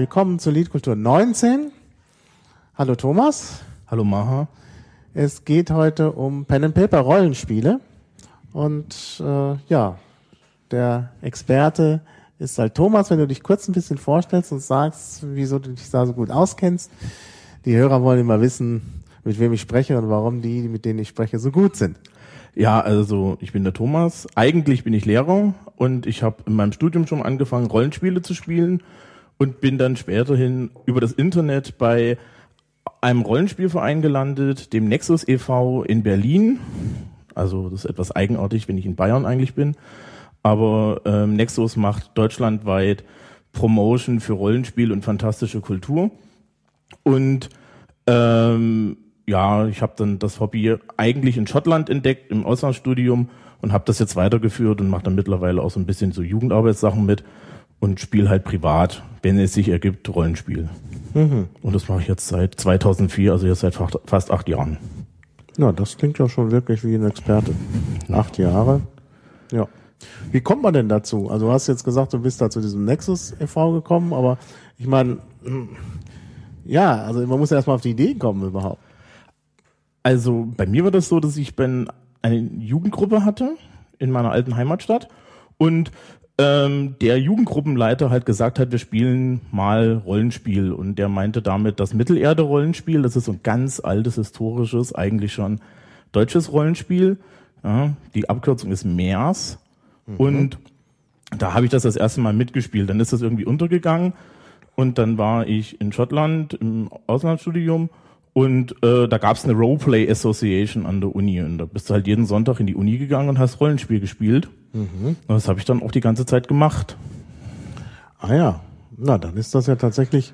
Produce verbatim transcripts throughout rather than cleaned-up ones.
willkommen zur Liedkultur neunzehn. Hallo Thomas. Hallo Maha. Es geht heute um Pen and Paper Rollenspiele und äh, ja, der Experte ist halt Thomas. Wenn du dich kurz ein bisschen vorstellst und sagst, wieso du dich da so gut auskennst. Die Hörer wollen immer wissen, mit wem ich spreche und warum die, mit denen ich spreche, so gut sind. Ja, also ich bin der Thomas. Eigentlich bin ich Lehrer und ich habe in meinem Studium schon angefangen, Rollenspiele zu spielen und bin dann späterhin über das Internet bei einem Rollenspielverein gelandet, dem Nexus e V in Berlin. Also das ist etwas eigenartig, wenn ich in Bayern eigentlich bin. Aber ähm, Nexus macht deutschlandweit Promotion für Rollenspiel und fantastische Kultur. Und ähm, ja, ich habe dann das Hobby eigentlich in Schottland entdeckt, im Auslandsstudium, und habe das jetzt weitergeführt und mache dann mittlerweile auch so ein bisschen so Jugendarbeitssachen mit und spiele halt privat, wenn es sich ergibt, Rollenspiel. Mhm. Und das mache ich jetzt seit zweitausendvier, also jetzt seit fast acht Jahren. Ja, das klingt ja schon wirklich wie ein Experte. Acht Jahre. Ja. Wie kommt man denn dazu? Also du hast jetzt gesagt, du bist da zu diesem Nexus e V gekommen, aber ich meine, ja, also man muss ja erstmal auf die Idee kommen überhaupt. Also bei mir war das so, dass ich eine Jugendgruppe hatte in meiner alten Heimatstadt und ähm, der Jugendgruppenleiter halt gesagt hat, wir spielen mal Rollenspiel, und der meinte damit das Mittelerde-Rollenspiel. Das ist so ein ganz altes, historisches, eigentlich schon deutsches Rollenspiel. Ja, die Abkürzung ist M E R S. Mhm. Und da habe ich das das erste Mal mitgespielt. Dann ist das irgendwie untergegangen und dann war ich in Schottland im Auslandsstudium. Und äh, da gab's eine Roleplay Association an der Uni, und da bist du halt jeden Sonntag in die Uni gegangen und hast Rollenspiel gespielt. Mhm. Und das habe ich dann auch die ganze Zeit gemacht. Ah ja, na dann ist das ja tatsächlich,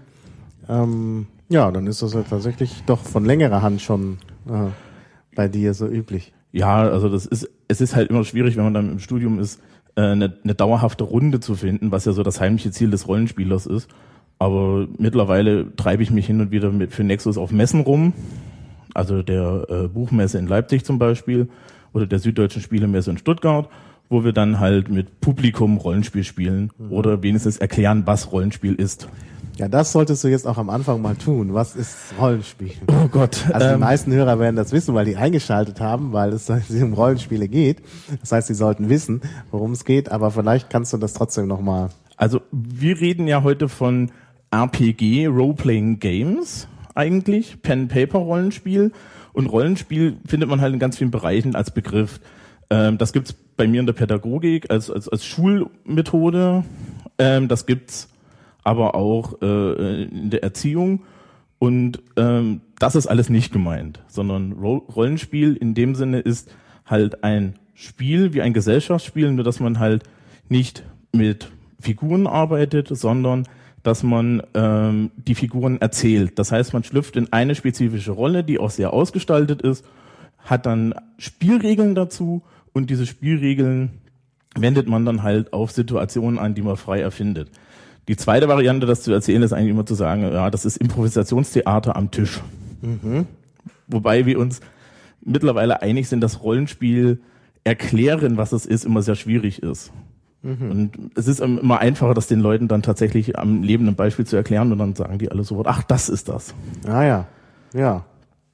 ähm, ja, dann ist das ja tatsächlich doch von längerer Hand schon äh, bei dir so üblich. Ja, also das ist, es ist halt immer schwierig, wenn man dann im Studium ist, äh, eine, eine dauerhafte Runde zu finden, was ja so das heimliche Ziel des Rollenspielers ist. Aber mittlerweile treibe ich mich hin und wieder mit für Nexus auf Messen rum, also der äh, Buchmesse in Leipzig zum Beispiel oder der Süddeutschen Spielemesse in Stuttgart, wo wir dann halt mit Publikum Rollenspiel spielen mhm. oder wenigstens erklären, was Rollenspiel ist. Ja, das solltest du jetzt auch am Anfang mal tun. Was ist Rollenspiel? Oh Gott. Also die ähm, meisten Hörer werden das wissen, weil die eingeschaltet haben, weil es um Rollenspiele geht. Das heißt, sie sollten wissen, worum es geht, aber vielleicht kannst du das trotzdem nochmal. Also wir reden ja heute von R P G, Role-Playing Games eigentlich, Pen-Paper-Rollenspiel, und Rollenspiel findet man halt in ganz vielen Bereichen als Begriff. Ähm, das gibt's bei mir in der Pädagogik als als, als Schulmethode, ähm, das gibt's aber auch äh, in der Erziehung, und ähm, das ist alles nicht gemeint, sondern Ro- Rollenspiel in dem Sinne ist halt ein Spiel wie ein Gesellschaftsspiel, nur dass man halt nicht mit Figuren arbeitet, sondern dass man ähm, die Figuren erzählt. Das heißt, man schlüpft in eine spezifische Rolle, die auch sehr ausgestaltet ist, hat dann Spielregeln dazu, und diese Spielregeln wendet man dann halt auf Situationen an, die man frei erfindet. Die zweite Variante, das zu erzählen, ist eigentlich immer zu sagen, ja, das ist Improvisationstheater am Tisch. Mhm. Wobei wir uns mittlerweile einig sind, dass Rollenspiel erklären, was es ist, immer sehr schwierig ist. Mhm. Und es ist immer einfacher, das den Leuten dann tatsächlich am lebenden Beispiel zu erklären, und dann sagen die alle sofort, ach, das ist das. Ah ja, ja.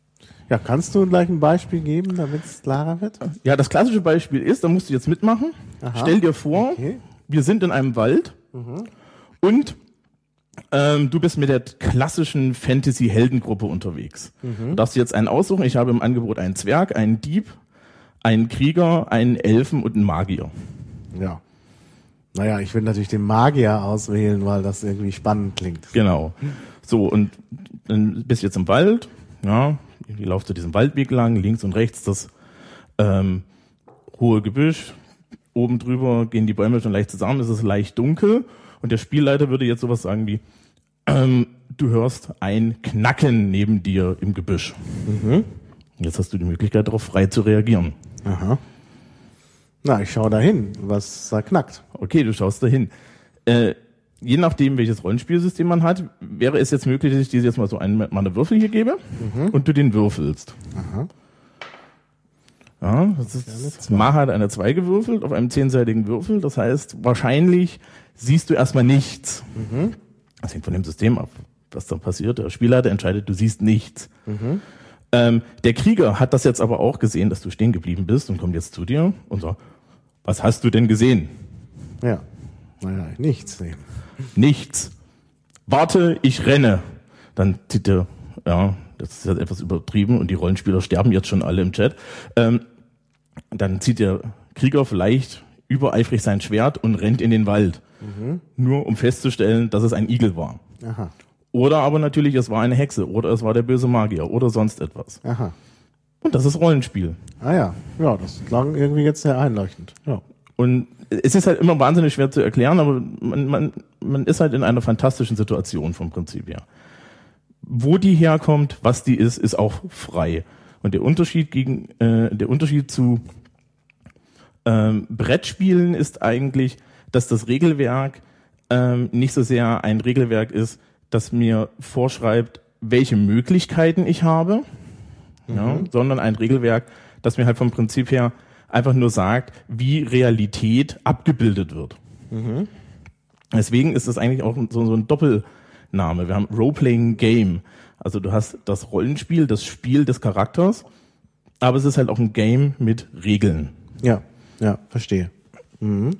Ja, kannst du gleich ein Beispiel geben, damit es klarer wird? Ja, das klassische Beispiel ist, da musst du jetzt mitmachen. Aha. Stell dir vor, okay. Wir sind in einem Wald mhm. und ähm, du bist mit der klassischen Fantasy-Heldengruppe unterwegs. Mhm. Du darfst jetzt einen aussuchen. Ich habe im Angebot einen Zwerg, einen Dieb, einen Krieger, einen Elfen und einen Magier. Ja. Naja, ich will natürlich den Magier auswählen, weil das irgendwie spannend klingt. Genau. So, und dann bist du jetzt im Wald, ja, ich laufe zu diesem Waldweg lang, links und rechts das ähm, hohe Gebüsch, oben drüber gehen die Bäume schon leicht zusammen, es ist leicht dunkel, und der Spielleiter würde jetzt sowas sagen wie, ähm, du hörst ein Knacken neben dir im Gebüsch. Mhm. Jetzt hast du die Möglichkeit, darauf frei zu reagieren. Aha. Na, ich schaue da hin, was da knackt. Okay, du schaust da hin. Äh, je nachdem, welches Rollenspielsystem man hat, wäre es jetzt möglich, dass ich dir jetzt mal so einen, mal eine Würfel hier gebe mhm. und du den würfelst. Aha. Ja, das ist, Maha hat eine zwei gewürfelt auf einem zehnseitigen Würfel. Das heißt, wahrscheinlich siehst du erstmal nichts. Mhm. Das hängt von dem System ab, was dann passiert. Der Spielleiter entscheidet, du siehst nichts. Mhm. Ähm, der Krieger hat das jetzt aber auch gesehen, dass du stehen geblieben bist und kommt jetzt zu dir und sagt, was hast du denn gesehen? Ja, naja, nichts. Nee. Nichts. Warte, ich renne. Dann zieht der, ja, das ist jetzt etwas übertrieben und die Rollenspieler sterben jetzt schon alle im Chat. Ähm, dann zieht der Krieger vielleicht übereifrig sein Schwert und rennt in den Wald. Mhm. Nur um festzustellen, dass es ein Igel war. Aha. Oder aber natürlich, es war eine Hexe oder es war der böse Magier oder sonst etwas. Aha. Und das ist Rollenspiel. Ah ja, ja, das klang irgendwie jetzt sehr einleuchtend. Ja. Und es ist halt immer wahnsinnig schwer zu erklären, aber man, man, man ist halt in einer fantastischen Situation vom Prinzip her. Wo die herkommt, was die ist, ist auch frei. Und der Unterschied gegen äh, der Unterschied zu ähm, Brettspielen ist eigentlich, dass das Regelwerk ähm, nicht so sehr ein Regelwerk ist, das mir vorschreibt, welche Möglichkeiten ich habe, mhm. ja, sondern ein Regelwerk, das mir halt vom Prinzip her einfach nur sagt, wie Realität abgebildet wird. Mhm. Deswegen ist es eigentlich auch so, so ein Doppelname. Wir haben Role-Playing Game. Also du hast das Rollenspiel, das Spiel des Charakters, aber es ist halt auch ein Game mit Regeln. Ja, ja, verstehe. Mhm.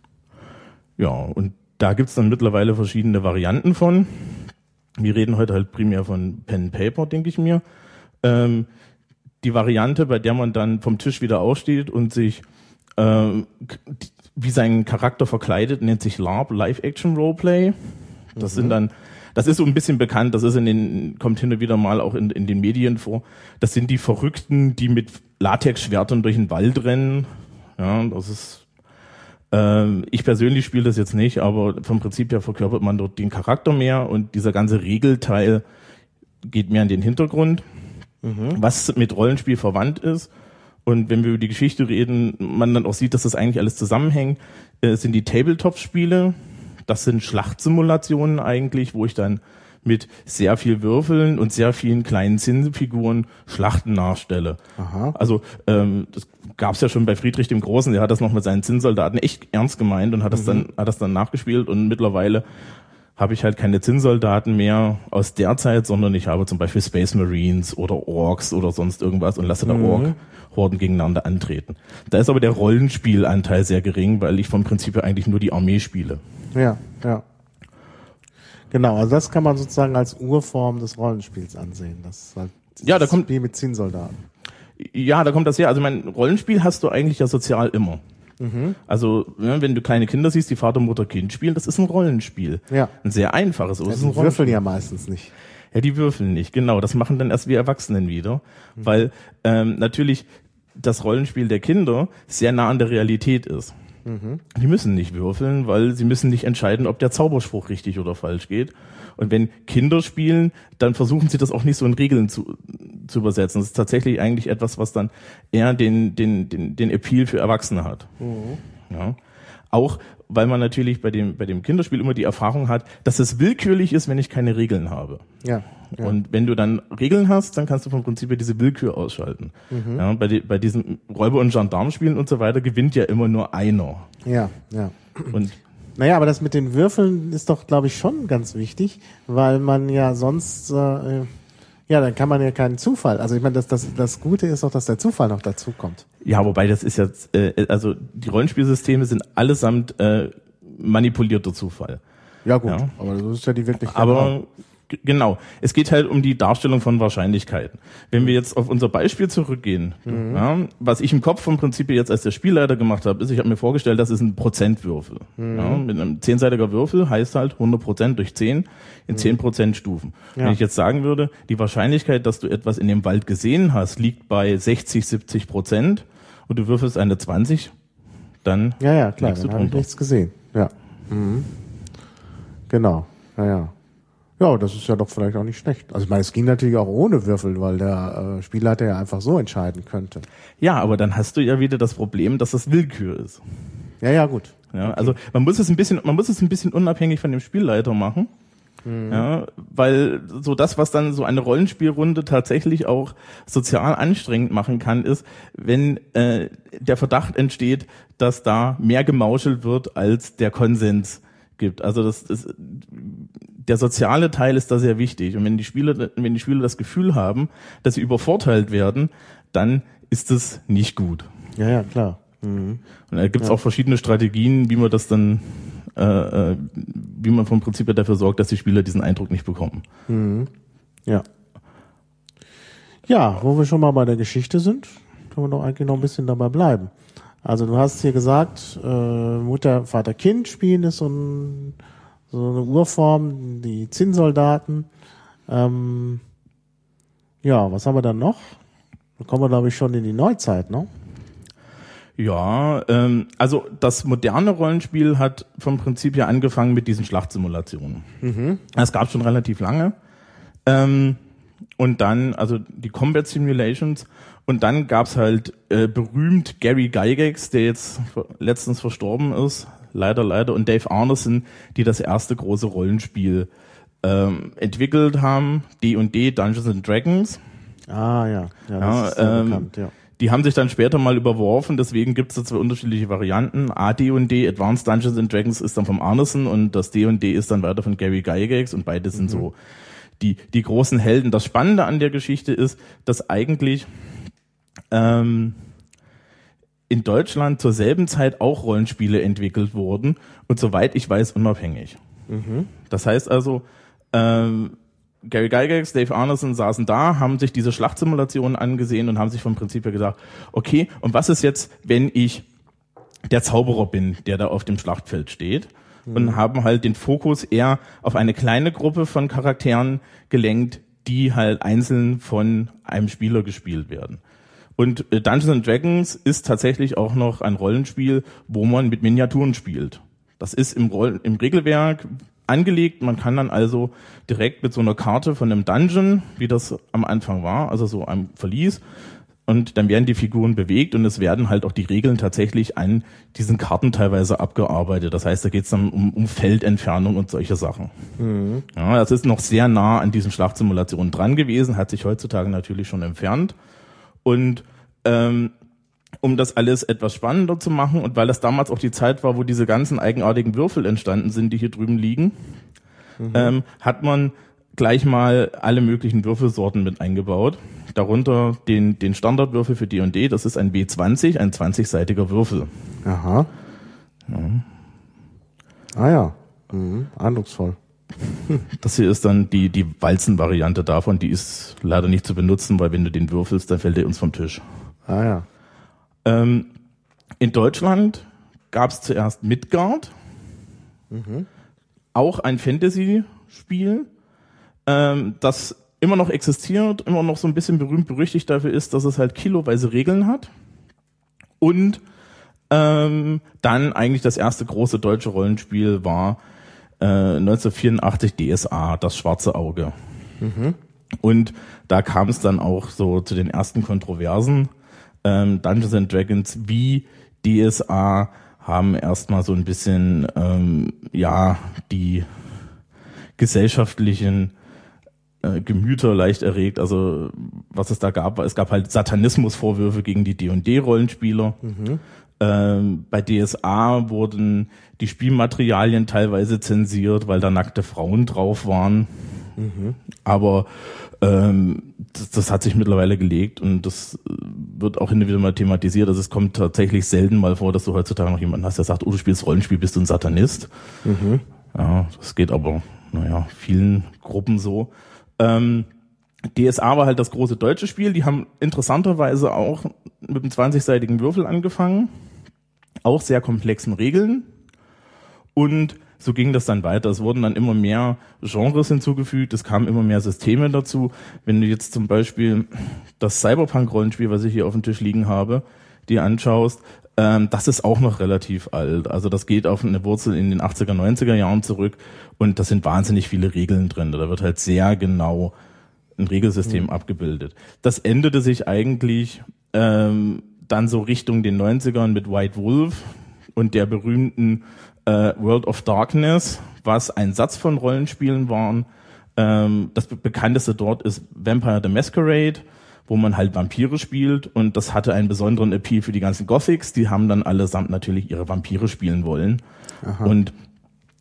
Ja, und da gibt's dann mittlerweile verschiedene Varianten von. Wir reden heute halt primär von Pen and Paper, denke ich mir. Ähm, die Variante, bei der man dann vom Tisch wieder aufsteht und sich ähm, wie sein Charakter verkleidet, nennt sich LARP, Live-Action-Roleplay. Das mhm. sind dann, das ist so ein bisschen bekannt, das ist in den, kommt hin und wieder mal auch in, in den Medien vor. Das sind die Verrückten, die mit Latexschwertern durch den Wald rennen. Ja, das ist Ich persönlich spiele das jetzt nicht, aber vom Prinzip her verkörpert man dort den Charakter mehr und dieser ganze Regelteil geht mehr in den Hintergrund, mhm. was mit Rollenspiel verwandt ist. Und wenn wir über die Geschichte reden, man dann auch sieht, dass das eigentlich alles zusammenhängt, äh, sind die Tabletop-Spiele. Das sind Schlachtsimulationen eigentlich, wo ich dann mit sehr viel Würfeln und sehr vielen kleinen Zinnfiguren Schlachten nachstelle. Aha. Also ähm, das gab's ja schon bei Friedrich dem Großen, der hat das noch mit seinen Zinnsoldaten echt ernst gemeint und hat das mhm. dann hat das dann nachgespielt und mittlerweile habe ich halt keine Zinnsoldaten mehr aus der Zeit, sondern ich habe zum Beispiel Space Marines oder Orks oder sonst irgendwas und lasse da mhm. Ork-Horden gegeneinander antreten. Da ist aber der Rollenspielanteil sehr gering, weil ich vom Prinzip her eigentlich nur die Armee spiele. Ja, ja. Genau, also das kann man sozusagen als Urform des Rollenspiels ansehen. Das ist halt ja, da kommt Spiel mit Zinnsoldaten. Ja, da kommt das her. Also mein Rollenspiel hast du eigentlich ja sozial immer. Mhm. Also ja, wenn du kleine Kinder siehst, die Vater, Mutter, Kind spielen, das ist ein Rollenspiel. Ja. Ein sehr einfaches. Ja, die würfeln ja meistens nicht. Ja, die würfeln nicht, genau. Das machen dann erst wir Erwachsenen wieder. Mhm. Weil ähm, natürlich das Rollenspiel der Kinder sehr nah an der Realität ist. Mhm. Die müssen nicht würfeln, weil sie müssen nicht entscheiden, ob der Zauberspruch richtig oder falsch geht. Und wenn Kinder spielen, dann versuchen sie das auch nicht so in Regeln zu, zu übersetzen. Das ist tatsächlich eigentlich etwas, was dann eher den, den, den, den Appeal für Erwachsene hat. Mhm. Ja. Auch, weil man natürlich bei dem, bei dem Kinderspiel immer die Erfahrung hat, dass es willkürlich ist, wenn ich keine Regeln habe. Ja. Ja. Und wenn du dann Regeln hast, dann kannst du vom Prinzip her diese Willkür ausschalten. Mhm. Ja, bei, die, bei diesen Räuber- und Gendarmenspielen und so weiter gewinnt ja immer nur einer. Ja, ja. Und naja, aber das mit den Würfeln ist doch, glaube ich, schon ganz wichtig, weil man ja sonst, äh, ja, dann kann man ja keinen Zufall. Also ich meine, das, das, das Gute ist doch, dass der Zufall noch dazu kommt. Ja, wobei das ist jetzt, äh, also die Rollenspielsysteme sind allesamt äh, manipulierter Zufall. Ja gut, ja. aber das ist ja die Wirklichkeit. Aber g- genau, es geht halt um die Darstellung von Wahrscheinlichkeiten. Wenn wir jetzt auf unser Beispiel zurückgehen, mhm. ja, was ich im Kopf vom Prinzip jetzt als der Spielleiter gemacht habe, ist, ich habe mir vorgestellt, das ist ein Prozentwürfel. Mhm. Ja, mit einem zehnseitiger Würfel heißt halt hundert Prozent durch zehn in zehn Prozent Stufen. Ja. Wenn ich jetzt sagen würde, die Wahrscheinlichkeit, dass du etwas in dem Wald gesehen hast, liegt bei sechzig, siebzig Prozent und du würfelst eine zwanzig, dann ja, ja, klar, liegst du dann habe ich drunter. nichts gesehen. Ja. Mhm. Genau, ja, ja. Ja, das ist ja doch vielleicht auch nicht schlecht. Also ich meine, es ging natürlich auch ohne Würfel, weil der äh, Spielleiter ja einfach so entscheiden könnte. Ja, aber dann hast du ja wieder das Problem, dass das Willkür ist. Ja, ja, gut. Ja, okay. Also man muss es ein bisschen, man muss es ein bisschen unabhängig von dem Spielleiter machen. Mhm. Ja, weil so das, was dann so eine Rollenspielrunde tatsächlich auch sozial anstrengend machen kann, ist, wenn äh, der Verdacht entsteht, dass da mehr gemauschelt wird, als der Konsens gibt. Also das ist der soziale Teil ist da sehr wichtig. Und wenn die Spieler, wenn die Spieler das Gefühl haben, dass sie übervorteilt werden, dann ist das nicht gut. Ja, ja, klar. Mhm. Und da gibt es ja. auch verschiedene Strategien, wie man das dann, äh, wie man vom Prinzip her dafür sorgt, dass die Spieler diesen Eindruck nicht bekommen. Mhm. Ja. Ja, wo wir schon mal bei der Geschichte sind, können wir doch eigentlich noch ein bisschen dabei bleiben. Also du hast hier gesagt, äh, Mutter, Vater, Kind spielen ist so, ein, so eine Urform, die Zinnsoldaten. Ähm, ja, was haben wir dann noch? Da kommen wir, glaube ich, schon in die Neuzeit, ne? Ja, ähm, also das moderne Rollenspiel hat vom Prinzip her angefangen mit diesen Schlachtsimulationen. Mhm. Das gab es schon relativ lange. Ähm, und dann, also die Combat Simulations, und dann gab's halt äh, berühmt Gary Gygax, der jetzt letztens verstorben ist, leider, leider, und Dave Arneson, die das erste große Rollenspiel ähm, entwickelt haben, D und D, Dungeons and Dragons. Ah ja, ja, das ja, ist sehr ähm, bekannt, ja. Die haben sich dann später mal überworfen, deswegen gibt's da zwei unterschiedliche Varianten. A D und D, Advanced Dungeons and Dragons, ist dann vom Arneson und das D und D ist dann weiter von Gary Gygax und beide sind mhm. so die die großen Helden. Das Spannende an der Geschichte ist, dass eigentlich ähm, in Deutschland zur selben Zeit auch Rollenspiele entwickelt wurden und soweit ich weiß unabhängig. Mhm. Das heißt also, ähm, Gary Gygax, Dave Arneson saßen da, haben sich diese Schlachtsimulationen angesehen und haben sich vom Prinzip her gesagt, okay, und was ist jetzt, wenn ich der Zauberer bin, der da auf dem Schlachtfeld steht? Mhm. Und haben halt den Fokus eher auf eine kleine Gruppe von Charakteren gelenkt, die halt einzeln von einem Spieler gespielt werden. Und Dungeons and Dragons ist tatsächlich auch noch ein Rollenspiel, wo man mit Miniaturen spielt. Das ist im, Roll- im Regelwerk angelegt. Man kann dann also direkt mit so einer Karte von einem Dungeon, wie das am Anfang war, also so einem Verlies, und dann werden die Figuren bewegt und es werden halt auch die Regeln tatsächlich an diesen Karten teilweise abgearbeitet. Das heißt, da geht es dann um, um Feldentfernung und solche Sachen. Mhm. Ja, das ist noch sehr nah an diesen Schlachtsimulationen dran gewesen, hat sich heutzutage natürlich schon entfernt. Und ähm, um das alles etwas spannender zu machen und weil das damals auch die Zeit war, wo diese ganzen eigenartigen Würfel entstanden sind, die hier drüben liegen, mhm. ähm, hat man gleich mal alle möglichen Würfelsorten mit eingebaut. Darunter den, den Standardwürfel für D und D, das ist ein W zwanzig, ein zwanzigseitiger Würfel. Aha. Ja. Ah ja, mhm. Eindrucksvoll. Das hier ist dann die, die Walzen-Variante davon, die ist leider nicht zu benutzen, weil wenn du den würfelst, dann fällt der uns vom Tisch. Ah ja. Ähm, in Deutschland gab es zuerst Midgard, mhm. auch ein Fantasy-Spiel, ähm, das immer noch existiert, immer noch so ein bisschen berühmt-berüchtigt dafür ist, dass es halt kiloweise Regeln hat. Und ähm, dann eigentlich das erste große deutsche Rollenspiel war äh, neunzehnhundertvierundachtzig D S A, das Schwarze Auge. Mhm. Und da kam es dann auch so zu den ersten Kontroversen. Ähm, Dungeons and Dragons wie D S A haben erstmal so ein bisschen ähm, ja die gesellschaftlichen äh, Gemüter leicht erregt. Also was es da gab, es gab halt Satanismusvorwürfe gegen die D und D-Rollenspieler. Mhm. Ähm, bei D S A wurden die Spielmaterialien teilweise zensiert, weil da nackte Frauen drauf waren. Mhm. Aber ähm, das, das hat sich mittlerweile gelegt und das wird auch hin und wieder mal thematisiert. Also es kommt tatsächlich selten mal vor, dass du heutzutage noch jemanden hast, der sagt, oh, du spielst Rollenspiel, bist du ein Satanist. Mhm. Ja, das geht aber, naja, vielen Gruppen so. Ähm, D S A war halt das große deutsche Spiel. Die haben interessanterweise auch mit einem zwanzigseitigen Würfel angefangen. Auch sehr komplexen Regeln. Und so ging das dann weiter. Es wurden dann immer mehr Genres hinzugefügt, es kamen immer mehr Systeme dazu. Wenn du jetzt zum Beispiel das Cyberpunk-Rollenspiel, was ich hier auf dem Tisch liegen habe, dir anschaust, ähm, das ist auch noch relativ alt. Also das geht auf eine Wurzel in den achtziger, neunziger Jahren zurück und das sind wahnsinnig viele Regeln drin. Da wird halt sehr genau ein Regelsystem mhm. abgebildet. Das änderte sich eigentlich ähm, dann so Richtung den neunzigern mit White Wolf und der berühmten äh, World of Darkness, was ein Satz von Rollenspielen waren. Ähm, das be- bekannteste dort ist Vampire the Masquerade, wo man halt Vampire spielt und das hatte einen besonderen Appeal für die ganzen Gothics. Die haben dann allesamt natürlich ihre Vampire spielen wollen. Aha. Und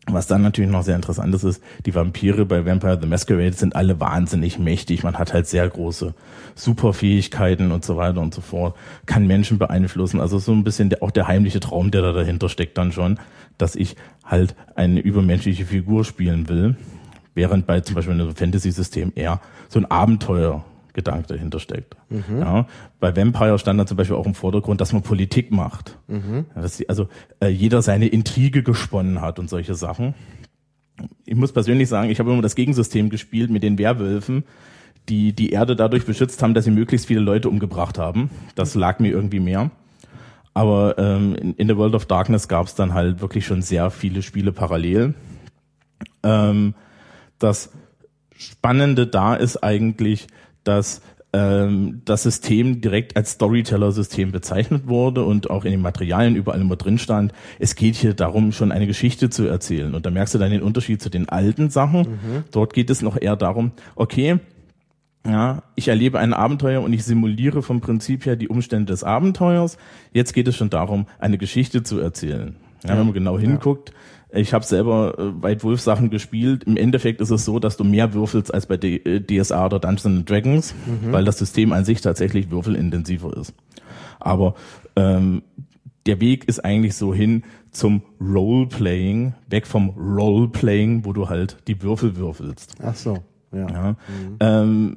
Was dann natürlich noch sehr interessant ist, ist, die Vampire bei Vampire the Masquerade sind alle wahnsinnig mächtig. Man hat halt sehr große Superfähigkeiten und so weiter und so fort, kann Menschen beeinflussen. Also so ein bisschen der, auch der heimliche Traum, der da dahinter steckt dann schon, dass ich halt eine übermenschliche Figur spielen will, während bei zum Beispiel einem Fantasy-System eher so ein Abenteuergedanke dahinter steckt. Mhm. Ja, bei Vampire stand dann zum Beispiel auch im Vordergrund, dass man Politik macht. Mhm. Ja, dass die, also äh, jeder seine Intrige gesponnen hat und solche Sachen. Ich muss persönlich sagen, ich habe immer das Gegensystem gespielt mit den Werwölfen, die die Erde dadurch beschützt haben, dass sie möglichst viele Leute umgebracht haben. Das lag mir irgendwie mehr. Aber ähm, in, in The World of Darkness gab es dann halt wirklich schon sehr viele Spiele parallel. Ähm, das Spannende da ist eigentlich, dass ähm, das System direkt als Storyteller-System bezeichnet wurde und auch in den Materialien überall immer drin stand. Es geht hier darum, schon eine Geschichte zu erzählen. Und da merkst du dann den Unterschied zu den alten Sachen. Mhm. Dort geht es noch eher darum, okay, ja, ich erlebe ein Abenteuer und ich simuliere vom Prinzip her die Umstände des Abenteuers. Jetzt geht es schon darum, eine Geschichte zu erzählen. Ja, ja. Wenn man genau hinguckt, ich habe selber äh, White Wolf Sachen gespielt. Im Endeffekt ist es so, dass du mehr würfelst als bei D- äh, D S A oder Dungeons and Dragons, mhm. weil das System an sich tatsächlich würfelintensiver ist. Aber ähm, der Weg ist eigentlich so hin zum Roleplaying, weg vom Roleplaying, wo du halt die Würfel würfelst. Ach so, ja. ja. Mhm. Ähm,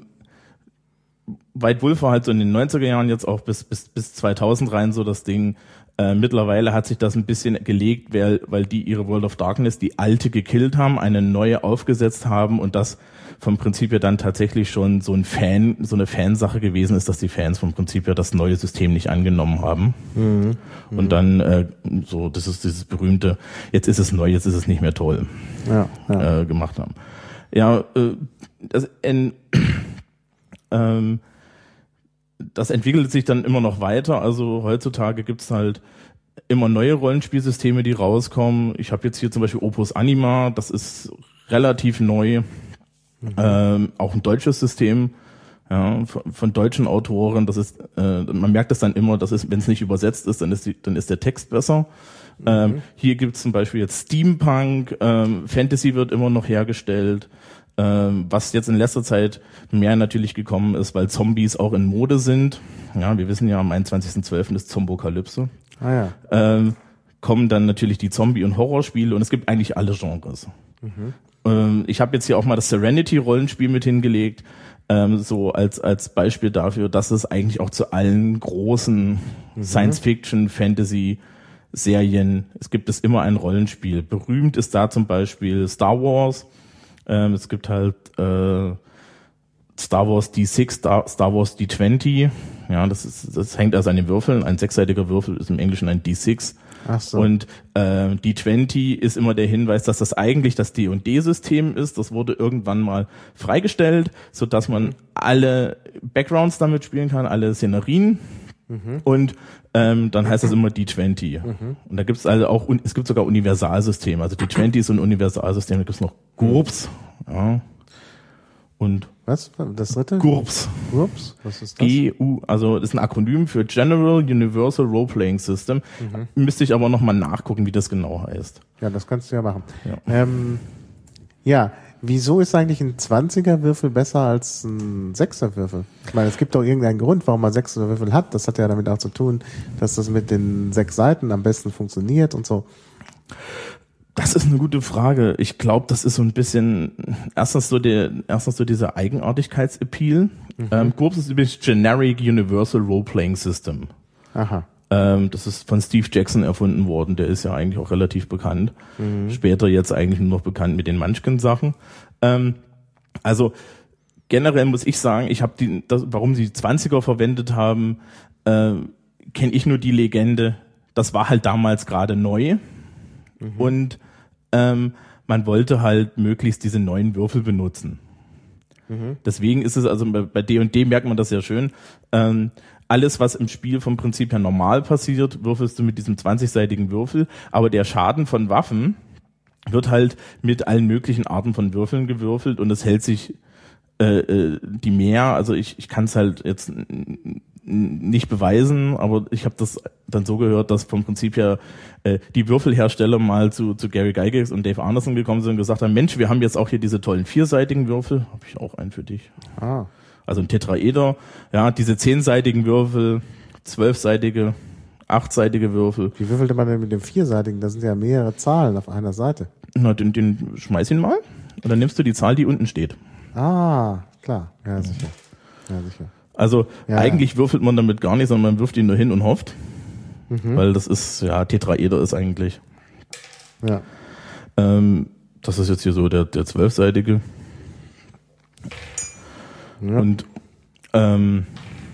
White Wolf war halt so in den neunziger Jahren jetzt auch bis bis bis zweitausend rein so das Ding. Äh, mittlerweile hat sich das ein bisschen gelegt, weil, weil die ihre World of Darkness, die alte gekillt haben, eine neue aufgesetzt haben und das vom Prinzip her dann tatsächlich schon so ein Fan, so eine Fansache gewesen ist, dass die Fans vom Prinzip her das neue System nicht angenommen haben. Mhm. Und mhm. dann äh, so, das ist dieses berühmte, jetzt ist es neu, jetzt ist es nicht mehr toll, ja, ja. Äh, gemacht haben. Ja, äh, das, in, ähm, das entwickelt sich dann immer noch weiter. Also heutzutage gibt's halt immer neue Rollenspielsysteme, die rauskommen. Ich habe jetzt hier zum Beispiel Opus Anima, das ist relativ neu. Mhm. Ähm, auch ein deutsches System, ja, von, von deutschen Autoren. Das ist, äh, man merkt das dann immer, dass es, wenn es nicht übersetzt ist, dann ist die, dann ist der Text besser. Mhm. Ähm, hier gibt's zum Beispiel jetzt Steampunk, ähm, Fantasy wird immer noch hergestellt. Ähm, was jetzt in letzter Zeit mehr natürlich gekommen ist, weil Zombies auch in Mode sind. Ja, wir wissen ja, am einundzwanzigsten zwölften ist Zombokalypse. Ah ja. Ähm, kommen dann natürlich die Zombie- und Horrorspiele und es gibt eigentlich alle Genres. Mhm. Ähm, ich habe jetzt hier auch mal das Serenity-Rollenspiel mit hingelegt, ähm, so als als Beispiel dafür, dass es eigentlich auch zu allen großen mhm. Science-Fiction, Fantasy-Serien, es gibt es immer ein Rollenspiel. Berühmt ist da zum Beispiel Star Wars. Ähm, es gibt halt äh, Star Wars D sechs, Star, Star Wars D zwanzig. Ja, das ist, das hängt also an den Würfeln. Ein sechsseitiger Würfel ist im Englischen ein D sechs. Ach so. Und äh, D zwanzig ist immer der Hinweis, dass das eigentlich das D und D-System ist. Das wurde irgendwann mal freigestellt, so dass man alle Backgrounds damit spielen kann, alle Szenerien. Mhm. Und ähm, dann heißt das immer D zwanzig. Mhm. Und da gibt es also auch, es gibt sogar Universalsysteme. Also D zwanzig ist so ein Universalsystem, da gibt es noch GURPS. Ja. Und was? Das dritte? GURPS. GURPS? Was ist das? G U, also das ist ein Akronym für General Universal Role Playing System. Mhm. Müsste ich aber nochmal nachgucken, wie das genau heißt. Ja, das kannst du ja machen. Ja, ähm, ja. Wieso ist eigentlich ein zwanziger-Würfel besser als ein sechser-Würfel? Ich meine, es gibt doch irgendeinen Grund, warum man sechser-Würfel hat. Das hat ja damit auch zu tun, dass das mit den sechs Seiten am besten funktioniert und so. Das ist eine gute Frage. Ich glaube, das ist so ein bisschen, erstens so der, erstens so dieser Eigenartigkeitsappeal. Mhm. Ähm, GURPS ist übrigens Generic Universal Role Playing System. Aha. Ähm, das ist von Steve Jackson erfunden worden. Der ist ja eigentlich auch relativ bekannt. Mhm. Später jetzt eigentlich nur noch bekannt mit den Munchkin-Sachen. Ähm, also generell muss ich sagen, ich habe die, das, warum sie zwanziger verwendet haben, äh, kenne ich nur die Legende. Das war halt damals gerade neu. Mhm. Und ähm, man wollte halt möglichst diese neuen Würfel benutzen. Mhm. Deswegen ist es, also bei D und D merkt man das sehr schön, ähm, alles, was im Spiel vom Prinzip her normal passiert, würfelst du mit diesem zwanzigseitigen Würfel, aber der Schaden von Waffen wird halt mit allen möglichen Arten von Würfeln gewürfelt und es hält sich äh, die mehr, also ich, ich kann es halt jetzt nicht beweisen, aber ich habe das dann so gehört, dass vom Prinzip her äh, die Würfelhersteller mal zu, zu Gary Gygax und Dave Arneson gekommen sind und gesagt haben, Mensch, wir haben jetzt auch hier diese tollen vierseitigen Würfel. Habe ich auch einen für dich. Ah. Also ein Tetraeder. Ja, diese zehnseitigen Würfel, zwölfseitige, achtseitige Würfel. Wie würfelte man denn mit dem vierseitigen? Da sind ja mehrere Zahlen auf einer Seite. Na, den, den schmeiß ihn mal und dann nimmst du die Zahl, die unten steht. Ah, klar. Ja, sicher. Ja, sicher. Also ja, eigentlich ja. würfelt man damit gar nicht, sondern man wirft ihn nur hin und hofft. Mhm. Weil das ist, ja, Tetraeder ist eigentlich. Ja. Ähm, das ist jetzt hier so der, der zwölfseitige. Ja. Und ähm,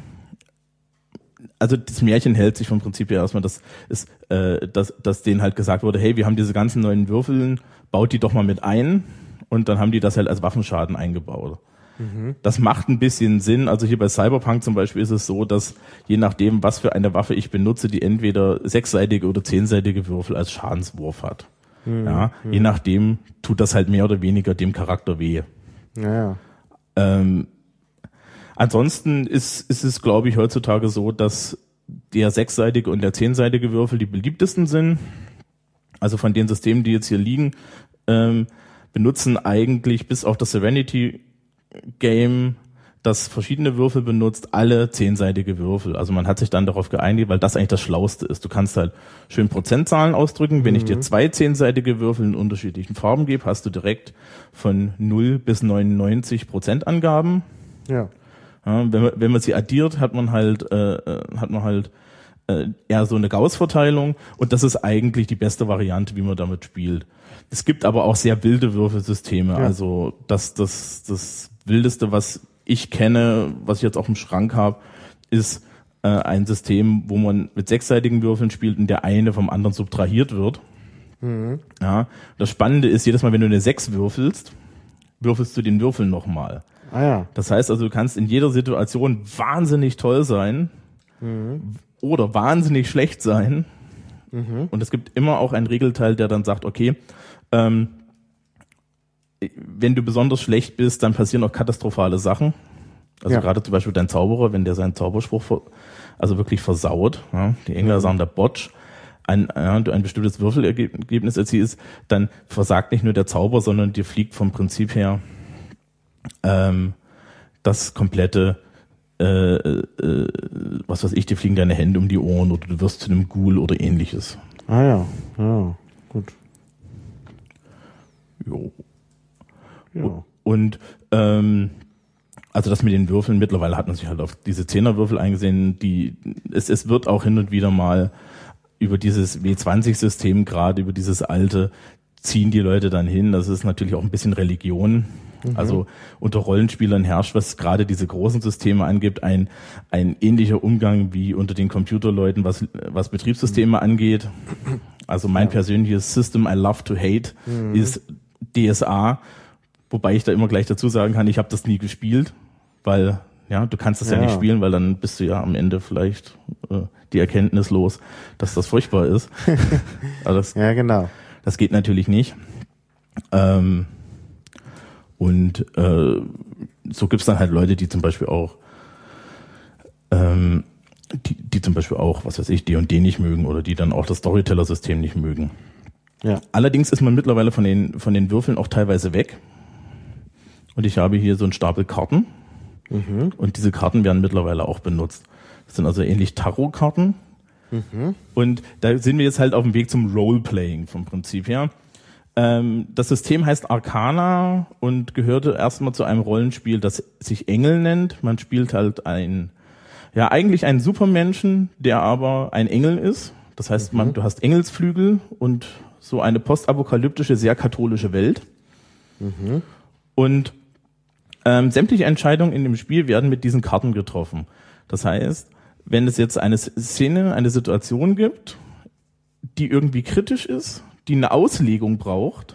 also das Märchen hält sich vom Prinzip her erstmal, dass, ist, äh, dass, dass denen halt gesagt wurde, hey, wir haben diese ganzen neuen Würfeln, baut die doch mal mit ein. Und dann haben die das halt als Waffenschaden eingebaut. Mhm. Das macht ein bisschen Sinn. Also hier bei Cyberpunk zum Beispiel ist es so, dass je nachdem, was für eine Waffe ich benutze, die entweder sechsseitige oder zehnseitige Würfel als Schadenswurf hat. Mhm. Ja, mhm. Je nachdem tut das halt mehr oder weniger dem Charakter weh. Ja, ja. Ähm, ansonsten ist, ist es, glaube ich, heutzutage so, dass der sechsseitige und der zehnseitige Würfel die beliebtesten sind. Also von den Systemen, die jetzt hier liegen, ähm, benutzen eigentlich bis auf das Serenity Game, das verschiedene Würfel benutzt, alle zehnseitige Würfel. Also man hat sich dann darauf geeinigt, weil das eigentlich das Schlauste ist. Du kannst halt schön Prozentzahlen ausdrücken. Wenn mhm. ich dir zwei zehnseitige Würfel in unterschiedlichen Farben gebe, hast du direkt von null bis neunundneunzig Prozent Angaben. Ja. Ja, wenn man, wenn man sie addiert, hat man halt, äh, hat man halt äh, eher so eine Gauss-Verteilung und das ist eigentlich die beste Variante, wie man damit spielt. Es gibt aber auch sehr wilde Würfelsysteme. Ja. Also das, das, das Wildeste, was ich kenne, was ich jetzt auch im Schrank habe, ist äh, ein System, wo man mit sechsseitigen Würfeln spielt und der eine vom anderen subtrahiert wird. Mhm. Ja. Das Spannende ist, jedes Mal, wenn du eine sechs würfelst, würfelst du den Würfel nochmal. Ah ja. Das heißt also, du kannst in jeder Situation wahnsinnig toll sein mhm. oder wahnsinnig schlecht sein. Mhm. Und es gibt immer auch einen Regelteil, der dann sagt, okay, ähm, wenn du besonders schlecht bist, dann passieren auch katastrophale Sachen. Also ja. gerade zum Beispiel dein Zauberer, wenn der seinen Zauberspruch ver- also wirklich versaut, ja, die Engländer mhm. sagen der Botch, ein, ja, du ein bestimmtes Würfelergebnis erzielst, dann versagt nicht nur der Zauber, sondern dir fliegt vom Prinzip her ähm, das komplette äh, äh, was weiß ich, dir fliegen deine Hände um die Ohren oder du wirst zu einem Ghoul oder ähnliches. Ah ja, ja, gut. Jo. Ja. Und ähm, also das mit den Würfeln, mittlerweile hat man sich halt auf diese Zehnerwürfel eingesehen, die es, es wird auch hin und wieder mal über dieses W zwanzig System, gerade über dieses alte, ziehen die Leute dann hin. Das ist natürlich auch ein bisschen Religion. Mhm. Also unter Rollenspielern herrscht, was gerade diese großen Systeme angeht, ein ein ähnlicher Umgang wie unter den Computerleuten, was was Betriebssysteme mhm. angeht. Also mein ja. persönliches System I love to hate mhm. ist D S A, wobei ich da immer gleich dazu sagen kann, ich habe das nie gespielt, weil ja, du kannst das ja. ja nicht spielen, weil dann bist du ja am Ende vielleicht äh, die Erkenntnis los, dass das furchtbar ist. Also das, ja, genau. Das geht natürlich nicht. Ähm, und äh, so gibt's dann halt Leute, die zum Beispiel auch ähm, die, die zum Beispiel auch, was weiß ich, D und D nicht mögen oder die dann auch das Storyteller-System nicht mögen. Ja. Allerdings ist man mittlerweile von den von den Würfeln auch teilweise weg. Und ich habe hier so einen Stapel Karten. Mhm. Und diese Karten werden mittlerweile auch benutzt. Das sind also ähnlich Tarotkarten. Mhm. Und da sind wir jetzt halt auf dem Weg zum Roleplaying vom Prinzip her. Ähm, das System heißt Arcana und gehörte erstmal zu einem Rollenspiel, das sich Engel nennt. Man spielt halt ein, ja eigentlich einen Supermenschen, der aber ein Engel ist. Das heißt, man, mhm. du hast Engelsflügel und so eine postapokalyptische, sehr katholische Welt. Mhm. Und ähm, sämtliche Entscheidungen in dem Spiel werden mit diesen Karten getroffen. Das heißt, wenn es jetzt eine Szene, eine Situation gibt, die irgendwie kritisch ist, die eine Auslegung braucht,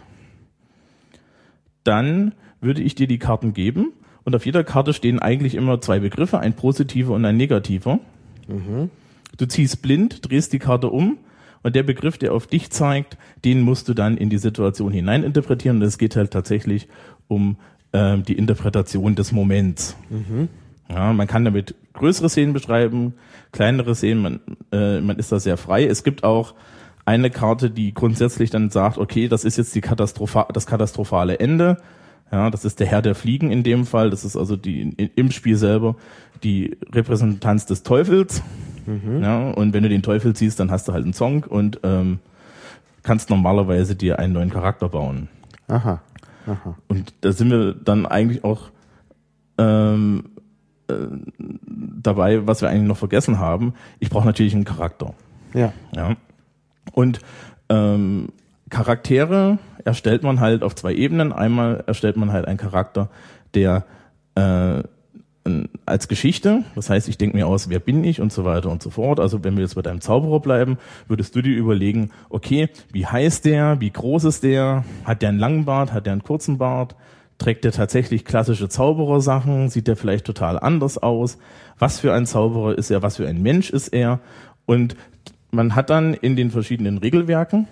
dann würde ich dir die Karten geben und auf jeder Karte stehen eigentlich immer zwei Begriffe, ein positiver und ein negativer. Mhm. Du ziehst blind, drehst die Karte um und der Begriff, der auf dich zeigt, den musst du dann in die Situation hineininterpretieren. Und es geht halt tatsächlich um äh, die Interpretation des Moments. Mhm. Ja, man kann damit größere Szenen beschreiben, kleinere Szenen, man, äh, man ist da sehr frei. Es gibt auch eine Karte, die grundsätzlich dann sagt, okay, das ist jetzt die Katastropha- das katastrophale Ende. Ja, das ist der Herr der Fliegen in dem Fall. Das ist also die im Spiel selber die Repräsentanz des Teufels. Mhm. Ja, und wenn du den Teufel ziehst, dann hast du halt einen Song und ähm, kannst normalerweise dir einen neuen Charakter bauen. Aha. Aha. Und da sind wir dann eigentlich auch ähm, äh, dabei, was wir eigentlich noch vergessen haben. Ich brauche natürlich einen Charakter. Ja. Ja. Und ähm, Charaktere erstellt man halt auf zwei Ebenen. Einmal erstellt man halt einen Charakter, der äh, als Geschichte, das heißt, ich denke mir aus, wer bin ich und so weiter und so fort. Also wenn wir jetzt bei deinem Zauberer bleiben, würdest du dir überlegen, okay, wie heißt der, wie groß ist der, hat der einen langen Bart, hat der einen kurzen Bart, trägt der tatsächlich klassische Zauberersachen, sieht der vielleicht total anders aus, was für ein Zauberer ist er, was für ein Mensch ist er. Und man hat dann in den verschiedenen Regelwerken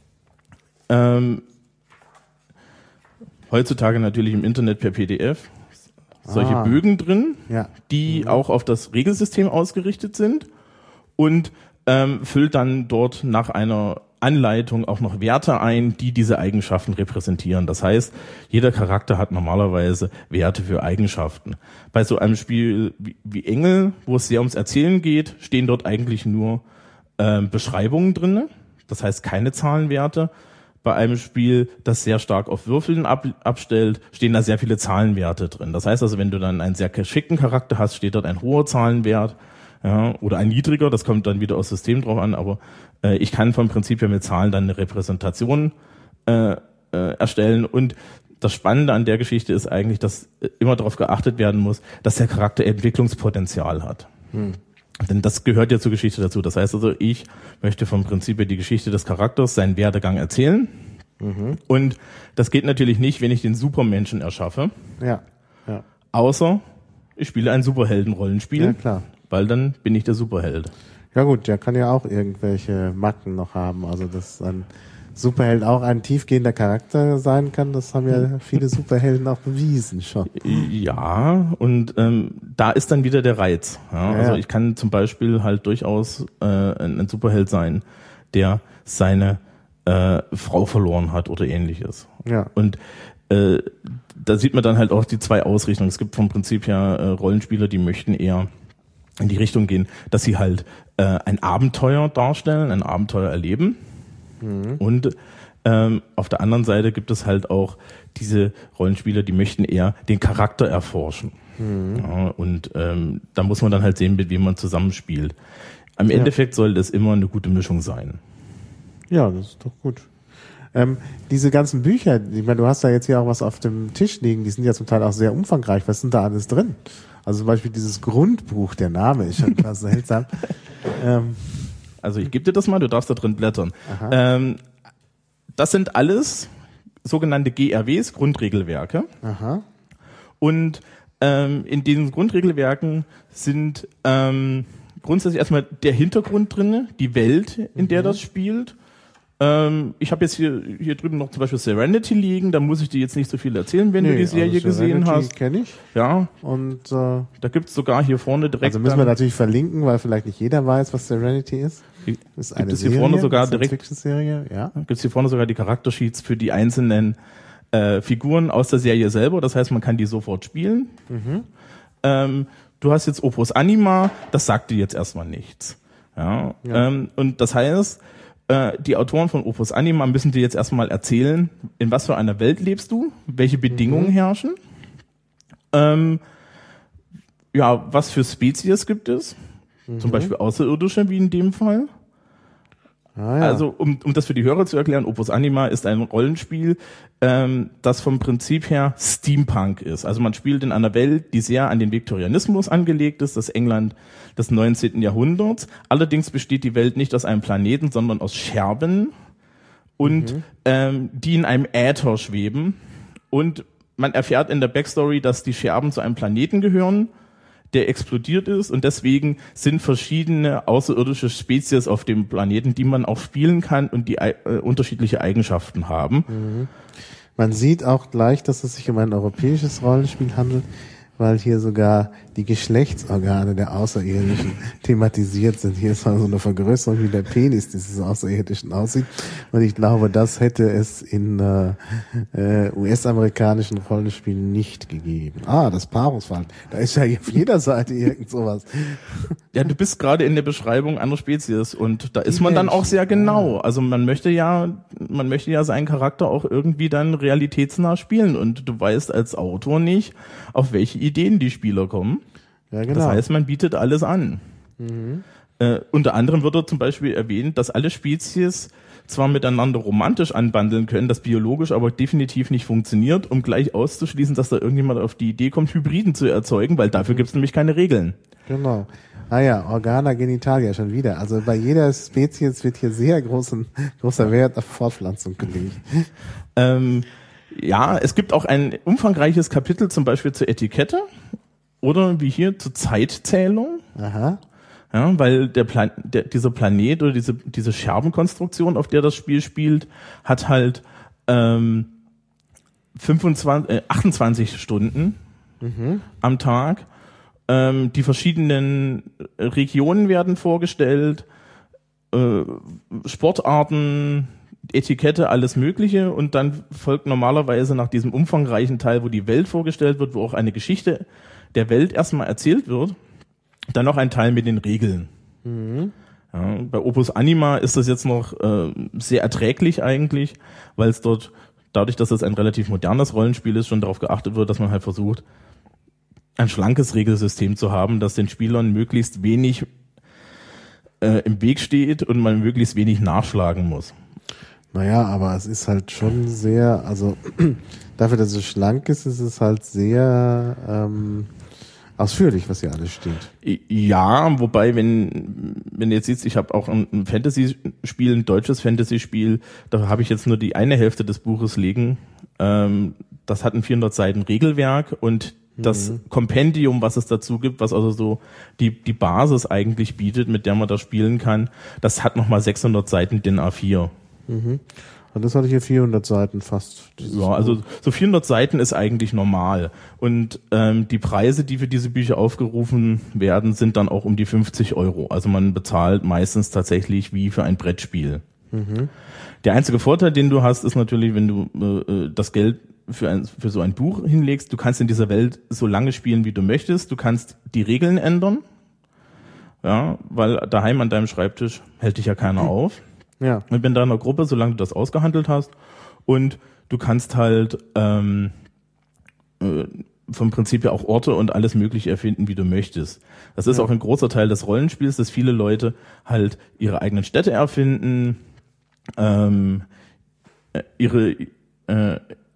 ähm, heutzutage natürlich im Internet per P D F solche ah. Bögen drin, ja. die mhm. auch auf das Regelsystem ausgerichtet sind und ähm, füllt dann dort nach einer Anleitung auch noch Werte ein, die diese Eigenschaften repräsentieren. Das heißt, jeder Charakter hat normalerweise Werte für Eigenschaften. Bei so einem Spiel wie, wie Engel, wo es sehr ums Erzählen geht, stehen dort eigentlich nur äh, Beschreibungen drin. Das heißt keine Zahlenwerte. Bei einem Spiel, das sehr stark auf Würfeln ab, abstellt, stehen da sehr viele Zahlenwerte drin. Das heißt also, wenn du dann einen sehr geschickten Charakter hast, steht dort ein hoher Zahlenwert, ja, oder ein niedriger, das kommt dann wieder aufs System drauf an, aber äh, ich kann vom Prinzip her mit Zahlen dann eine Repräsentation äh, äh, erstellen. Und das Spannende an der Geschichte ist eigentlich, dass immer darauf geachtet werden muss, dass der Charakter Entwicklungspotenzial hat. Hm. Denn das gehört ja zur Geschichte dazu. Das heißt also, ich möchte vom Prinzip her die Geschichte des Charakters, seinen Werdegang erzählen. Mhm. Und das geht natürlich nicht, wenn ich den Supermenschen erschaffe. Ja. ja. Außer ich spiele ein Superhelden-Rollenspiel. Ja, klar. Weil dann bin ich der Superheld. Ja gut, der kann ja auch irgendwelche Macken noch haben. Also dass ein Superheld auch ein tiefgehender Charakter sein kann, das haben ja viele Superhelden auch bewiesen schon. Ja, und ähm, da ist dann wieder der Reiz. Ja, ja, also ja. ich kann zum Beispiel halt durchaus äh, ein, ein Superheld sein, der seine äh, Frau verloren hat oder ähnliches. Ja. Und äh, da sieht man dann halt auch die zwei Ausrichtungen. Es gibt vom Prinzip her äh, Rollenspieler, die möchten eher in die Richtung gehen, dass sie halt äh, ein Abenteuer darstellen, ein Abenteuer erleben. Mhm. Und ähm, auf der anderen Seite gibt es halt auch diese Rollenspieler, die möchten eher den Charakter erforschen. Mhm. Ja, und ähm, da muss man dann halt sehen, mit wem man zusammenspielt. Am ja. Endeffekt soll das immer eine gute Mischung sein. Ja, das ist doch gut. Ähm, diese ganzen Bücher, ich meine, du hast da jetzt hier auch was auf dem Tisch liegen, die sind ja zum Teil auch sehr umfangreich. Was sind da alles drin? Also zum Beispiel dieses Grundbuch, der Name ist schon etwas seltsam. ähm, Also ich gebe dir das mal, du darfst da drin blättern. Ähm, das sind alles sogenannte G R Ws, Grundregelwerke. Aha. Und ähm, in diesen Grundregelwerken sind ähm, grundsätzlich erstmal der Hintergrund drinne, die Welt, in der mhm. das spielt. Ähm, ich habe jetzt hier hier drüben noch zum Beispiel Serenity liegen, da muss ich dir jetzt nicht so viel erzählen, wenn nee, du die Serie also gesehen hast. Kenne ich. Ja. Und äh, da gibt's sogar hier vorne direkt. Also müssen wir natürlich verlinken, weil vielleicht nicht jeder weiß, was Serenity ist. Das ist eine gibt es Serie, hier vorne sogar direkt. Fiction-Serie, ja. Gibt's hier vorne sogar die Charaktersheets für die einzelnen äh, Figuren aus der Serie selber. Das heißt, man kann die sofort spielen. Mhm. Ähm, du hast jetzt Opus Anima, das sagt dir jetzt erstmal nichts. Ja. ja. Ähm, und das heißt, die Autoren von Opus Anima müssen dir jetzt erstmal erzählen, in was für einer Welt lebst du, welche Bedingungen mhm. herrschen, ähm, ja, was für Spezies gibt es, mhm. zum Beispiel Außerirdische, wie in dem Fall. Ah, ja. Also, um, um das für die Hörer zu erklären, Opus Anima ist ein Rollenspiel, ähm, das vom Prinzip her Steampunk ist. Also man spielt in einer Welt, die sehr an den Viktorianismus angelegt ist, das England des neunzehnten Jahrhunderts. Allerdings besteht die Welt nicht aus einem Planeten, sondern aus Scherben und mhm. ähm, die in einem Äther schweben. Und man erfährt in der Backstory, dass die Scherben zu einem Planeten gehören, der explodiert ist, und deswegen sind verschiedene außerirdische Spezies auf dem Planeten, die man auch spielen kann und die äh, unterschiedliche Eigenschaften haben. Mhm. Man sieht auch gleich, dass es sich um ein europäisches Rollenspiel handelt, weil hier sogar die Geschlechtsorgane der Außerirdischen thematisiert sind. Hier ist also eine Vergrößerung, wie der Penis dieses Außerirdischen aussieht. Und ich glaube, das hätte es in äh, äh, U S-amerikanischen Rollenspielen nicht gegeben. Ah, das Paarungsverhalten. Da ist ja auf jeder Seite irgend sowas. Ja, du bist gerade in der Beschreibung einer Spezies und da ist man dann auch sehr genau. Also man möchte ja, man möchte ja seinen Charakter auch irgendwie dann realitätsnah spielen und du weißt als Autor nicht, auf welche Ideen die Spieler kommen. Ja, genau. Das heißt, man bietet alles an. Mhm. Äh, unter anderem wird dort zum Beispiel erwähnt, dass alle Spezies zwar miteinander romantisch anbandeln können, das biologisch aber definitiv nicht funktioniert, um gleich auszuschließen, dass da irgendjemand auf die Idee kommt, Hybriden zu erzeugen, weil dafür gibt es nämlich keine Regeln. Genau. Ah ja, Organa genitalia schon wieder. Also bei jeder Spezies wird hier sehr großen, großer Wert auf Fortpflanzung gelegt. Ähm, ja, es gibt auch ein umfangreiches Kapitel zum Beispiel zur Etikette oder wie hier zur Zeitzählung. Aha. Ja, weil der Plan, der, dieser Planet oder diese, diese Scherbenkonstruktion, auf der das Spiel spielt, hat halt ähm, fünfundzwanzig, äh, achtundzwanzig Stunden mhm. am Tag. Ähm, die verschiedenen Regionen werden vorgestellt, äh, Sportarten, Etikette, alles Mögliche. Und dann folgt normalerweise nach diesem umfangreichen Teil, wo die Welt vorgestellt wird, wo auch eine Geschichte der Welt erstmal erzählt wird, dann noch ein Teil mit den Regeln. Mhm. Ja, bei Opus Anima ist das jetzt noch äh, sehr erträglich eigentlich, weil es dort, dadurch, dass es ein relativ modernes Rollenspiel ist, schon darauf geachtet wird, dass man halt versucht, ein schlankes Regelsystem zu haben, das den Spielern möglichst wenig äh, im Weg steht und man möglichst wenig nachschlagen muss. Naja, aber es ist halt schon sehr, also dafür, dass es schlank ist, ist es halt sehr ähm, ausführlich, was hier alles steht. Ja, wobei, wenn wenn du jetzt siehst, ich habe auch ein Fantasy-Spiel, ein deutsches Fantasy-Spiel, da habe ich jetzt nur die eine Hälfte des Buches liegen. Ähm, das hat ein vierhundert Seiten Regelwerk und das mhm. Kompendium, was es dazu gibt, was also so die die Basis eigentlich bietet, mit der man da spielen kann, das hat nochmal sechshundert Seiten D I N A vier. Mhm. Und das hatte hier vierhundert Seiten fast. Ja, also so vierhundert Seiten ist eigentlich normal. Und ähm, die Preise, die für diese Bücher aufgerufen werden, sind dann auch um die fünfzig Euro. Also man bezahlt meistens tatsächlich wie für ein Brettspiel. Mhm. Der einzige Vorteil, den du hast, ist natürlich, wenn du äh, das Geld für, ein, für so ein Buch hinlegst, du kannst in dieser Welt so lange spielen, wie du möchtest. Du kannst die Regeln ändern, ja, weil daheim an deinem Schreibtisch hält dich ja keiner auf. Ja. Und in deiner Gruppe, solange du das ausgehandelt hast. Und du kannst halt ähm, äh, vom Prinzip ja auch Orte und alles Mögliche erfinden, wie du möchtest. Das ist ja auch ein großer Teil des Rollenspiels, dass viele Leute halt ihre eigenen Städte erfinden, ähm, ihre äh,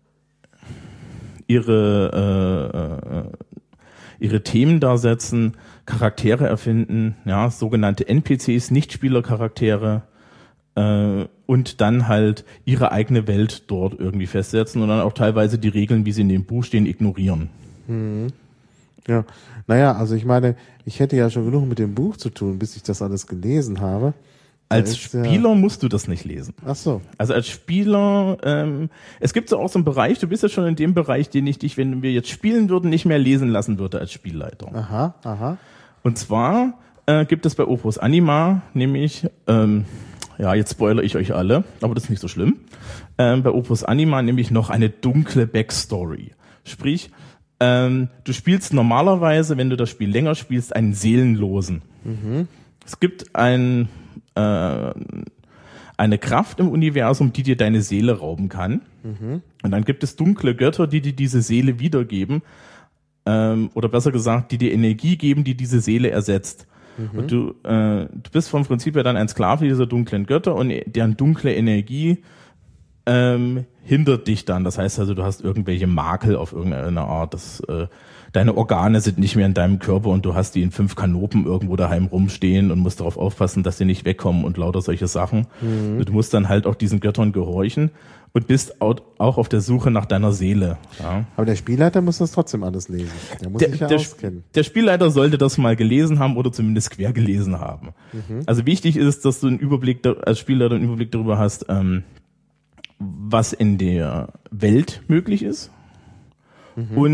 ihre äh, äh, ihre Themen da setzen, Charaktere erfinden, ja, sogenannte N P Cs, Nichtspielercharaktere, und dann halt ihre eigene Welt dort irgendwie festsetzen und dann auch teilweise die Regeln, wie sie in dem Buch stehen, ignorieren. Mhm. Ja, naja, also ich meine, ich hätte ja schon genug mit dem Buch zu tun, bis ich das alles gelesen habe. Als Spieler ja musst du das nicht lesen. Ach so. Also als Spieler, ähm, es gibt so auch so einen Bereich, du bist ja schon in dem Bereich, den ich dich, wenn wir jetzt spielen würden, nicht mehr lesen lassen würde als Spielleiter. Aha, aha. Und zwar äh, gibt es bei Opus Anima nämlich, ähm, ja, jetzt spoilere ich euch alle, aber das ist nicht so schlimm. Ähm, bei Opus Anima nämlich noch eine dunkle Backstory. Sprich, ähm, du spielst normalerweise, wenn du das Spiel länger spielst, einen Seelenlosen. Mhm. Es gibt ein, äh, eine Kraft im Universum, die dir deine Seele rauben kann. Mhm. Und dann gibt es dunkle Götter, die dir diese Seele wiedergeben. Ähm, oder besser gesagt, die dir Energie geben, die diese Seele ersetzt. Mhm. Und du, äh, du bist vom Prinzip ja dann ein Sklave dieser dunklen Götter und deren dunkle Energie ähm, hindert dich dann. Das heißt also, du hast irgendwelche Makel auf irgendeine Art. Das, äh, deine Organe sind nicht mehr in deinem Körper und du hast die in fünf Kanopen irgendwo daheim rumstehen und musst darauf aufpassen, dass sie nicht wegkommen und lauter solche Sachen. Mhm. Du musst dann halt auch diesen Göttern gehorchen und bist auch auf der Suche nach deiner Seele. Ja. Aber der Spielleiter muss das trotzdem alles lesen. Der muss der, sich ja der, auskennen. Der Spielleiter sollte das mal gelesen haben oder zumindest quer gelesen haben. Mhm. Also wichtig ist, dass du einen Überblick, als Spielleiter einen Überblick darüber hast, ähm, was in der Welt möglich ist. Mhm. Und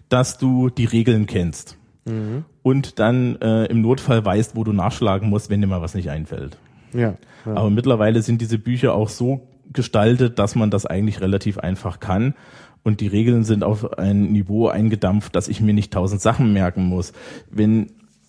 dass du die Regeln kennst mhm. und dann äh, im Notfall weißt, wo du nachschlagen musst, wenn dir mal was nicht einfällt. Ja, ja. Aber mittlerweile sind diese Bücher auch so gestaltet, dass man das eigentlich relativ einfach kann. Und die Regeln sind auf ein Niveau eingedampft, dass ich mir nicht tausend Sachen merken muss. Wenn,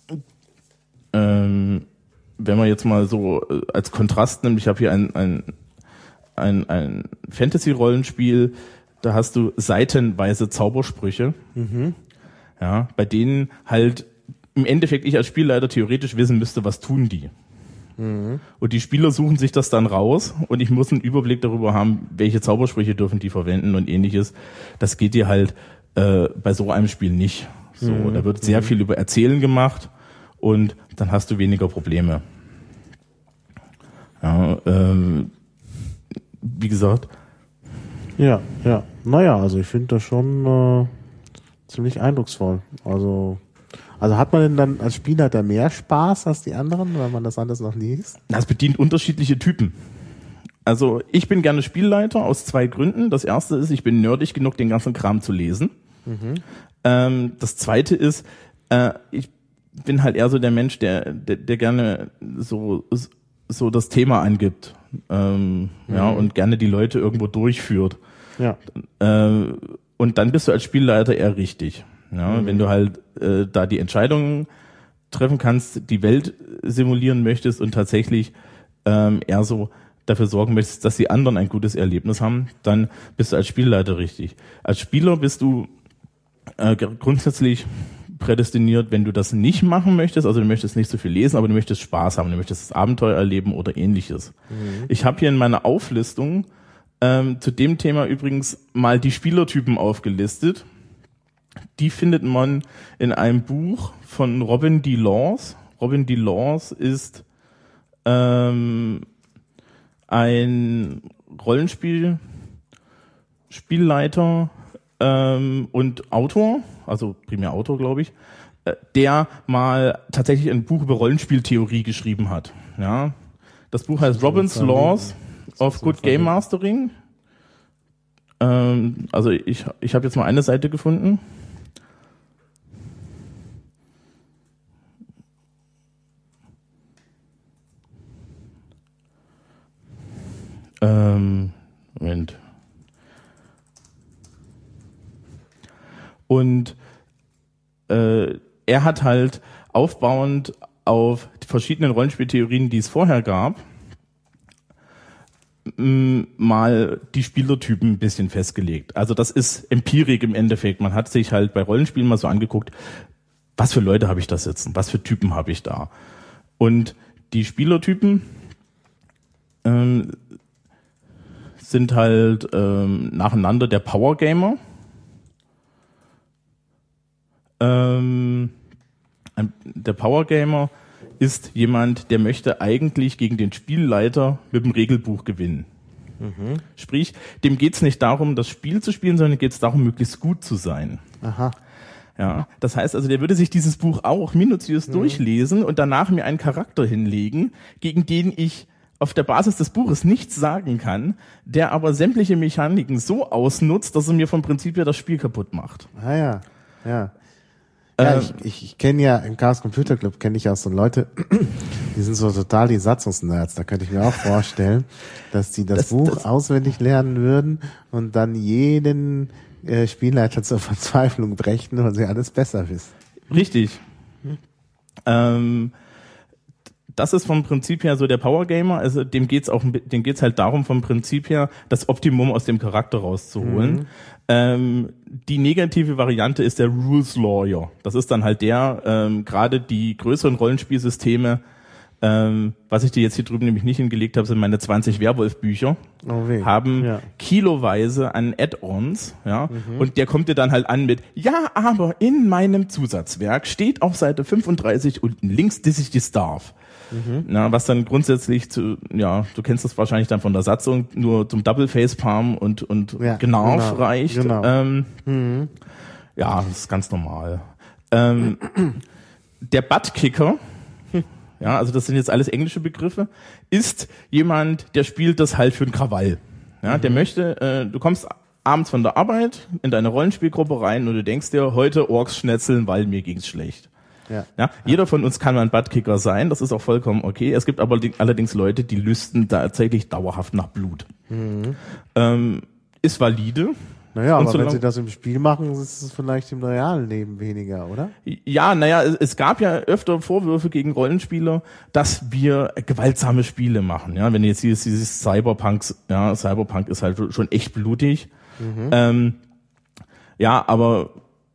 ähm, wenn man jetzt mal so als Kontrast nimmt, ich habe hier ein, ein, ein, ein Fantasy-Rollenspiel, da hast du seitenweise Zaubersprüche, mhm. ja, bei denen halt im Endeffekt ich als Spielleiter theoretisch wissen müsste, was tun die. Mhm. Und die Spieler suchen sich das dann raus und ich muss einen Überblick darüber haben, welche Zaubersprüche dürfen die verwenden und ähnliches. Das geht dir halt äh, bei so einem Spiel nicht. So, mhm. Da wird sehr mhm. viel über Erzählen gemacht und dann hast du weniger Probleme. Ja, ähm, wie gesagt. Ja, ja. Naja, also ich finde das schon äh, ziemlich eindrucksvoll. Also Also hat man denn dann als Spielleiter mehr Spaß als die anderen, weil man das anders noch liest? Das bedient unterschiedliche Typen. Also ich bin gerne Spielleiter aus zwei Gründen. Das erste ist, ich bin nerdig genug, den ganzen Kram zu lesen. Mhm. Ähm, das zweite ist, äh, ich bin halt eher so der Mensch, der, der, der gerne so, so das Thema angibt. Ähm, mhm. Ja, und gerne die Leute irgendwo durchführt. Ja. Äh, und dann bist du als Spielleiter eher richtig. Ja, mhm. Wenn du halt äh, da die Entscheidungen treffen kannst, die Welt simulieren möchtest und tatsächlich ähm, eher so dafür sorgen möchtest, dass die anderen ein gutes Erlebnis haben, dann bist du als Spielleiter richtig. Als Spieler bist du äh, grundsätzlich prädestiniert, wenn du das nicht machen möchtest, also du möchtest nicht so viel lesen, aber du möchtest Spaß haben, du möchtest das Abenteuer erleben oder ähnliches. Mhm. Ich habe hier in meiner Auflistung ähm, zu dem Thema übrigens mal die Spielertypen aufgelistet. Die findet man in einem Buch von Robin D. Laws. Robin D. Laws ist ähm, ein Rollenspiel, Spielleiter ähm, und Autor, also primär Autor, glaube ich, äh, der mal tatsächlich ein Buch über Rollenspieltheorie geschrieben hat. Ja, das Buch heißt Robin's Laws of Good Game Mastering. Ähm, also ich, ich habe jetzt mal eine Seite gefunden. Ähm, Moment. Und äh, er hat halt aufbauend auf die verschiedenen Rollenspieltheorien, die es vorher gab, m- mal die Spielertypen ein bisschen festgelegt. Also das ist Empirik im Endeffekt. Man hat sich halt bei Rollenspielen mal so angeguckt, was für Leute habe ich da sitzen, was für Typen habe ich da. Und die Spielertypen ähm, sind halt ähm, nacheinander der Power Gamer. Ähm, ein, der Power Gamer ist jemand, der möchte eigentlich gegen den Spielleiter mit dem Regelbuch gewinnen. Mhm. Sprich, dem geht's nicht darum, das Spiel zu spielen, sondern geht's darum, möglichst gut zu sein. Aha. Ja, das heißt also, der würde sich dieses Buch auch minutiös mhm. durchlesen und danach mir einen Charakter hinlegen, gegen den ich auf der Basis des Buches nichts sagen kann, der aber sämtliche Mechaniken so ausnutzt, dass er mir vom Prinzip her das Spiel kaputt macht. Ah ja, ja. Ja, Ähm, ich, ich, ich kenne ja im Chaos Computer Club kenne ich auch so Leute, die sind so total die Satzungsnerds. Da könnte ich mir auch vorstellen, dass die das, das Buch das auswendig lernen würden und dann jeden äh, Spielleiter zur Verzweiflung brächten und sie alles besser wissen. Richtig. Hm. Ähm, Das ist vom Prinzip her so der Power Gamer, also dem geht's auch, dem geht's halt darum, vom Prinzip her das Optimum aus dem Charakter rauszuholen. Mhm. Ähm, die negative Variante ist der Rules Lawyer. Das ist dann halt der, ähm, gerade die größeren Rollenspielsysteme, ähm, was ich dir jetzt hier drüben nämlich nicht hingelegt habe, sind meine zwanzig Werwolf-Bücher, oh weh. haben ja. kiloweise an Add-ons, ja, mhm. und der kommt dir dann halt an mit, ja, aber in meinem Zusatzwerk steht auf Seite fünfunddreißig unten links, dass ich das darf. Mhm. Na, was dann grundsätzlich zu, ja, du kennst das wahrscheinlich dann von der Satzung, nur zum Double Facepalm und, und ja, Gnarf genau, reicht. Genau. Ähm, mhm. Ja, das ist ganz normal. Ähm, der Buttkicker, ja, also das sind jetzt alles englische Begriffe, ist jemand, der spielt das halt für einen Krawall. Ja, mhm. der möchte, äh, du kommst abends von der Arbeit in deine Rollenspielgruppe rein und du denkst dir, heute Orks schnetzeln, weil mir ging's schlecht. Ja. Ja, jeder von uns kann mal ein Buttkicker sein, das ist auch vollkommen okay. Es gibt aber allerdings Leute, die lüsten tatsächlich dauerhaft nach Blut. Mhm. Ähm, ist valide. Naja, Und aber so wenn lang- sie das im Spiel machen, ist es vielleicht im realen Leben weniger, oder? Ja, naja, es, es gab ja öfter Vorwürfe gegen Rollenspieler, dass wir gewaltsame Spiele machen. Ja, wenn du jetzt dieses, dieses Cyberpunks, ja, Cyberpunk ist halt schon echt blutig. Mhm. Ähm, ja, aber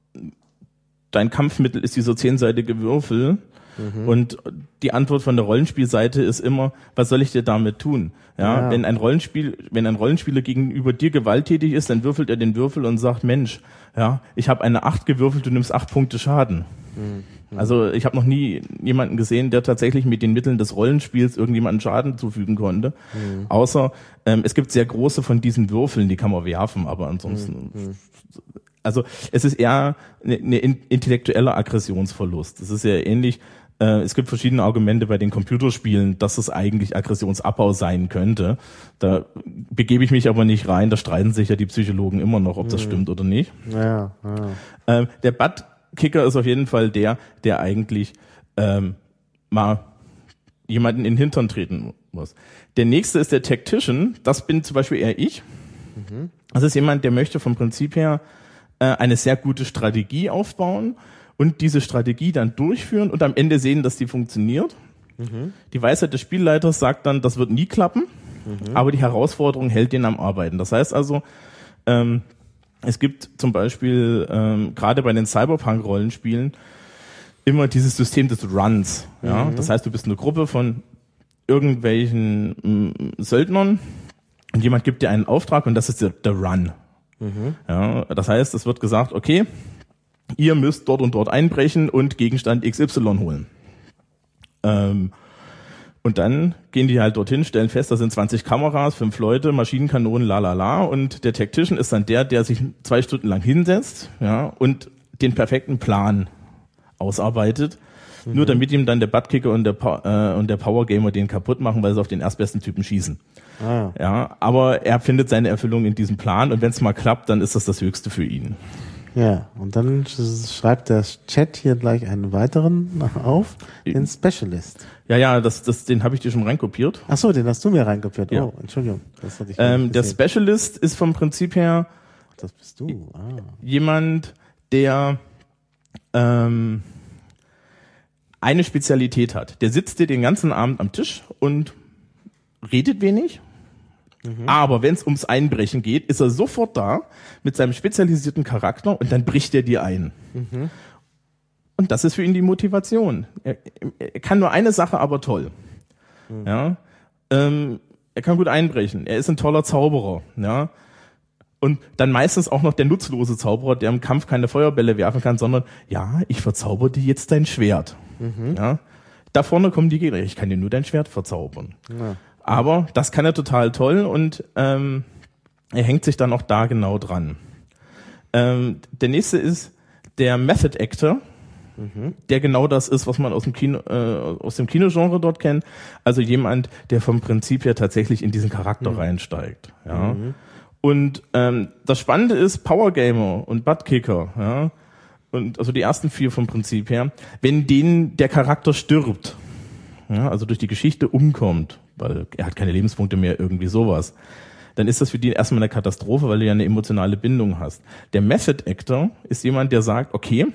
dein Kampfmittel ist dieser zehnseitige Würfel. Mhm. Und die Antwort von der Rollenspielseite ist immer, was soll ich dir damit tun? Ja, Ja. wenn ein Rollenspiel, wenn ein Rollenspieler gegenüber dir gewalttätig ist, dann würfelt er den Würfel und sagt, Mensch, ja, ich habe eine acht gewürfelt, du nimmst acht Punkte Schaden. Mhm. Also ich habe noch nie jemanden gesehen, der tatsächlich mit den Mitteln des Rollenspiels irgendjemanden Schaden zufügen konnte. Mhm. Außer ähm, es gibt sehr große von diesen Würfeln, die kann man werfen, aber ansonsten. Mhm. Also es ist eher eine, eine intellektueller Aggressionsverlust. Das ist ja ähnlich. Äh, es gibt verschiedene Argumente bei den Computerspielen, dass es eigentlich Aggressionsabbau sein könnte. Da begebe ich mich aber nicht rein. Da streiten sich ja die Psychologen immer noch, ob das mhm. stimmt oder nicht. Ja, ja. Ähm, der Buttkicker ist auf jeden Fall der, der eigentlich ähm, mal jemanden in den Hintern treten muss. Der nächste ist der Tactician. Das bin zum Beispiel eher ich. Mhm. Das ist jemand, der möchte vom Prinzip her eine sehr gute Strategie aufbauen und diese Strategie dann durchführen und am Ende sehen, dass die funktioniert. Mhm. Die Weisheit des Spielleiters sagt dann, das wird nie klappen, mhm. aber die Herausforderung hält den am Arbeiten. Das heißt also, ähm, es gibt zum Beispiel ähm, gerade bei den Cyberpunk-Rollenspielen immer dieses System des Runs. Ja? Mhm. Das heißt, du bist eine Gruppe von irgendwelchen m, Söldnern und jemand gibt dir einen Auftrag und das ist der, der Run. Mhm. Ja, das heißt, es wird gesagt, okay, ihr müsst dort und dort einbrechen und Gegenstand X Y holen. Ähm, und dann gehen die halt dorthin, stellen fest, da sind zwanzig Kameras, fünf Leute, Maschinenkanonen, la la la. Und der Tactician ist dann der, der sich zwei Stunden lang hinsetzt, ja, und den perfekten Plan ausarbeitet. Mhm. Nur damit ihm dann der Buttkicker und der, äh, und der Powergamer den kaputt machen, weil sie auf den erstbesten Typen schießen. Ah. Ja, aber er findet seine Erfüllung in diesem Plan und wenn es mal klappt, dann ist das das Höchste für ihn. Ja, und dann schreibt der Chat hier gleich einen weiteren auf, den Specialist. Ja, ja, das, das, den habe ich dir schon reinkopiert. Ach so, den hast du mir reinkopiert. Ja. Oh, Entschuldigung. Das hatte ich ähm, der Specialist ist vom Prinzip her das bist du. Ah. jemand, der ähm, eine Spezialität hat. Der sitzt dir den ganzen Abend am Tisch und redet wenig. Mhm. Aber wenn es ums Einbrechen geht, ist er sofort da mit seinem spezialisierten Charakter und dann bricht er dir ein. Mhm. Und das ist für ihn die Motivation. Er, er kann nur eine Sache, aber toll. Mhm. Ja, ähm, er kann gut einbrechen. Er ist ein toller Zauberer. Ja, und dann meistens auch noch der nutzlose Zauberer, der im Kampf keine Feuerbälle werfen kann, sondern ja, ich verzauber dir jetzt dein Schwert. Mhm. Ja, da vorne kommen die Gegner. Ich kann dir nur dein Schwert verzaubern. Ja. Aber das kann er total toll und ähm, er hängt sich dann auch da genau dran. Ähm, der nächste ist der Method Actor, mhm. der genau das ist, was man aus dem Kino, äh, aus dem Kinogenre dort kennt. Also jemand, der vom Prinzip her tatsächlich in diesen Charakter mhm. reinsteigt. Ja. Mhm. Und ähm, das Spannende ist, Powergamer und Buttkicker, ja, und also die ersten vier vom Prinzip her, wenn denen der Charakter stirbt, ja, also durch die Geschichte umkommt, weil er hat keine Lebenspunkte mehr, irgendwie sowas, dann ist das für die erstmal eine Katastrophe, weil du ja eine emotionale Bindung hast. Der Method Actor ist jemand, der sagt, okay,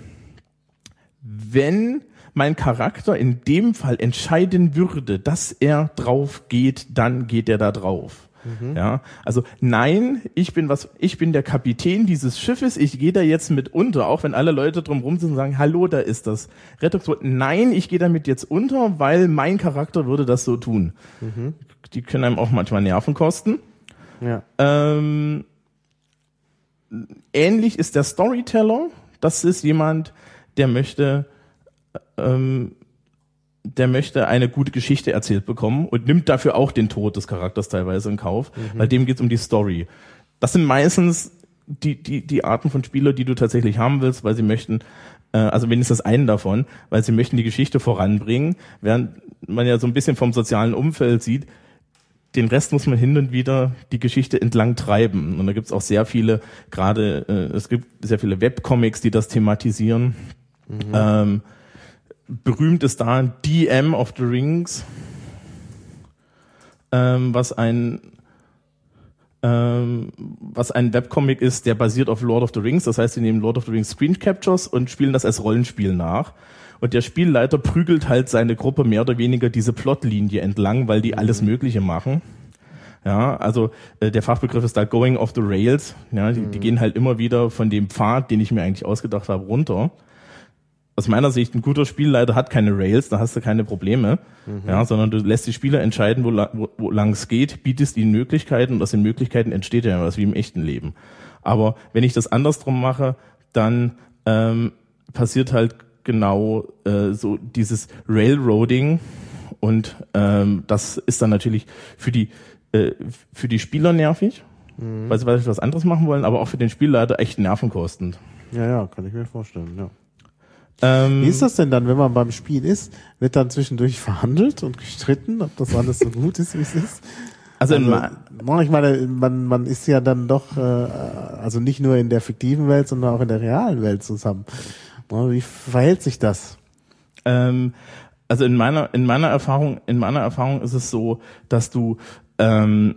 wenn mein Charakter in dem Fall entscheiden würde, dass er drauf geht, dann geht er da drauf. Mhm. Ja, also nein, ich bin was, ich bin der Kapitän dieses Schiffes, ich gehe da jetzt mit unter, auch wenn alle Leute drumherum sind und sagen, hallo, da ist das Rettungsboot. Nein, ich gehe damit jetzt unter, weil mein Charakter würde das so tun. Mhm. Die können einem auch manchmal Nerven kosten. Ja. Ähm, ähnlich ist der Storyteller. Das ist jemand, der möchte ähm, der möchte eine gute Geschichte erzählt bekommen und nimmt dafür auch den Tod des Charakters teilweise in Kauf, mhm. weil dem geht's um die Story. Das sind meistens die die die Arten von Spieler, die du tatsächlich haben willst, weil sie möchten, äh, also wenigstens einen davon, weil sie möchten die Geschichte voranbringen, während man ja so ein bisschen vom sozialen Umfeld sieht, den Rest muss man hin und wieder die Geschichte entlang treiben. Und da gibt's auch sehr viele, gerade äh, es gibt sehr viele Webcomics, die das thematisieren. Mhm. Ähm, berühmt ist da D M of the Rings, ähm, was ein ähm, was ein Webcomic ist, der basiert auf Lord of the Rings. Das heißt, sie nehmen Lord of the Rings Screen Captures und spielen das als Rollenspiel nach. Und der Spielleiter prügelt halt seine Gruppe mehr oder weniger diese Plotlinie entlang, weil die alles Mögliche machen. Ja, also äh, der Fachbegriff ist da Going off the Rails. Ja, die, mhm. die gehen halt immer wieder von dem Pfad, den ich mir eigentlich ausgedacht habe, runter. Aus meiner Sicht, ein guter Spielleiter hat keine Rails, da hast du keine Probleme, mhm. ja, sondern du lässt die Spieler entscheiden, wo, wo, wo lang es geht, bietest ihnen Möglichkeiten und aus den Möglichkeiten entsteht ja was wie im echten Leben. Aber wenn ich das andersrum mache, dann ähm, passiert halt genau äh, so dieses Railroading und ähm, das ist dann natürlich für die äh, für die Spieler nervig, mhm. weil sie weil sie was anderes machen wollen, aber auch für den Spielleiter echt nervenkostend. Ja, ja, kann ich mir vorstellen, ja. Ähm, Wie ist das denn dann, wenn man beim Spiel ist? Wird dann zwischendurch verhandelt und gestritten, ob das alles so gut ist, wie es ist? Also, also ich meine, man, man ist ja dann doch, äh, also nicht nur in der fiktiven Welt, sondern auch in der realen Welt zusammen. Wie verhält sich das? Ähm, also in meiner in meiner Erfahrung in meiner Erfahrung ist es so, dass du ähm,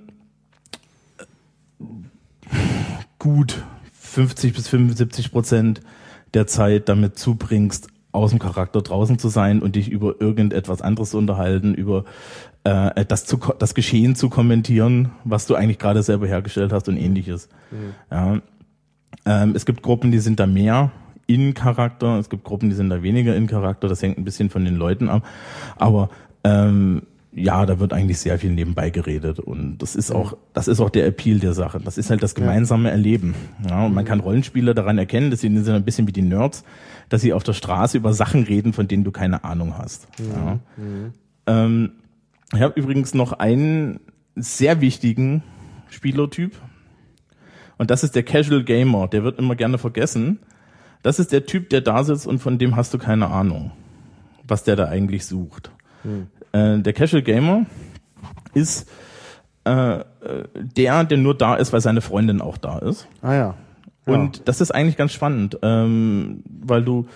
gut fünfzig bis fünfundsiebzig Prozent der Zeit damit zubringst, aus dem Charakter draußen zu sein und dich über irgendetwas anderes zu unterhalten, über äh, das zu das Geschehen zu kommentieren, was du eigentlich gerade selber hergestellt hast und ähnliches. Mhm. Ja. Ähm, es gibt Gruppen, die sind da mehr in Charakter, es gibt Gruppen, die sind da weniger in Charakter, das hängt ein bisschen von den Leuten ab, aber ähm, ja, da wird eigentlich sehr viel nebenbei geredet und das ist auch, das ist auch der Appeal der Sache, das ist halt das gemeinsame Erleben, ja, und man kann Rollenspieler daran erkennen, dass sie sind ein bisschen wie die Nerds, dass sie auf der Straße über Sachen reden, von denen du keine Ahnung hast. Mhm. Ja. Mhm. Ähm, ich habe übrigens noch einen sehr wichtigen Spielertyp und das ist der Casual Gamer, der wird immer gerne vergessen. Das ist der Typ, der da sitzt und von dem hast du keine Ahnung, was der da eigentlich sucht. Hm. Äh, der Casual Gamer ist äh, der, der nur da ist, weil seine Freundin auch da ist. Ah ja. ja. Und das ist eigentlich ganz spannend, ähm, weil du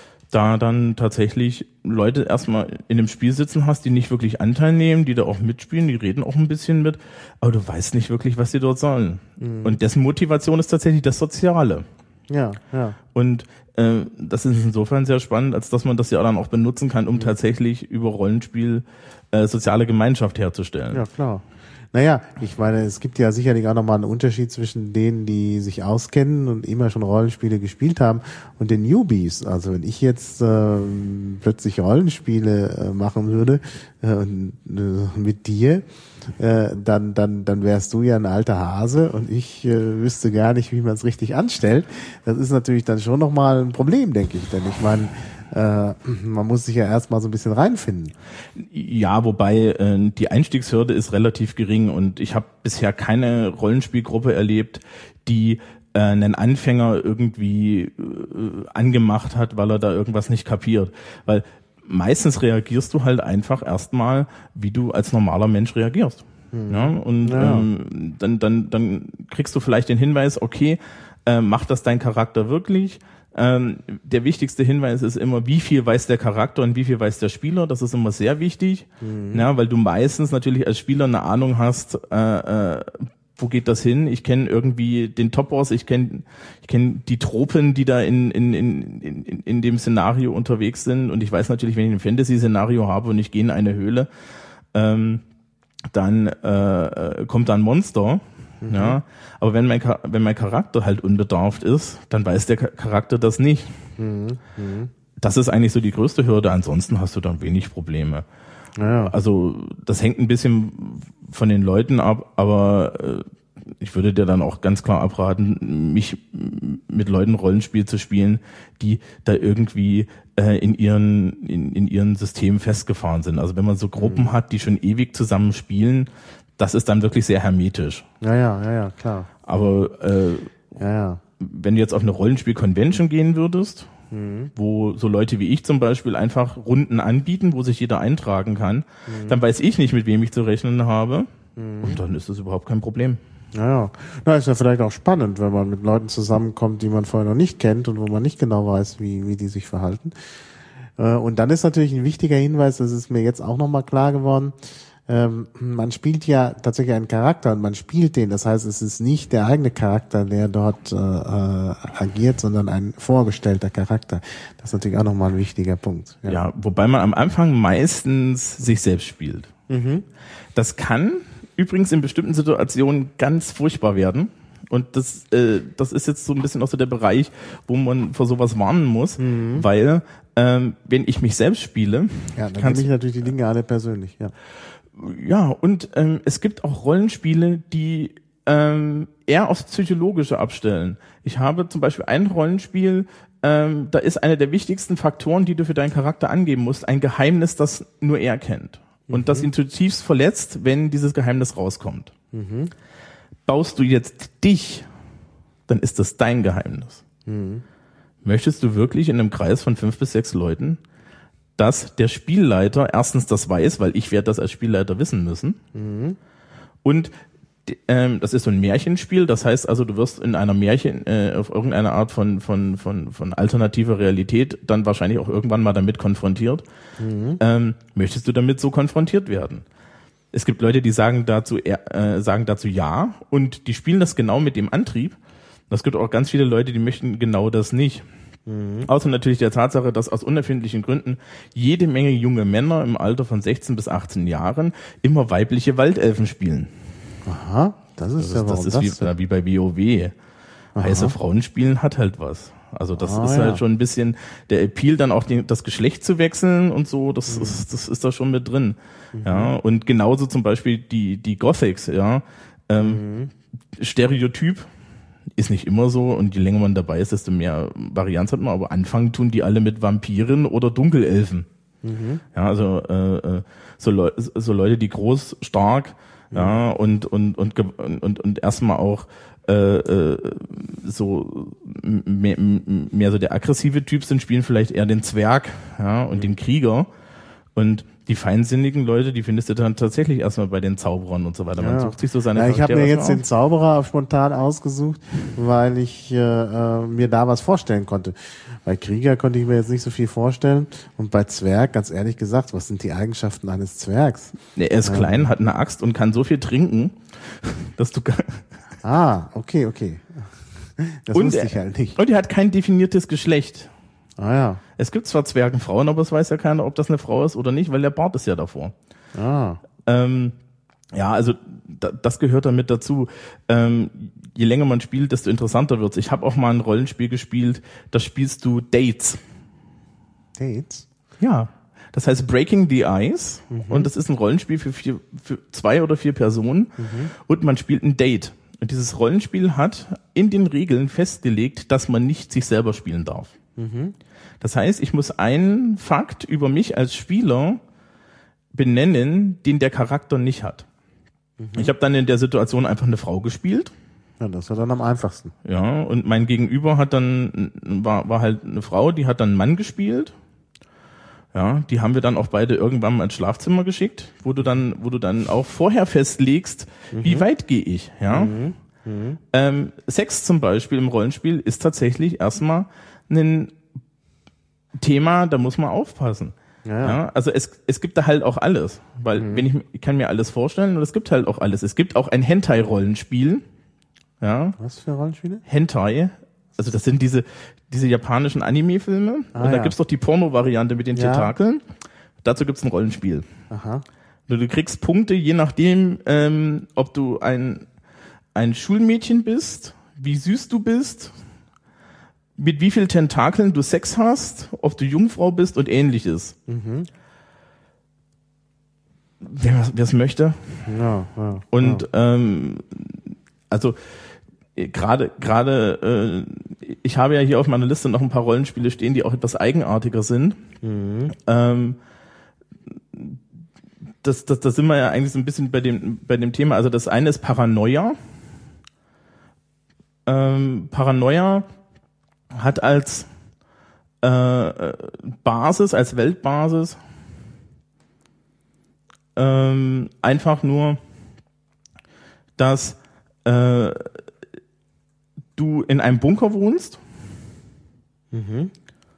da dann tatsächlich Leute erstmal in dem Spiel sitzen hast, die nicht wirklich Anteil nehmen, die da auch mitspielen, die reden auch ein bisschen mit, aber du weißt nicht wirklich, was die dort sollen. Hm. Und dessen Motivation ist tatsächlich das Soziale. Ja, ja. Und äh, das ist insofern sehr spannend, als dass man das ja dann auch benutzen kann, um mhm. tatsächlich über Rollenspiel äh, soziale Gemeinschaft herzustellen. Ja, klar. Naja, ich meine, es gibt ja sicherlich auch nochmal einen Unterschied zwischen denen, die sich auskennen und immer schon Rollenspiele gespielt haben und den Newbies. Also wenn ich jetzt äh, plötzlich Rollenspiele äh, machen würde äh, äh, mit dir, äh, dann dann dann wärst du ja ein alter Hase und ich äh, wüsste gar nicht, wie man es richtig anstellt. Das ist natürlich dann schon nochmal ein Problem, denke ich. Denn ich meine, äh, man muss sich ja erstmal so ein bisschen reinfinden. Ja, wobei äh, die Einstiegshürde ist relativ gering und ich habe bisher keine Rollenspielgruppe erlebt, die äh, einen Anfänger irgendwie äh, angemacht hat, weil er da irgendwas nicht kapiert. Weil meistens reagierst du halt einfach erstmal, wie du als normaler Mensch reagierst. Hm. Ja, und ja. Ähm, dann, dann, dann kriegst du vielleicht den Hinweis, okay, äh, macht das dein Charakter wirklich? Ähm, der wichtigste Hinweis ist immer, wie viel weiß der Charakter und wie viel weiß der Spieler. Das ist immer sehr wichtig, mhm. ja, weil du meistens natürlich als Spieler eine Ahnung hast, äh, äh, wo geht das hin? Ich kenne irgendwie den Topos, ich kenne ich kenn die Tropen, die da in, in, in, in, in dem Szenario unterwegs sind. Und ich weiß natürlich, wenn ich ein Fantasy-Szenario habe und ich gehe in eine Höhle, ähm, dann äh, kommt da ein Monster. Mhm. Ja, aber wenn mein, wenn mein Charakter halt unbedarft ist, dann weiß der Charakter das nicht. Mhm. Mhm. Das ist eigentlich so die größte Hürde. Ansonsten hast du dann wenig Probleme. Ja. Also das hängt ein bisschen von den Leuten ab, aber äh, ich würde dir dann auch ganz klar abraten, mich mit Leuten Rollenspiel zu spielen, die da irgendwie äh, in ihren in, in ihren Systemen festgefahren sind. Also wenn man so Gruppen mhm. hat, die schon ewig zusammen spielen, das ist dann wirklich sehr hermetisch. Ja, ja, ja, ja, klar. Aber äh, ja, ja. wenn du jetzt auf eine Rollenspiel-Convention gehen würdest, mhm. wo so Leute wie ich zum Beispiel einfach Runden anbieten, wo sich jeder eintragen kann, mhm. dann weiß ich nicht, mit wem ich zu rechnen habe. Mhm. Und dann ist das überhaupt kein Problem. Naja, na, ist ja vielleicht auch spannend, wenn man mit Leuten zusammenkommt, die man vorher noch nicht kennt und wo man nicht genau weiß, wie, wie die sich verhalten. Und dann ist natürlich ein wichtiger Hinweis, das ist mir jetzt auch nochmal klar geworden, ähm, man spielt ja tatsächlich einen Charakter und man spielt den. Das heißt, es ist nicht der eigene Charakter, der dort äh, agiert, sondern ein vorgestellter Charakter. Das ist natürlich auch nochmal ein wichtiger Punkt. Ja, ja, wobei man am Anfang meistens sich selbst spielt. Mhm. Das kann übrigens in bestimmten Situationen ganz furchtbar werden. Und das, äh, das ist jetzt so ein bisschen auch so der Bereich, wo man vor sowas warnen muss, mhm. weil ähm, wenn ich mich selbst spiele, ja, dann kenne ich natürlich die Dinge alle persönlich. Ja, ja und ähm, es gibt auch Rollenspiele, die ähm, eher aufs Psychologische abstellen. Ich habe zum Beispiel ein Rollenspiel, ähm, da ist einer der wichtigsten Faktoren, die du für deinen Charakter angeben musst, ein Geheimnis, das nur er kennt. Und mhm. das ihn zutiefst verletzt, wenn dieses Geheimnis rauskommt. Mhm. Baust du jetzt dich, dann ist das dein Geheimnis. Mhm. Möchtest du wirklich in einem Kreis von fünf bis sechs Leuten, dass der Spielleiter erstens das weiß, weil ich werde das als Spielleiter wissen müssen. Mhm. Und ähm, das ist so ein Märchenspiel, das heißt also, du wirst in einer Märchen, äh, auf irgendeine Art von, von, von, von alternativer Realität dann wahrscheinlich auch irgendwann mal damit konfrontiert. Mhm. Ähm, möchtest du damit so konfrontiert werden? Es gibt Leute, die sagen dazu, äh, sagen dazu ja und die spielen das genau mit dem Antrieb. Es gibt auch ganz viele Leute, die möchten genau das nicht. Mhm. Außer natürlich der Tatsache, dass aus unerfindlichen Gründen jede Menge junge Männer im Alter von sechzehn bis achtzehn Jahren immer weibliche Waldelfen spielen. Aha, das ist das ja ist, das ist das wie, wie bei WoW. Aha. Heiße Frauen spielen hat halt was. Also das ah, ist halt ja. schon ein bisschen der Appeal, dann auch den, das Geschlecht zu wechseln und so, das, mhm. ist, das ist da schon mit drin. Mhm. Ja, und genauso zum Beispiel die, die Gothics, ja. Ähm, mhm. Stereotyp ist nicht immer so und je länger man dabei ist, desto mehr Varianz hat man, aber anfangen tun die alle mit Vampiren oder Dunkelelfen. Mhm. Ja, also äh, so, Leu- so Leute, die groß, stark, mhm. ja, und, und, und, und, und erstmal auch Äh, äh, so mehr, mehr so der aggressive Typ sind, spielen vielleicht eher den Zwerg, ja, und mhm. den Krieger. Und die feinsinnigen Leute, die findest du dann tatsächlich erstmal bei den Zauberern und so weiter. Man ja. sucht sich so seine ja, ich habe mir jetzt auf. den Zauberer spontan ausgesucht, weil ich äh, äh, mir da was vorstellen konnte. Bei Krieger konnte ich mir jetzt nicht so viel vorstellen. Und bei Zwerg, ganz ehrlich gesagt, was sind die Eigenschaften eines Zwergs? Nee, er ist ähm. klein, hat eine Axt und kann so viel trinken, dass du gar Ah, okay, okay. Das und wusste er, ich halt nicht. Und er hat kein definiertes Geschlecht. Ah ja. Es gibt zwar Zwergenfrauen, aber es weiß ja keiner, ob das eine Frau ist oder nicht, weil der Bart ist ja davor. Ah. Ähm, ja, also da, das gehört damit dazu. Ähm, je länger man spielt, desto interessanter wird's. Ich habe auch mal ein Rollenspiel gespielt, da spielst du Dates. Dates? Ja. Das heißt Breaking the Ice mhm. und das ist ein Rollenspiel für, vier, für zwei oder vier Personen mhm. und man spielt ein Date. Und dieses Rollenspiel hat in den Regeln festgelegt, dass man nicht sich selber spielen darf. Mhm. Das heißt, ich muss einen Fakt über mich als Spieler benennen, den der Charakter nicht hat. Mhm. Ich habe dann in der Situation einfach eine Frau gespielt. Ja, das war dann am einfachsten. Ja, und mein Gegenüber hat dann war, war halt eine Frau, die hat dann einen Mann gespielt. Ja, die haben wir dann auch beide irgendwann mal ins Schlafzimmer geschickt, wo du dann, wo du dann auch vorher festlegst, mhm. wie weit gehe ich, ja. Mhm. Mhm. Ähm, Sex zum Beispiel im Rollenspiel ist tatsächlich erstmal ein Thema, da muss man aufpassen. Ja, ja. Ja, also es, es gibt da halt auch alles, weil mhm. wenn ich, ich kann mir alles vorstellen und es gibt halt auch alles. Es gibt auch ein Hentai-Rollenspiel. Ja. Was für Rollenspiele? Hentai. Also das sind diese diese japanischen Anime-Filme. Ah, und da ja. gibt's doch die Porno-Variante mit den ja. Tentakeln. Dazu gibt's ein Rollenspiel. Aha. Du, du kriegst Punkte, je nachdem, ähm, ob du ein ein Schulmädchen bist, wie süß du bist, mit wie viel Tentakeln du Sex hast, ob du Jungfrau bist und ähnliches. Mhm. Wer es möchte. Ja, ja, und ja. Ähm, also Gerade, gerade, äh, ich habe ja hier auf meiner Liste noch ein paar Rollenspiele stehen, die auch etwas eigenartiger sind. Mhm. Ähm, das, das, das sind wir ja eigentlich so ein bisschen bei dem, bei dem Thema. Also das eine ist Paranoia. Ähm, Paranoia hat als äh, Basis, als Weltbasis ähm, einfach nur dass äh, du in einem Bunker wohnst mhm.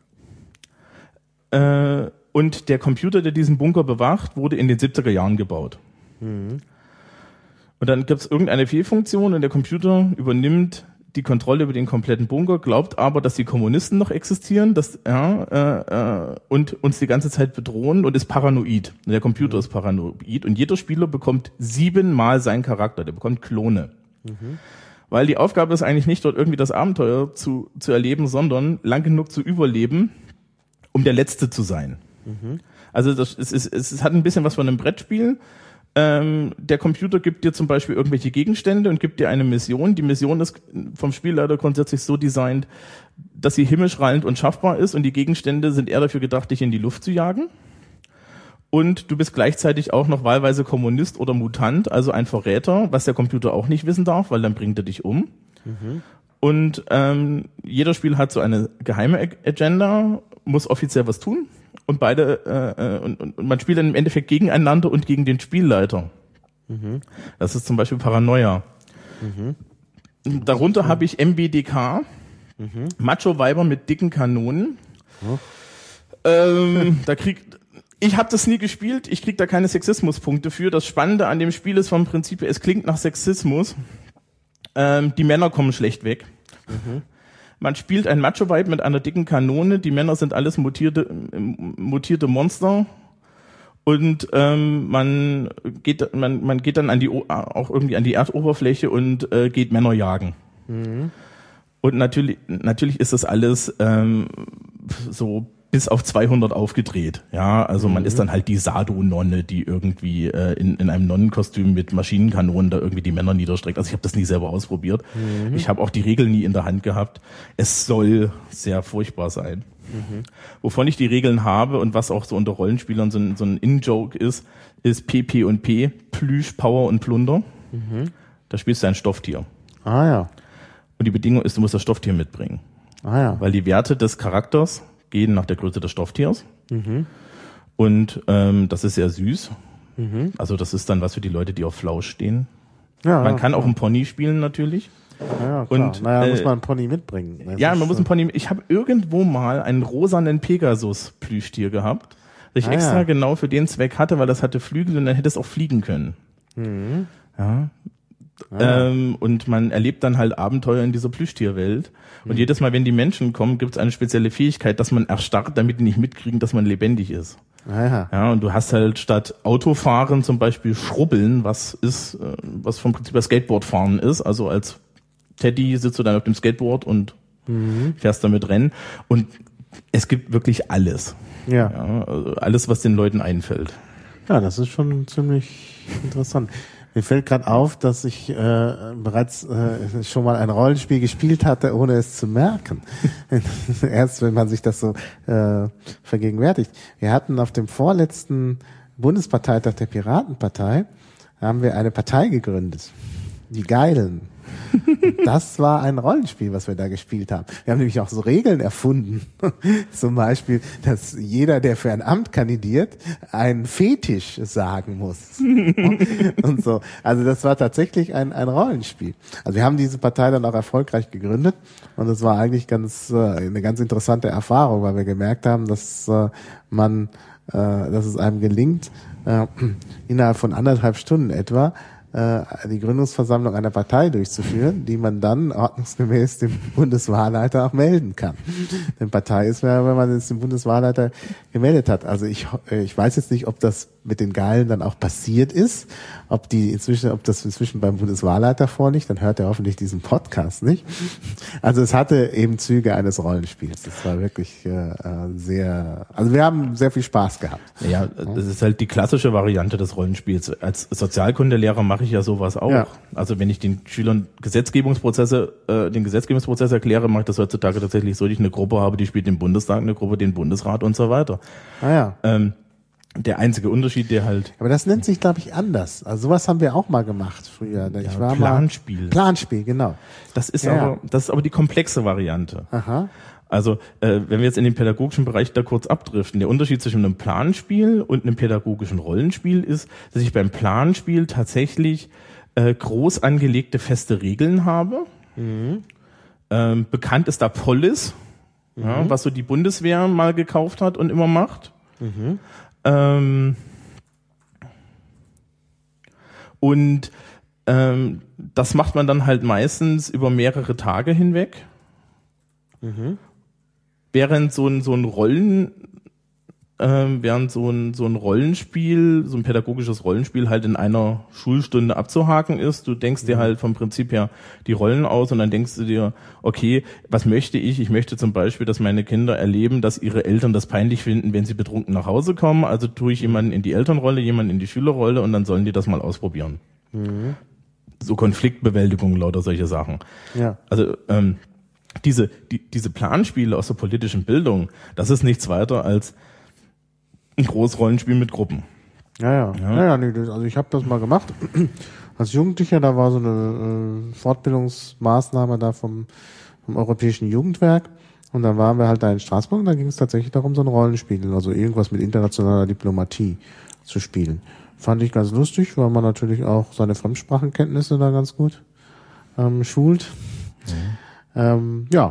äh, und der Computer, der diesen Bunker bewacht, wurde in den siebziger Jahren gebaut. Mhm. Und dann gibt es irgendeine Fehlfunktion und der Computer übernimmt die Kontrolle über den kompletten Bunker, glaubt aber, dass die Kommunisten noch existieren, dass, ja, äh, äh, und uns die ganze Zeit bedrohen und ist paranoid. Und der Computer mhm. ist paranoid und jeder Spieler bekommt siebenmal seinen Charakter, der bekommt Klone. Mhm. Weil die Aufgabe ist eigentlich nicht, dort irgendwie das Abenteuer zu, zu erleben, sondern lang genug zu überleben, um der Letzte zu sein. Mhm. Also das, es, ist, es hat ein bisschen was von einem Brettspiel. Ähm, der Computer gibt dir zum Beispiel irgendwelche Gegenstände und gibt dir eine Mission. Die Mission ist vom Spielleiter grundsätzlich so designt, dass sie himmelschreiend und schaffbar ist und die Gegenstände sind eher dafür gedacht, dich in die Luft zu jagen. Und du bist gleichzeitig auch noch wahlweise Kommunist oder Mutant, also ein Verräter, was der Computer auch nicht wissen darf, weil dann bringt er dich um. Mhm. Und ähm, jeder Spiel hat so eine geheime Agenda, muss offiziell was tun. Und beide äh, und, und man spielt dann im Endeffekt gegeneinander und gegen den Spielleiter. Mhm. Das ist zum Beispiel Paranoia. Mhm. Darunter mhm. habe ich M B D K, mhm. Macho-Weiber mit dicken Kanonen. Oh. Ähm, da kriegt ich habe das nie gespielt, ich krieg da keine Sexismuspunkte für. Das Spannende an dem Spiel ist vom Prinzip, es klingt nach Sexismus. Ähm, die Männer kommen schlecht weg. Mhm. Man spielt ein Macho-Weib mit einer dicken Kanone. Die Männer sind alles mutierte, mutierte Monster. Und ähm, man geht, man, man geht dann an die auch irgendwie an die Erdoberfläche und äh, geht Männer jagen. Mhm. Und natürlich, natürlich ist das alles ähm, so bis auf zweihundert aufgedreht. Ja, also man mhm. ist dann halt die Sado-Nonne, die irgendwie äh, in, in einem Nonnenkostüm mit Maschinenkanonen da irgendwie die Männer niederstreckt. Also ich habe das nie selber ausprobiert. Mhm. Ich habe auch die Regeln nie in der Hand gehabt. Es soll sehr furchtbar sein. Mhm. Wovon ich die Regeln habe und was auch so unter Rollenspielern so ein, so ein In-Joke ist, ist P P und P, Plüsch, Power und Plunder. Mhm. Da spielst du ein Stofftier. Ah ja. Und die Bedingung ist, du musst das Stofftier mitbringen. Ah ja. Weil die Werte des Charakters gehen nach der Größe des Stofftiers. Mhm. Und ähm, das ist sehr süß. Mhm. Also das ist dann was für die Leute, die auf Flausch stehen. Ja, man ja, kann klar. auch einen Pony spielen natürlich. Ja, klar. Und naja, äh, muss man einen Pony mitbringen. Das ja, man muss einen Pony. Ich habe irgendwo mal einen rosanen Pegasus-Plüschtier gehabt, das ich ah, extra ja. genau für den Zweck hatte, weil das hatte Flügel und dann hätte es auch fliegen können. Mhm. Ja. Ah. Ähm, und man erlebt dann halt Abenteuer in dieser Plüschtierwelt. Und mhm. jedes Mal, wenn die Menschen kommen, gibt es eine spezielle Fähigkeit, dass man erstarrt, damit die nicht mitkriegen, dass man lebendig ist. Ah, ja. ja, und du hast halt statt Autofahren zum Beispiel Schrubbeln, was ist, was vom Prinzip her Skateboardfahren ist. Also als Teddy sitzt du dann auf dem Skateboard und mhm. fährst damit Rennen. Und es gibt wirklich alles. Ja. ja also alles, was den Leuten einfällt. Ja, das ist schon ziemlich interessant. Mir fällt gerade auf, dass ich äh, bereits äh, schon mal ein Rollenspiel gespielt hatte, ohne es zu merken. Erst wenn man sich das so äh, vergegenwärtigt. Wir hatten auf dem vorletzten Bundesparteitag der Piratenpartei, haben wir eine Partei gegründet. Die Geilen. Das war ein Rollenspiel, was wir da gespielt haben. Wir haben nämlich auch so Regeln erfunden. Zum Beispiel, dass jeder, der für ein Amt kandidiert, einen Fetisch sagen muss. Und so. Also das war tatsächlich ein, ein Rollenspiel. Also wir haben diese Partei dann auch erfolgreich gegründet und es war eigentlich ganz äh, eine ganz interessante Erfahrung, weil wir gemerkt haben, dass äh, man, äh, dass es einem gelingt, äh, innerhalb von anderthalb Stunden etwa die Gründungsversammlung einer Partei durchzuführen, die man dann ordnungsgemäß dem Bundeswahlleiter auch melden kann. Denn Partei ist, wenn man es dem Bundeswahlleiter gemeldet hat. Also ich, ich weiß jetzt nicht, ob das mit den Geilen dann auch passiert ist, ob die inzwischen, ob das inzwischen beim Bundeswahlleiter vorliegt, dann hört er hoffentlich diesen Podcast nicht. Also es hatte eben Züge eines Rollenspiels. Das war wirklich äh, sehr, also wir haben sehr viel Spaß gehabt. Ja, das ist halt die klassische Variante des Rollenspiels. Als Sozialkundelehrer mache ich ja sowas auch. Ja. Also wenn ich den Schülern Gesetzgebungsprozesse, äh, den Gesetzgebungsprozess erkläre, mache ich das heutzutage tatsächlich so, dass ich eine Gruppe habe, die spielt den Bundestag, eine Gruppe den Bundesrat und so weiter. Ah ja. Ähm, Der einzige Unterschied, der halt... Aber das nennt sich, glaube ich, anders. Also sowas haben wir auch mal gemacht früher. Ich ja, war Planspiel. Mal Planspiel, genau. Das ist ja, aber das ist aber die komplexe Variante. Aha. Also äh, wenn wir jetzt in den pädagogischen Bereich da kurz abdriften, der Unterschied zwischen einem Planspiel und einem pädagogischen Rollenspiel ist, dass ich beim Planspiel tatsächlich äh, groß angelegte feste Regeln habe. Mhm. Ähm, bekannt ist da Polis, mhm. ja, was so die Bundeswehr mal gekauft hat und immer macht. Mhm. Ähm, und ähm, das macht man dann halt meistens über mehrere Tage hinweg. Mhm. Während so ein, so ein Rollen, ähm, während so ein, so ein Rollenspiel, so ein pädagogisches Rollenspiel halt in einer Schulstunde abzuhaken ist. Du denkst dir halt vom Prinzip her die Rollen aus und dann denkst du dir, okay, was möchte ich? Ich möchte zum Beispiel, dass meine Kinder erleben, dass ihre Eltern das peinlich finden, wenn sie betrunken nach Hause kommen. Also tue ich jemanden in die Elternrolle, jemanden in die Schülerrolle und dann sollen die das mal ausprobieren. Mhm. So Konfliktbewältigung, lauter solche Sachen. Ja. Also ähm, diese die, diese Planspiele aus der politischen Bildung, das ist nichts weiter als ein Großrollenspiel mit Gruppen. Ja, ja. Ja. ja, ja nee, das, also ich habe das mal gemacht. Als Jugendlicher, da war so eine äh, Fortbildungsmaßnahme da vom, vom Europäischen Jugendwerk. Und dann waren wir halt da in Straßburg und da ging es tatsächlich darum, so ein Rollenspiel, also irgendwas mit internationaler Diplomatie zu spielen. Fand ich ganz lustig, weil man natürlich auch seine Fremdsprachenkenntnisse da ganz gut ähm, schult. Mhm. Ähm, ja.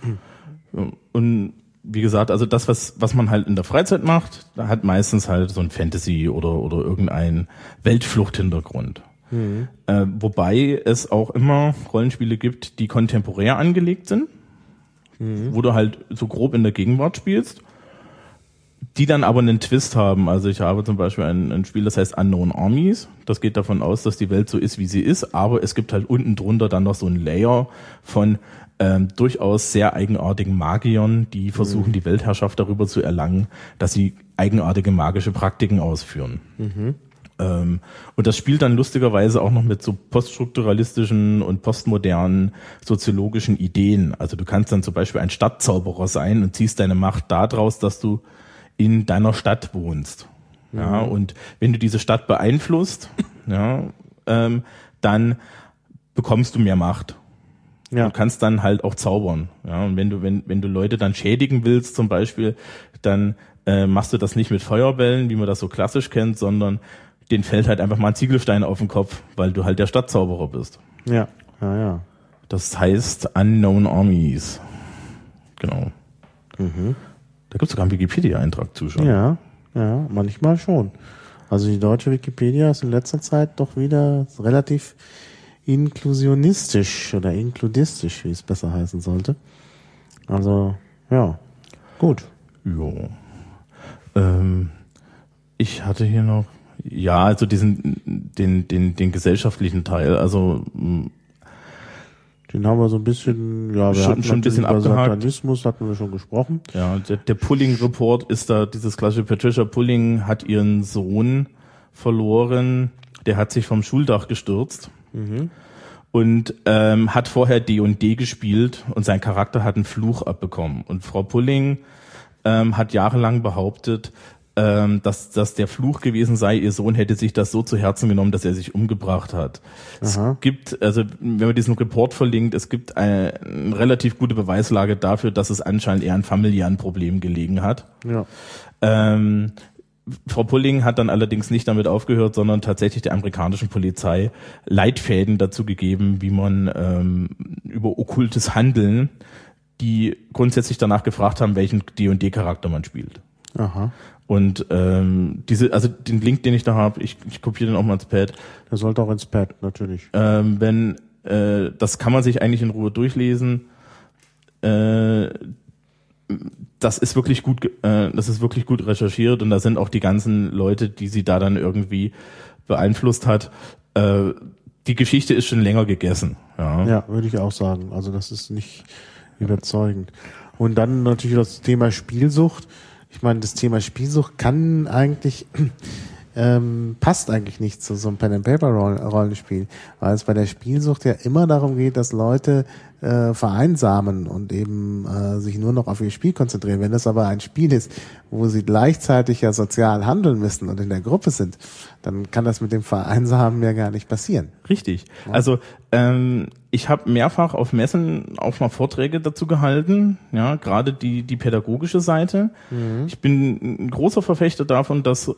Und wie gesagt, also das, was was man halt in der Freizeit macht, da hat meistens halt so ein Fantasy oder oder irgendein Weltfluchthintergrund. Mhm. Äh, wobei es auch immer Rollenspiele gibt, die kontemporär angelegt sind, mhm. wo du halt so grob in der Gegenwart spielst, die dann aber einen Twist haben. Also ich habe zum Beispiel ein, ein Spiel, das heißt Unknown Armies. Das geht davon aus, dass die Welt so ist, wie sie ist, aber es gibt halt unten drunter dann noch so ein Layer von ähm, durchaus sehr eigenartigen Magiern, die versuchen, mhm. die Weltherrschaft darüber zu erlangen, dass sie eigenartige magische Praktiken ausführen. Mhm. Ähm, und das spielt dann lustigerweise auch noch mit so poststrukturalistischen und postmodernen soziologischen Ideen. Also du kannst dann zum Beispiel ein Stadtzauberer sein und ziehst deine Macht daraus, dass du in deiner Stadt wohnst. Mhm. Ja, und wenn du diese Stadt beeinflusst, ja, ähm, dann bekommst du mehr Macht. Ja. Du kannst dann halt auch zaubern. Ja, und wenn du, wenn, wenn du Leute dann schädigen willst, zum Beispiel, dann äh, machst du das nicht mit Feuerbällen, wie man das so klassisch kennt, sondern denen fällt halt einfach mal ein Ziegelstein auf den Kopf, weil du halt der Stadtzauberer bist. Ja, ja, ja. Das heißt Unknown Armies. Genau. Mhm. Da gibt es sogar einen Wikipedia-Eintrag zu schon. Ja, ja, manchmal schon. Also die deutsche Wikipedia ist in letzter Zeit doch wieder relativ inklusionistisch oder inkludistisch, wie es besser heißen sollte. Also, ja, gut. Jo. Ähm, ich hatte hier noch, ja, also diesen, den, den, den gesellschaftlichen Teil, also den haben wir so ein bisschen, ja, wir schon, hatten schon ein bisschen über abgehakt. Satanismus hatten wir schon gesprochen. Ja, der, der Pulling-Report ist da, dieses klassische Patricia Pulling hat ihren Sohn verloren, der hat sich vom Schuldach gestürzt. Mhm. Und ähm, hat vorher D und D gespielt und sein Charakter hat einen Fluch abbekommen. Und Frau Pulling ähm, hat jahrelang behauptet, ähm, dass, dass der Fluch gewesen sei, ihr Sohn hätte sich das so zu Herzen genommen, dass er sich umgebracht hat. Aha. Es gibt, also wenn man diesen Report verlinkt, es gibt eine, eine relativ gute Beweislage dafür, dass es anscheinend eher an familiären Problemen gelegen hat. Ja. Ähm, Frau Pulling hat dann allerdings nicht damit aufgehört, sondern tatsächlich der amerikanischen Polizei Leitfäden dazu gegeben, wie man ähm, über okkultes Handeln, die grundsätzlich danach gefragt haben, welchen D und D-Charakter man spielt. Aha. Und ähm, diese, also den Link, den ich da habe, ich, ich kopiere den auch mal ins Pad. Der sollte auch ins Pad, natürlich. Ähm, wenn äh, das kann man sich eigentlich in Ruhe durchlesen. Äh, Das ist wirklich gut, äh, das ist wirklich gut recherchiert und da sind auch die ganzen Leute, die sie da dann irgendwie beeinflusst hat. Äh, die Geschichte ist schon länger gegessen. Ja, ja, würde ich auch sagen. Also das ist nicht überzeugend. Und dann natürlich das Thema Spielsucht. Ich meine, das Thema Spielsucht kann eigentlich ähm, passt eigentlich nicht zu so einem Pen-and-Paper-Rollenspiel, weil es bei der Spielsucht ja immer darum geht, dass Leute äh, vereinsamen und eben äh, sich nur noch auf ihr Spiel konzentrieren. Wenn das aber ein Spiel ist, wo sie gleichzeitig ja sozial handeln müssen und in der Gruppe sind, dann kann das mit dem Vereinsamen ja gar nicht passieren. Richtig. Ja. Also ähm, ich habe mehrfach auf Messen auch mal Vorträge dazu gehalten, ja, gerade die die pädagogische Seite. Mhm. Ich bin ein großer Verfechter davon, dass so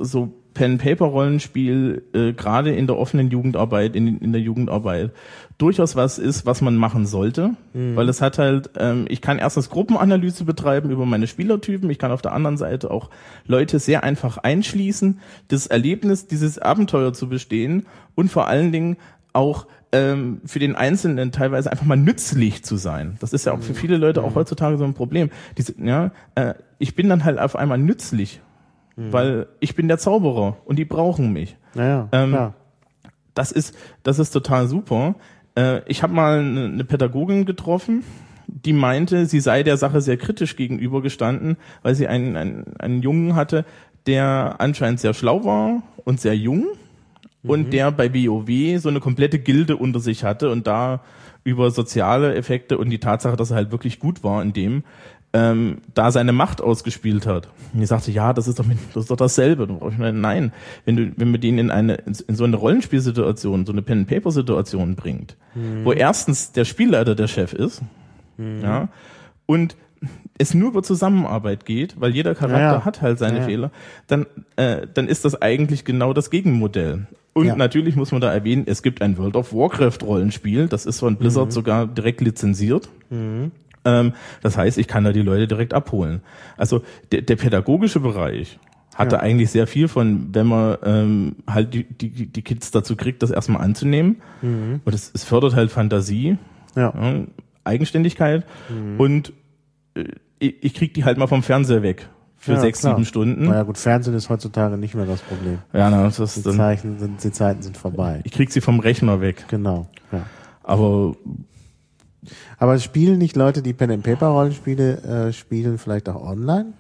Pen-Paper-Rollenspiel äh, gerade in der offenen Jugendarbeit, in, in der Jugendarbeit durchaus was ist, was man machen sollte, mhm. weil es hat halt, ähm, ich kann erstens Gruppenanalyse betreiben über meine Spielertypen, ich kann auf der anderen Seite auch Leute sehr einfach einschließen, das Erlebnis, dieses Abenteuer zu bestehen und vor allen Dingen auch ähm, für den Einzelnen teilweise einfach mal nützlich zu sein. Das ist ja auch für viele Leute auch heutzutage so ein Problem. Diese, ja, äh, ich bin dann halt auf einmal nützlich, mhm. weil ich bin der Zauberer und die brauchen mich. Naja, ähm, klar. Das ist, das ist total super. Äh, ich habe mal eine, eine Pädagogin getroffen, die meinte, sie sei der Sache sehr kritisch gegenübergestanden, weil sie einen, einen, einen Jungen hatte, der anscheinend sehr schlau war und sehr jung mhm. und der bei WoW so eine komplette Gilde unter sich hatte und da über soziale Effekte und die Tatsache, dass er halt wirklich gut war in dem, ähm, da seine Macht ausgespielt hat. Und ich sagte, ja, das ist doch, das ist doch dasselbe. Ich meine, nein, wenn du, wenn man den in eine, in so eine Rollenspielsituation, so eine Pen-and-Paper-Situation bringt, mhm. wo erstens der Spielleiter der Chef ist, mhm. ja, und es nur über Zusammenarbeit geht, weil jeder Charakter ja, ja. hat halt seine ja, ja. Fehler, dann, äh, dann ist das eigentlich genau das Gegenmodell. Und ja. natürlich muss man da erwähnen, es gibt ein World of Warcraft Rollenspiel, das ist von Blizzard mhm. sogar direkt lizenziert. Mhm. Ähm, das heißt, ich kann da die Leute direkt abholen. Also der, der pädagogische Bereich hatte ja. eigentlich sehr viel von, wenn man ähm, halt die, die, die Kids dazu kriegt, das erstmal anzunehmen. Mhm. Und es, es fördert halt Fantasie, ja. Ja, Eigenständigkeit mhm. und äh, ich, ich krieg die halt mal vom Fernseher weg. Für ja, sechs, klar. sieben Stunden. Na ja gut, Fernsehen ist heutzutage nicht mehr das Problem. Ja, na, das ist die, dann, Zeichen sind, die Zeiten sind vorbei. Ich krieg sie vom Rechner weg. Genau, ja. Aber Aber spielen nicht Leute, die Pen-and-Paper-Rollenspiele äh, spielen, vielleicht auch online?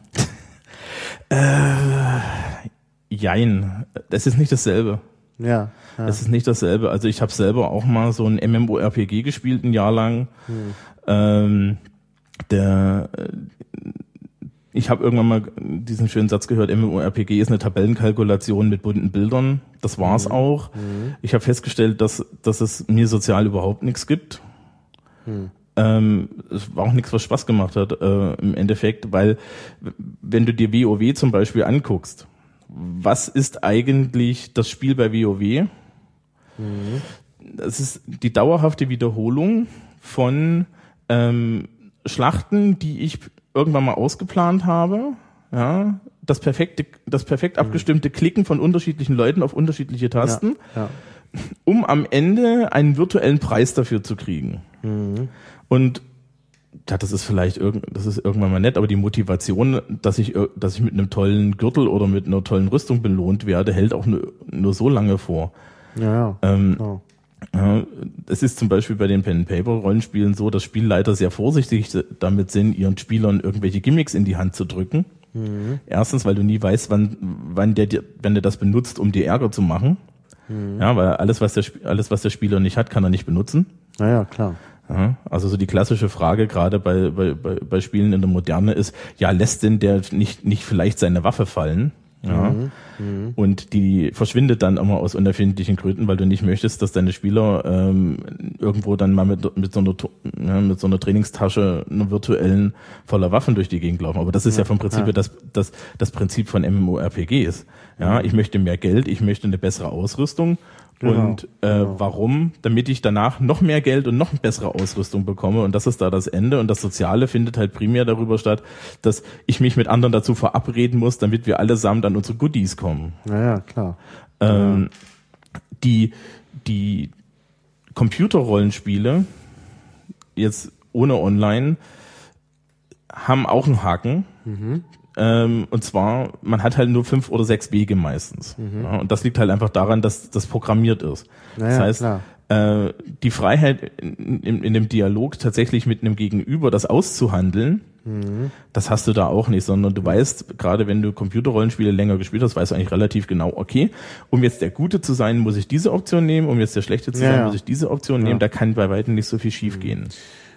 äh, jein. Das ist nicht dasselbe. Ja. ja. Das ist nicht dasselbe. Also ich habe selber auch mal so ein MMORPG gespielt, ein Jahr lang. Hm. Ähm, der Ich habe irgendwann mal diesen schönen Satz gehört, MMORPG ist eine Tabellenkalkulation mit bunten Bildern. Das war's mhm. auch. Mhm. Ich habe festgestellt, dass, dass es mir sozial überhaupt nichts gibt. Mhm. Ähm, es war auch nichts, was Spaß gemacht hat äh, im Endeffekt, weil wenn du dir WoW zum Beispiel anguckst, was ist eigentlich das Spiel bei WoW? Mhm. Das ist die dauerhafte Wiederholung von ähm, Schlachten, die ich irgendwann mal ausgeplant habe, ja, das perfekte, das perfekt abgestimmte Klicken von unterschiedlichen Leuten auf unterschiedliche Tasten, ja, ja. um am Ende einen virtuellen Preis dafür zu kriegen. Mhm. Und ja, das ist vielleicht irgend, das ist irgendwann mal nett, aber die Motivation, dass ich, dass ich mit einem tollen Gürtel oder mit einer tollen Rüstung belohnt werde, hält auch nur, nur so lange vor. Ja, ja. Ähm, genau. Ja, es ist zum Beispiel bei den Pen-and-Paper-Rollenspielen so, dass Spielleiter sehr vorsichtig damit sind, ihren Spielern irgendwelche Gimmicks in die Hand zu drücken. Mhm. Erstens, weil du nie weißt, wann, wann der, wenn der das benutzt, um dir Ärger zu machen. Mhm. Ja, weil alles, was der, alles, was der Spieler nicht hat, kann er nicht benutzen. Naja, klar. Ja, also so die klassische Frage gerade bei, bei, bei, bei Spielen in der Moderne ist, ja, lässt denn der nicht, nicht vielleicht seine Waffe fallen? Ja. Mhm, mh. Und die verschwindet dann immer aus unerfindlichen Gründen, weil du nicht möchtest, dass deine Spieler ähm, irgendwo dann mal mit, mit, so einer, ja, mit so einer Trainingstasche, einer virtuellen, voller Waffen durch die Gegend laufen. Aber das ist ja, ja vom Prinzip ja. das, das, das Prinzip von MMORPGs. Ja, ich möchte mehr Geld, ich möchte eine bessere Ausrüstung. Genau, und äh, genau. Warum? Damit ich danach noch mehr Geld und noch bessere Ausrüstung bekomme. Und das ist da das Ende. Und das Soziale findet halt primär darüber statt, dass ich mich mit anderen dazu verabreden muss, damit wir allesamt an unsere Goodies kommen. Naja, klar. Ähm, ja. Die, die Computerrollenspiele, jetzt ohne Online, haben auch einen Haken. Mhm. Ähm, und zwar, man hat halt nur fünf oder sechs Wege meistens. Mhm. Ja, und das liegt halt einfach daran, dass das programmiert ist. Naja, das heißt, klar. Äh, die Freiheit in, in, in dem Dialog tatsächlich mit einem Gegenüber das auszuhandeln, mhm. das hast du da auch nicht, sondern du weißt, gerade wenn du Computerrollenspiele länger gespielt hast, weißt du eigentlich relativ genau, okay, um jetzt der Gute zu sein, muss ich diese Option nehmen, um jetzt der Schlechte zu ja, sein, ja. muss ich diese Option ja. nehmen, da kann bei weitem nicht so viel schief gehen.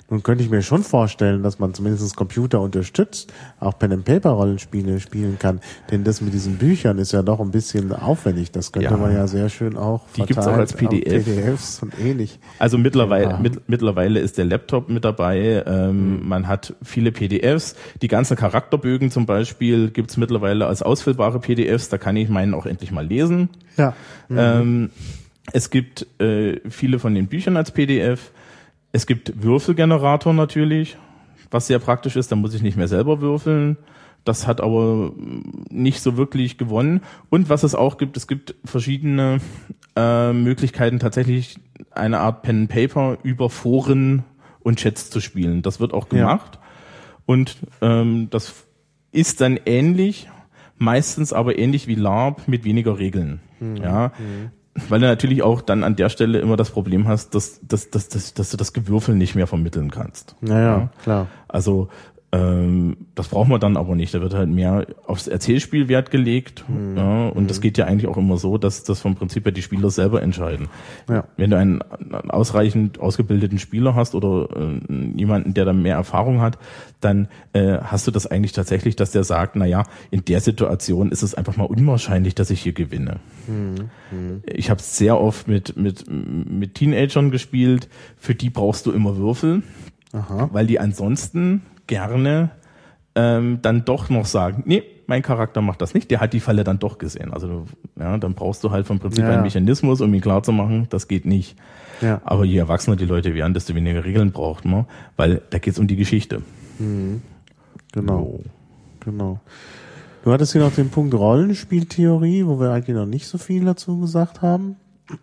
Nun könnte ich mir schon vorstellen, dass man zumindest Computer unterstützt, auch Pen-and-Paper-Rollenspiele spielen kann. Denn das mit diesen Büchern ist ja doch ein bisschen aufwendig. Das könnte ja. man ja sehr schön auch Die gibt's auch als P D F. P D Fs und ähnlich. Also mittlerweile, ja. mit, mittlerweile ist der Laptop mit dabei. Ähm, mhm. Man hat viele P D Fs. Die ganzen Charakterbögen zum Beispiel gibt's mittlerweile als ausfüllbare P D Fs. Da kann ich meinen auch endlich mal lesen. Ja. Mhm. Ähm, es gibt äh, viele von den Büchern als P D F. Es gibt Würfelgenerator natürlich, was sehr praktisch ist. Da muss ich nicht mehr selber würfeln. Das hat aber nicht so wirklich gewonnen. Und was es auch gibt, es gibt verschiedene äh, Möglichkeiten, tatsächlich eine Art Pen and Paper über Foren und Chats zu spielen. Das wird auch gemacht. Ja. Und ähm, das ist dann ähnlich, meistens aber ähnlich wie LARP mit weniger Regeln. Mhm. Ja. Mhm. Weil du natürlich auch dann an der Stelle immer das Problem hast, dass, dass, dass, dass, dass du das Gewürfel nicht mehr vermitteln kannst. Naja, ja, klar. Also ähm, das braucht man dann aber nicht. Da wird halt mehr aufs Erzählspiel Wert gelegt. Mhm. Ja, und mhm. das geht ja eigentlich auch immer so, dass das vom Prinzip her die Spieler selber entscheiden. Ja. Wenn du einen, einen ausreichend ausgebildeten Spieler hast oder äh, jemanden, der da mehr Erfahrung hat, dann äh, hast du das eigentlich tatsächlich, dass der sagt, na ja, in der Situation ist es einfach mal unwahrscheinlich, dass ich hier gewinne. Mhm. Ich habe sehr oft mit mit mit Teenagern gespielt, für die brauchst du immer Würfel, Aha. weil die ansonsten gerne ähm, dann doch noch sagen, nee, mein Charakter macht das nicht, der hat die Falle dann doch gesehen. Also ja, dann brauchst du halt vom Prinzip ja. einen Mechanismus, um ihn klarzumachen, das geht nicht. Ja. Aber je erwachsener die Leute werden, desto weniger Regeln braucht man, weil da geht's um die Geschichte. Mhm. Genau, oh. genau. Du hattest hier noch den Punkt Rollenspieltheorie, wo wir eigentlich noch nicht so viel dazu gesagt haben.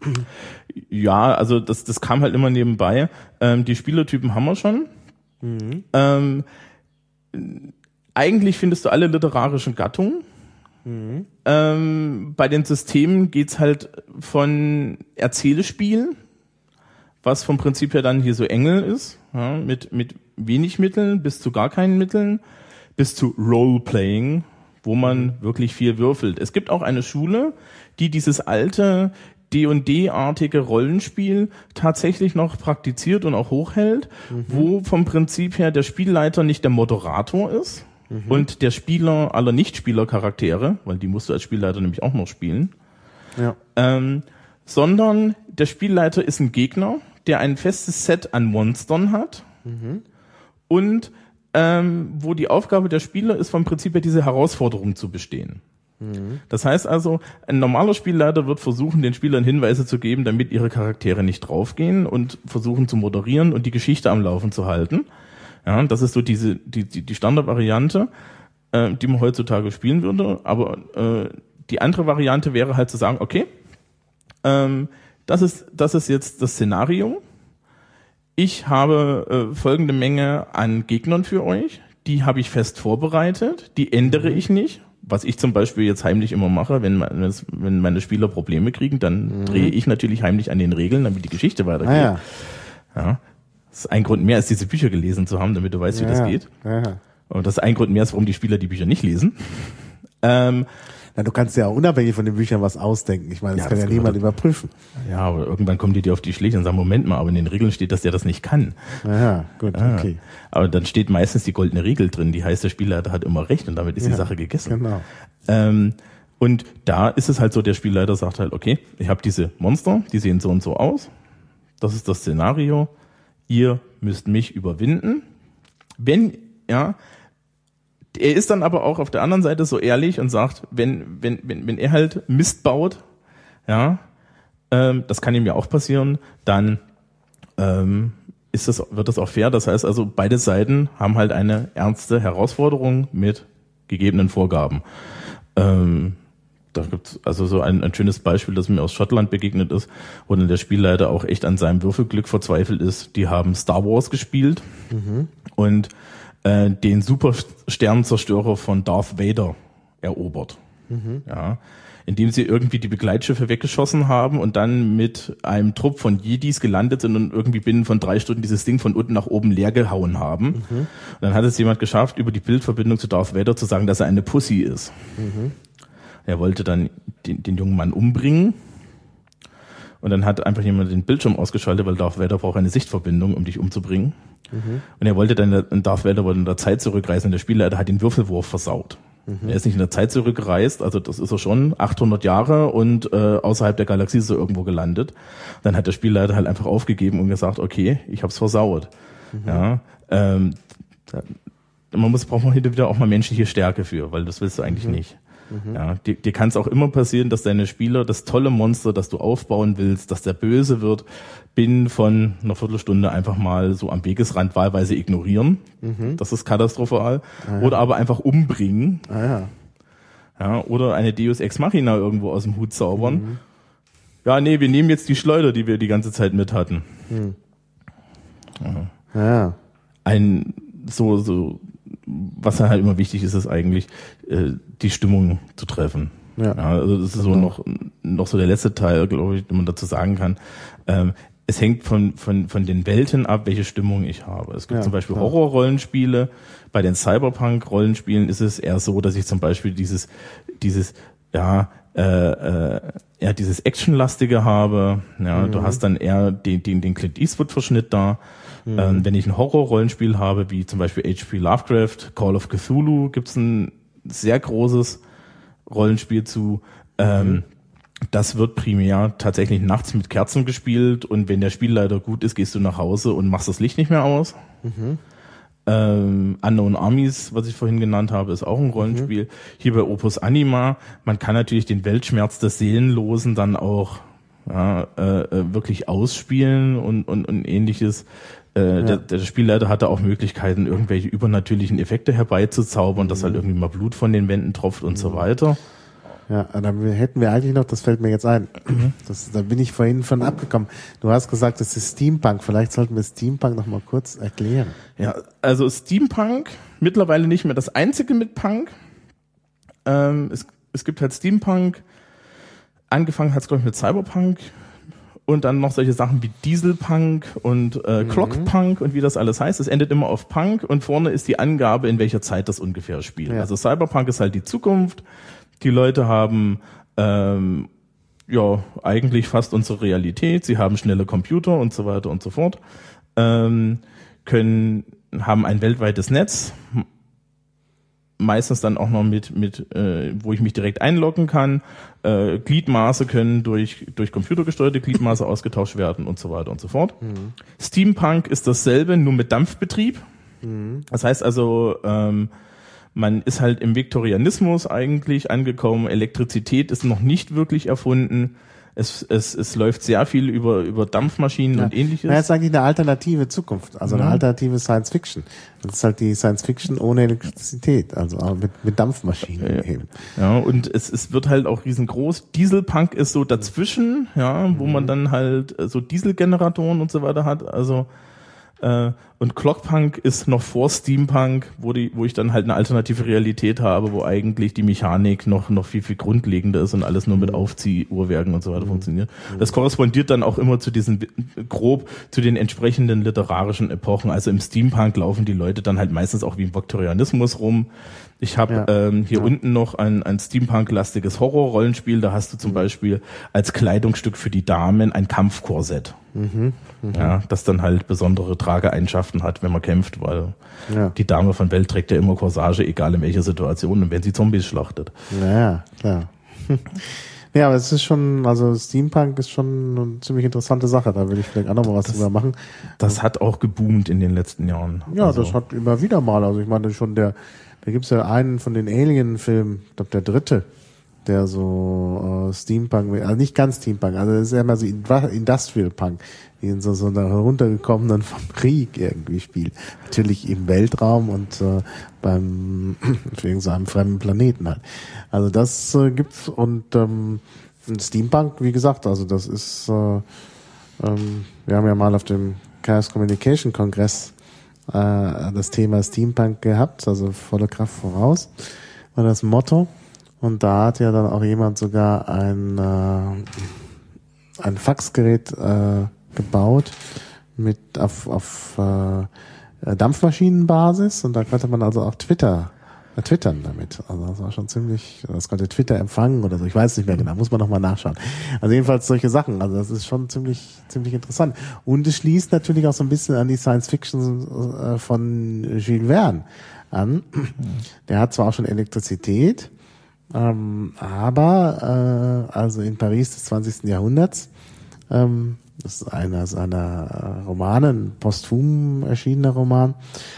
Ja, also das, das kam halt immer nebenbei. Ähm, die Spielertypen haben wir schon. Mhm. Ähm, eigentlich findest du alle literarischen Gattungen. Mhm. Ähm, bei den Systemen geht's halt von Erzählspiel, was vom Prinzip her dann hier so Engel ist, ja, mit, mit wenig Mitteln bis zu gar keinen Mitteln, bis zu Roleplaying, wo man wirklich viel würfelt. Es gibt auch eine Schule, die dieses alte D und D-artige Rollenspiel tatsächlich noch praktiziert und auch hochhält, mhm. wo vom Prinzip her der Spielleiter nicht der Moderator ist mhm. und der Spieler aller Nicht-Spieler-Charaktere, weil die musst du als Spielleiter nämlich auch noch spielen, ja. ähm, sondern der Spielleiter ist ein Gegner, der ein festes Set an Monstern hat mhm. und ähm, wo die Aufgabe der Spieler ist, vom Prinzip her diese Herausforderung zu bestehen. Das heißt also, ein normaler Spielleiter wird versuchen, den Spielern Hinweise zu geben, damit ihre Charaktere nicht draufgehen und versuchen zu moderieren und die Geschichte am Laufen zu halten. Ja, das ist so diese die die, die Standardvariante, äh, die man heutzutage spielen würde. Aber äh, die andere Variante wäre halt zu sagen, okay, ähm, das ist das ist jetzt das Szenario. Ich habe äh, folgende Menge an Gegnern für euch. Die habe ich fest vorbereitet. Die ändere ich nicht. Was ich zum Beispiel jetzt heimlich immer mache, wenn, wenn meine Spieler Probleme kriegen, dann mhm. drehe ich natürlich heimlich an den Regeln, damit die Geschichte weitergeht. Ah, ja. Ja, das ist ein Grund mehr, als diese Bücher gelesen zu haben, damit du weißt, ja, wie das geht. Ja. Und das ist ein Grund mehr, warum die Spieler die Bücher nicht lesen. Ähm, Na, du kannst ja auch unabhängig von den Büchern was ausdenken. Ich meine, das ja, kann das ja niemand überprüfen. Ja, aber irgendwann kommen die dir auf die Schliche und sagen, Moment mal, aber in den Regeln steht, dass der das nicht kann. Ja, gut, ah. okay. Aber dann steht meistens die goldene Regel drin, die heißt, der Spielleiter hat immer recht und damit ist ja, die Sache gegessen. Genau. Ähm, und da ist es halt so, der Spielleiter sagt halt, okay, ich habe diese Monster, die sehen so und so aus. Das ist das Szenario. Ihr müsst mich überwinden. Wenn, ja, er ist dann aber auch auf der anderen Seite so ehrlich und sagt, wenn wenn wenn wenn er halt Mist baut, ja, ähm, das kann ihm ja auch passieren, dann ähm, ist das wird das auch fair. Das heißt also, beide Seiten haben halt eine ernste Herausforderung mit gegebenen Vorgaben. Ähm, da gibt's also so ein, ein schönes Beispiel, das mir aus Schottland begegnet ist, wo dann der Spielleiter auch echt an seinem Würfelglück verzweifelt ist. Die haben Star Wars gespielt mhm. und äh, den Supersternzerstörer von Darth Vader erobert. Mhm. Ja, indem sie irgendwie die Begleitschiffe weggeschossen haben und dann mit einem Trupp von Jedis gelandet sind und irgendwie binnen von drei Stunden dieses Ding von unten nach oben leer gehauen haben. Mhm. Und dann hat es jemand geschafft, über die Bildverbindung zu Darth Vader zu sagen, dass er eine Pussy ist. Mhm. Er wollte dann den, den jungen Mann umbringen Und dann hat einfach jemand den Bildschirm ausgeschaltet, weil Darth Vader braucht eine Sichtverbindung, um dich umzubringen. Mhm. Und er wollte dann, Darth Vader wollte in der Zeit zurückreisen und der Spielleiter hat den Würfelwurf versaut. Mhm. Er ist nicht in der Zeit zurückgereist, also das ist er schon, achthundert Jahre und äh, außerhalb der Galaxie ist er irgendwo gelandet. Dann hat der Spielleiter halt einfach aufgegeben und gesagt, okay, ich hab's versaut. Mhm. Ja, ähm, da, man muss, braucht man hin und wieder auch mal menschliche Stärke für, weil das willst du eigentlich mhm. nicht. Mhm. Ja, dir, dir kann es auch immer passieren, dass deine Spieler das tolle Monster, das du aufbauen willst, dass der böse wird, binnen von einer Viertelstunde einfach mal so am Wegesrand wahlweise ignorieren. Mhm. Das ist katastrophal. Ah, ja. Oder aber einfach umbringen. Ah, ja. Ja, oder eine Deus Ex Machina irgendwo aus dem Hut zaubern. Mhm. Ja, nee, wir nehmen jetzt die Schleuder, die wir die ganze Zeit mit hatten. Mhm. Ja. ja. Ein so so was halt immer wichtig ist, ist eigentlich äh, die Stimmung zu treffen. Ja. Ja, also das ist so noch noch so der letzte Teil, glaube ich, den man dazu sagen kann. Ähm, es hängt von von von den Welten ab, welche Stimmung ich habe. Es gibt ja, zum Beispiel klar. Horror-Rollenspiele. Bei den Cyberpunk-Rollenspielen ist es eher so, dass ich zum Beispiel dieses dieses ja äh, äh, eher dieses Actionlastige habe. Ja, mhm. Du hast dann eher den den den Clint Eastwood-Verschnitt da. Mhm. Ähm, wenn ich ein Horror-Rollenspiel habe, wie zum Beispiel H P Lovecraft, Call of Cthulhu, gibt's ein sehr großes Rollenspiel zu. Ähm, mhm. Das wird primär tatsächlich nachts mit Kerzen gespielt und wenn der Spielleiter gut ist, gehst du nach Hause und machst das Licht nicht mehr aus. Mhm. Ähm, Unknown Armies, was ich vorhin genannt habe, ist auch ein Rollenspiel. Mhm. Hier bei Opus Anima, man kann natürlich den Weltschmerz des Seelenlosen dann auch ja, äh, wirklich ausspielen und, und, und ähnliches. Äh, ja. der, der Spielleiter hatte auch Möglichkeiten, irgendwelche übernatürlichen Effekte herbeizuzaubern, mhm. dass halt irgendwie mal Blut von den Wänden tropft und mhm. so weiter. Ja, dann hätten wir eigentlich noch, das fällt mir jetzt ein, mhm. das, da bin ich vorhin von abgekommen. Du hast gesagt, das ist Steampunk. Vielleicht sollten wir Steampunk noch mal kurz erklären. Ja, also Steampunk, mittlerweile nicht mehr das einzige mit Punk. Ähm, es, es gibt halt Steampunk, angefangen hat es, glaube ich, mit Cyberpunk und dann noch solche Sachen wie Dieselpunk und äh, mhm. Clockpunk und wie das alles heißt. Es endet immer auf Punk und vorne ist die Angabe, in welcher Zeit das ungefähr spielt. Ja. Also Cyberpunk ist halt die Zukunft. Die Leute haben ähm, ja eigentlich fast unsere Realität. Sie haben schnelle Computer und so weiter und so fort. Ähm, können haben ein weltweites Netz, meistens dann auch noch mit mit äh, wo ich mich direkt einloggen kann. Äh, Gliedmaße können durch durch computergesteuerte Gliedmaße ausgetauscht werden und so weiter und so fort. Mhm. Steampunk ist dasselbe, nur mit Dampfbetrieb. Mhm. Das heißt also ähm, man ist halt im Viktorianismus eigentlich angekommen. Elektrizität ist noch nicht wirklich erfunden. Es, es, es läuft sehr viel über, über Dampfmaschinen ja. und ähnliches. Na, das ist eigentlich eine alternative Zukunft, also eine ja. alternative Science Fiction. Das ist halt die Science Fiction ohne Elektrizität, also mit, mit Dampfmaschinen ja. eben. Ja, und es, es wird halt auch riesengroß. Dieselpunk ist so dazwischen, ja, wo mhm. man dann halt so Dieselgeneratoren und so weiter hat, also Äh, und Clockpunk ist noch vor Steampunk, wo die, wo ich dann halt eine alternative Realität habe, wo eigentlich die Mechanik noch noch viel viel grundlegender ist und alles nur mit Aufziehuhrwerken und so weiter mhm. funktioniert. Das korrespondiert dann auch immer zu diesen grob zu den entsprechenden literarischen Epochen. Also im Steampunk laufen die Leute dann halt meistens auch wie im Viktorianismus rum. Ich habe ja. ähm, hier ja. unten noch ein, ein Steampunk-lastiges Horror-Rollenspiel. Da hast du zum mhm. Beispiel als Kleidungsstück für die Damen ein Kampfkorsett. Mhm. Mhm. Ja, das dann halt besondere Trageeigenschaften hat, wenn man kämpft, weil ja. die Dame von Welt trägt ja immer Corsage, egal in welcher Situation und wenn sie Zombies schlachtet. Ja, klar. Ja, aber es ist schon, also Steampunk ist schon eine ziemlich interessante Sache. Da würde ich vielleicht auch noch mal was das, drüber machen. Das hat auch geboomt in den letzten Jahren. Ja, also. das hat immer wieder mal. Also ich meine schon der, da gibt's ja einen von den Alien-Filmen, ich glaube der dritte, der so äh, Steampunk, also nicht ganz Steampunk, also das ist ja immer so Industrial Punk, die in so, so einer heruntergekommenen Fabrik irgendwie spielt. Natürlich im Weltraum und äh, beim für so einem fremden Planeten halt. Also das äh, gibt's und ähm, Steampunk, wie gesagt, also das ist äh, ähm, wir haben ja mal auf dem Chaos Communication Kongress äh, das Thema Steampunk gehabt, also volle Kraft voraus, war das Motto. Und da hat ja dann auch jemand sogar ein äh, ein Faxgerät äh, gebaut mit auf auf äh, Dampfmaschinenbasis und da konnte man also auch Twitter twittern damit. Also das war schon ziemlich, das konnte Twitter empfangen oder so. Ich weiß nicht mehr genau, muss man nochmal nachschauen. Also jedenfalls solche Sachen. Also das ist schon ziemlich, ziemlich interessant. Und es schließt natürlich auch so ein bisschen an die Science Fiction von Jules Verne an. Der hat zwar auch schon Elektrizität, ähm, aber äh, also in Paris des zwanzigsten Jahrhunderts, ähm, das ist einer seiner Romane, ein posthum erschienener Roman.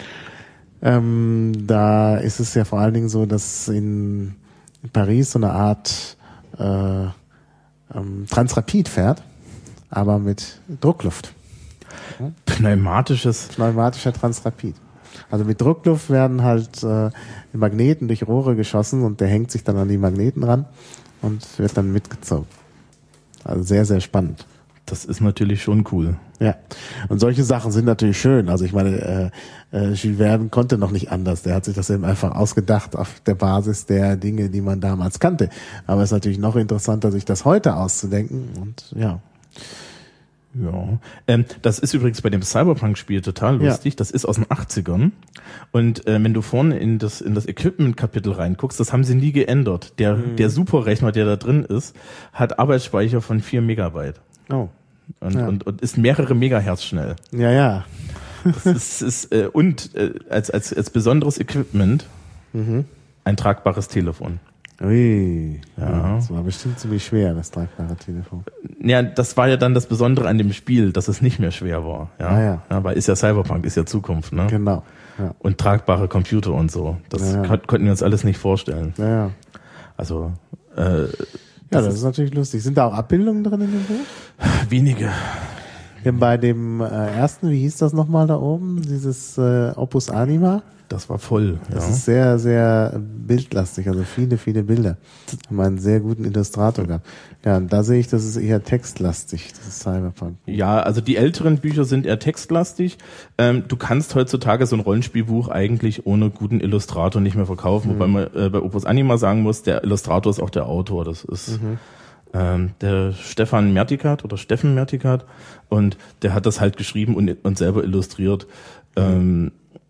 Ähm, da ist es ja vor allen Dingen so, dass in Paris so eine Art äh, ähm, Transrapid fährt, aber mit Druckluft. Pneumatisches. Pneumatischer Transrapid. Also mit Druckluft werden halt äh, die Magneten durch Rohre geschossen und der hängt sich dann an die Magneten ran und wird dann mitgezogen. Also sehr, sehr spannend. Das ist natürlich schon cool. Ja, und solche Sachen sind natürlich schön. Also ich meine, äh, äh, Jules Verne konnte noch nicht anders. Der hat sich das eben einfach ausgedacht auf der Basis der Dinge, die man damals kannte. Aber es ist natürlich noch interessanter, sich das heute auszudenken. Und ja. Ja, ähm, das ist übrigens bei dem Cyberpunk-Spiel total lustig. Ja. Das ist aus den achtzigern. Und äh, wenn du vorne in das in das Equipment-Kapitel reinguckst, das haben sie nie geändert. Der mhm. der Superrechner, der da drin ist, hat Arbeitsspeicher von vier Megabyte. Oh. Und, ja. und, und ist mehrere Megahertz schnell. Ja, ja. Das ist, ist äh, und äh, als als als besonderes Equipment mhm. ein tragbares Telefon. Ui, ja. ja. Das war bestimmt ziemlich schwer, das tragbare Telefon. Ja, das war ja dann das Besondere an dem Spiel, dass es nicht mehr schwer war. Ja, ah, ja. ja, weil ist ja Cyberpunk, ist ja Zukunft, ne? Genau. Ja. Und tragbare Computer und so. Das ja, ja. kon- konnten wir uns alles nicht vorstellen. Ja, ja. Also äh, ja, das ist, ist natürlich lustig. Sind da auch Abbildungen drin in dem Buch? Wenige. Bei dem äh, ersten, wie hieß das nochmal da oben? Dieses äh, Opus Anima? Das war voll. Das ja. ist sehr, sehr bildlastig, also viele, viele Bilder. Haben einen sehr guten Illustrator gehabt. Ja, und da sehe ich, das ist eher textlastig, das ist Cyberpunk. Ja, also die älteren Bücher sind eher textlastig. Ähm, du kannst heutzutage so ein Rollenspielbuch eigentlich ohne guten Illustrator nicht mehr verkaufen, mhm. wobei man äh, bei Opus Anima sagen muss, der Illustrator ist auch der Autor. Das ist mhm. ähm, der Stefan Mertikat oder Steffen Mertikat und der hat das halt geschrieben und, und selber illustriert. Mhm. Ähm,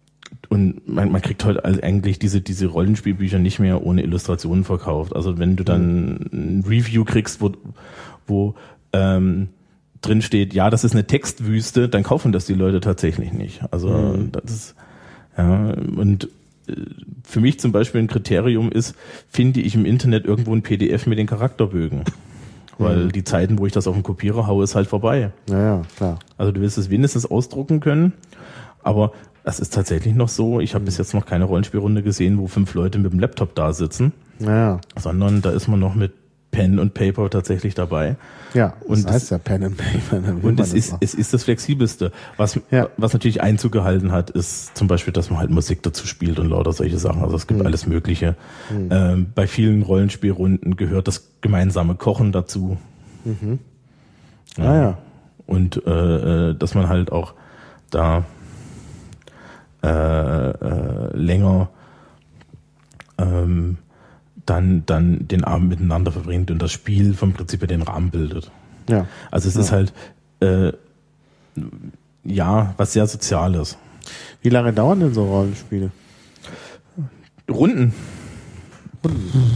Und man, man kriegt heute eigentlich diese diese Rollenspielbücher nicht mehr ohne Illustrationen verkauft. Also wenn du dann ein Review kriegst, wo wo ähm, drin steht, ja, das ist eine Textwüste, dann kaufen das die Leute tatsächlich nicht. Also mhm. das ist, ja, und für mich zum Beispiel ein Kriterium ist, finde ich im Internet irgendwo ein P D F mit den Charakterbögen. Weil mhm. die Zeiten, wo ich das auf den Kopierer haue, ist halt vorbei. Ja, ja, klar. Also du willst es wenigstens ausdrucken können, aber es ist tatsächlich noch so, ich habe bis jetzt noch keine Rollenspielrunde gesehen, wo fünf Leute mit dem Laptop da sitzen, ja. sondern da ist man noch mit Pen und Paper tatsächlich dabei. Ja, das und heißt ja Pen and Paper. Und es ist, es ist das Flexibelste. Was, ja. was natürlich Einzug gehalten hat, ist zum Beispiel, dass man halt Musik dazu spielt und lauter solche Sachen. Also es gibt mhm. alles Mögliche. Mhm. Ähm, bei vielen Rollenspielrunden gehört das gemeinsame Kochen dazu. Mhm. Ja. Ah ja. Und äh, dass man halt auch da Äh, äh, länger ähm, dann dann den Abend miteinander verbringt und das Spiel vom Prinzip her den Rahmen bildet. Ja. Also es ja. ist halt äh, ja was sehr Soziales. Wie lange dauern denn so Rollenspiele? Runden. Runden.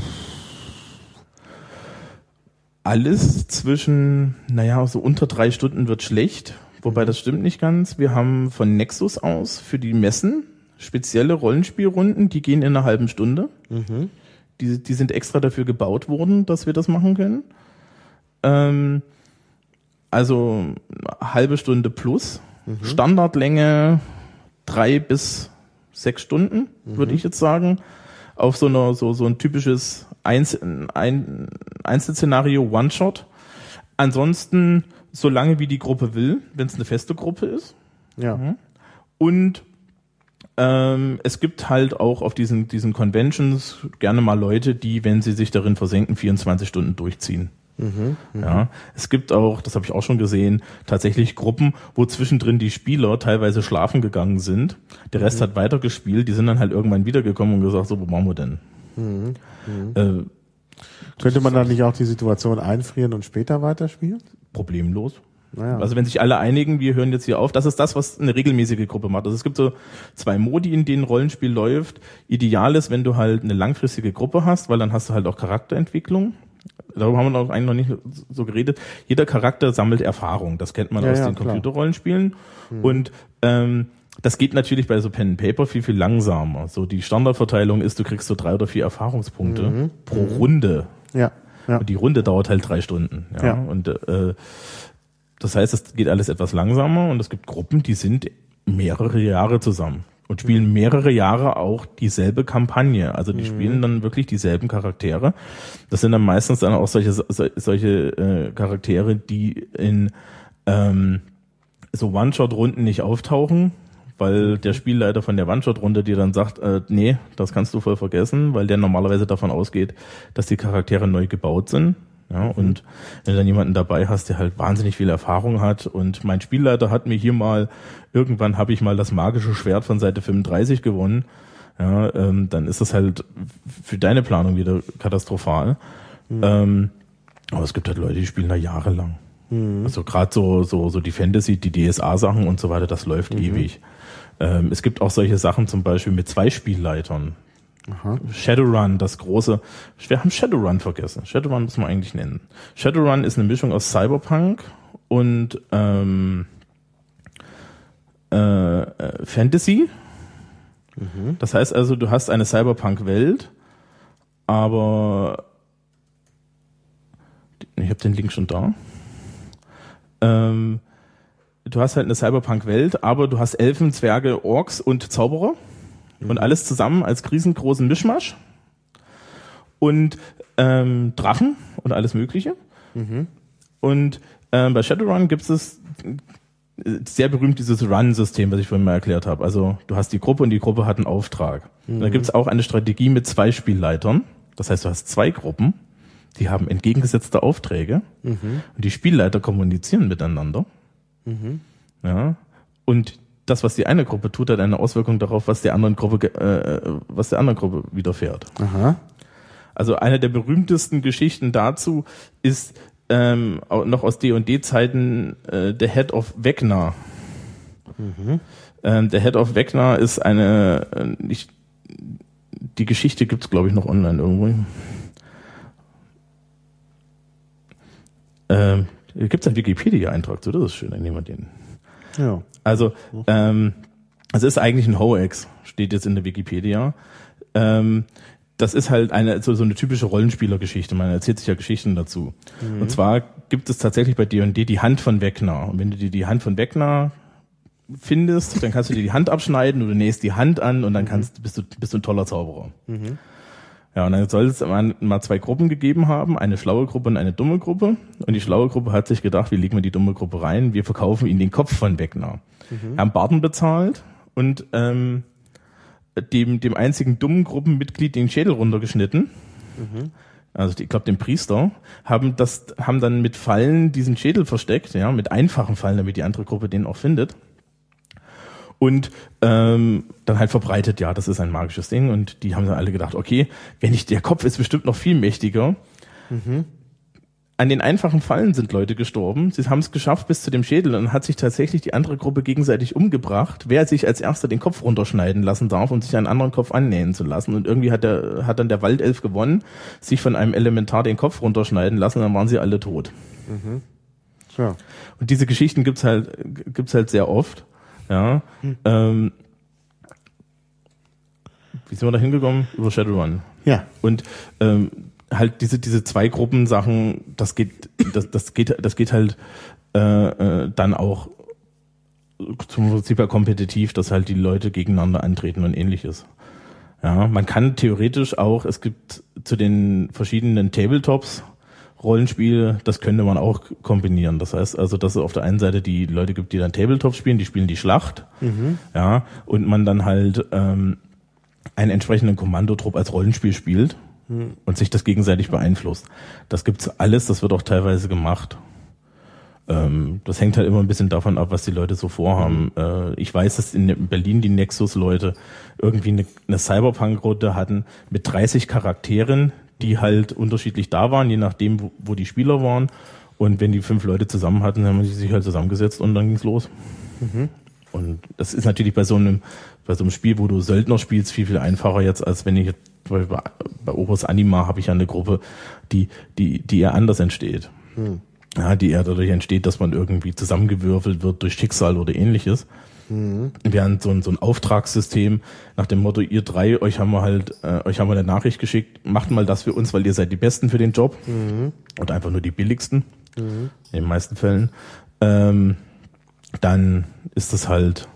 Alles zwischen, naja, so unter drei Stunden wird schlecht. Wobei, das stimmt nicht ganz. Wir haben von Nexus aus für die Messen spezielle Rollenspielrunden, die gehen in einer halben Stunde. Mhm. Die, die sind extra dafür gebaut worden, dass wir das machen können. Ähm, also halbe Stunde plus. Mhm. Standardlänge drei bis sechs Stunden, mhm. würde ich jetzt sagen. Auf so einer, so, so ein typisches Einzel, ein, Einzelszenario One-Shot. Ansonsten so lange wie die Gruppe will, wenn es eine feste Gruppe ist. Ja. Und ähm, es gibt halt auch auf diesen diesen Conventions gerne mal Leute, die, wenn sie sich darin versenken, vierundzwanzig Stunden durchziehen. Mhm, ja, es gibt auch, das habe ich auch schon gesehen, tatsächlich Gruppen, wo zwischendrin die Spieler teilweise schlafen gegangen sind. Der Rest mhm. hat weitergespielt. Die sind dann halt irgendwann wiedergekommen und gesagt, so, wo machen wir denn? Mhm, mhm. Äh, Könnte man dann nicht auch die Situation einfrieren und später weiterspielen? Problemlos. Naja. Also wenn sich alle einigen, wir hören jetzt hier auf, das ist das, was eine regelmäßige Gruppe macht. Also es gibt so zwei Modi, in denen Rollenspiel läuft. Ideal ist, wenn du halt eine langfristige Gruppe hast, weil dann hast du halt auch Charakterentwicklung. Darüber haben wir noch eigentlich noch nicht so geredet. Jeder Charakter sammelt Erfahrung. Das kennt man ja, aus ja, den klar. Computerrollenspielen. Hm. Und ähm, das geht natürlich bei so Pen and Paper viel, viel langsamer. So die Standardverteilung ist, du kriegst so drei oder vier Erfahrungspunkte mhm. pro mhm. Runde. Ja. ja. Und die Runde dauert halt drei Stunden. Ja. ja. Und äh, das heißt, es geht alles etwas langsamer und es gibt Gruppen, die sind mehrere Jahre zusammen und spielen mehrere Jahre auch dieselbe Kampagne. Also die mhm. spielen dann wirklich dieselben Charaktere. Das sind dann meistens dann auch solche solche äh, Charaktere, die in ähm, so One-Shot-Runden nicht auftauchen, weil der Spielleiter von der One-Shot-Runde dir dann sagt, äh, nee, das kannst du voll vergessen, weil der normalerweise davon ausgeht, dass die Charaktere neu gebaut sind. Ja, und wenn du dann jemanden dabei hast, der halt wahnsinnig viel Erfahrung hat und mein Spielleiter hat mir hier mal, irgendwann habe ich mal das magische Schwert von Seite fünfunddreißig gewonnen, ja, ähm, dann ist das halt für deine Planung wieder katastrophal. Mhm. Ähm, aber es gibt halt Leute, die spielen da jahrelang. Mhm. Also gerade so, so, so die Fantasy, die D S A-Sachen und so weiter, das läuft mhm. ewig. Ähm, es gibt auch solche Sachen zum Beispiel mit zwei Spielleitern. Aha. Shadowrun, das große, wir haben Shadowrun vergessen. Shadowrun muss man eigentlich nennen. Shadowrun ist eine Mischung aus Cyberpunk und ähm, äh, äh, Fantasy. Mhm. Das heißt also, du hast eine Cyberpunk-Welt, aber ich habe den Link schon da. Ähm, du hast halt eine Cyberpunk-Welt, aber du hast Elfen, Zwerge, Orks und Zauberer. Und alles zusammen als riesengroßen Mischmasch. Und ähm, Drachen und alles Mögliche. Mhm. Und ähm, bei Shadowrun gibt es sehr berühmt dieses Run-System, was ich vorhin mal erklärt habe. Also du hast die Gruppe und die Gruppe hat einen Auftrag. Mhm. Und da gibt es auch eine Strategie mit zwei Spielleitern. Das heißt, du hast zwei Gruppen, die haben entgegengesetzte Aufträge. Mhm. Und die Spielleiter kommunizieren miteinander. Mhm. Ja. Und das, was die eine Gruppe tut, hat eine Auswirkung darauf, was der anderen Gruppe, äh, was der anderen Gruppe widerfährt. Aha. Also eine der berühmtesten Geschichten dazu ist ähm, noch aus D und D-Zeiten äh, der Head of Vecna. Mhm. Ähm, der Head of Vecna ist eine, äh, nicht, die Geschichte gibt's glaube ich noch online irgendwo. Ähm, gibt's einen Wikipedia-Eintrag zu, das ist schön, dann nehmen wir den. Ja. Also, ähm, es ist eigentlich ein Hoax, steht jetzt in der Wikipedia. Ähm, das ist halt eine so, so eine typische Rollenspielergeschichte. Man erzählt sich ja Geschichten dazu. Mhm. Und zwar gibt es tatsächlich bei D und D die Hand von Vecna. Und wenn du dir die Hand von Vecna findest, dann kannst du dir die Hand abschneiden und du nähst die Hand an und dann kannst, bist du bist du ein toller Zauberer. Mhm. Ja, und dann soll es mal zwei Gruppen gegeben haben, eine schlaue Gruppe und eine dumme Gruppe. Und die schlaue Gruppe hat sich gedacht, wie legen wir die dumme Gruppe rein? Wir verkaufen ihnen den Kopf von Vecna. Mhm. Haben Barden bezahlt und ähm, dem dem einzigen dummen Gruppenmitglied den Schädel runtergeschnitten. Mhm. Also ich glaube den Priester, haben das haben dann mit Fallen diesen Schädel versteckt, ja, mit einfachen Fallen, damit die andere Gruppe den auch findet. Und ähm, dann halt verbreitet, ja, das ist ein magisches Ding. Und die haben dann alle gedacht, okay, wenn ich, der Kopf ist bestimmt noch viel mächtiger. Mhm. An den einfachen Fallen sind Leute gestorben. Sie haben es geschafft bis zu dem Schädel. Und dann hat sich tatsächlich die andere Gruppe gegenseitig umgebracht, wer sich als erster den Kopf runterschneiden lassen darf, um sich einen anderen Kopf annähen zu lassen. Und irgendwie hat der, hat dann der Waldelf gewonnen, sich von einem Elementar den Kopf runterschneiden lassen, dann waren sie alle tot. Mhm. Ja. Und diese Geschichten gibt's halt, gibt's halt sehr oft. Ja, hm. ähm, wie sind wir da hingekommen? Über Shadowrun. Ja. Und ähm, halt diese diese zwei Gruppensachen, das geht, das das geht, das geht halt äh, äh, dann auch zum Prinzip ja kompetitiv, dass halt die Leute gegeneinander antreten und ähnliches. Ja, man kann theoretisch auch, es gibt zu den verschiedenen Tabletops Rollenspiele, das könnte man auch kombinieren. Das heißt also, dass es auf der einen Seite die Leute gibt, die dann Tabletop spielen, die spielen die Schlacht, mhm. ja, und man dann halt ähm, einen entsprechenden Kommandotrupp als Rollenspiel spielt mhm. und sich das gegenseitig beeinflusst. Das gibt's alles, das wird auch teilweise gemacht. Ähm, das hängt halt immer ein bisschen davon ab, was die Leute so vorhaben. Mhm. Äh, ich weiß, dass in Berlin die Nexus-Leute irgendwie eine, eine Cyberpunk-Runde hatten mit dreißig Charakteren, die halt unterschiedlich da waren, je nachdem, wo, wo die Spieler waren. Und wenn die fünf Leute zusammen hatten, dann haben die sich halt zusammengesetzt und dann ging's los. Mhm. Und das ist natürlich bei so einem, bei so einem Spiel, wo du Söldner spielst, viel, viel einfacher jetzt, als wenn ich jetzt bei, bei Opus Anima habe ich ja eine Gruppe, die, die, die eher anders entsteht. Mhm. Ja, die eher dadurch entsteht, dass man irgendwie zusammengewürfelt wird durch Schicksal oder ähnliches. Mhm. Während so ein, so ein Auftragssystem nach dem Motto, ihr drei, euch haben wir halt, äh, euch haben wir eine Nachricht geschickt, macht mal das für uns, weil ihr seid die Besten für den Job. Mhm. Oder einfach nur die billigsten. Mhm. In den meisten Fällen. Ähm, dann ist es halt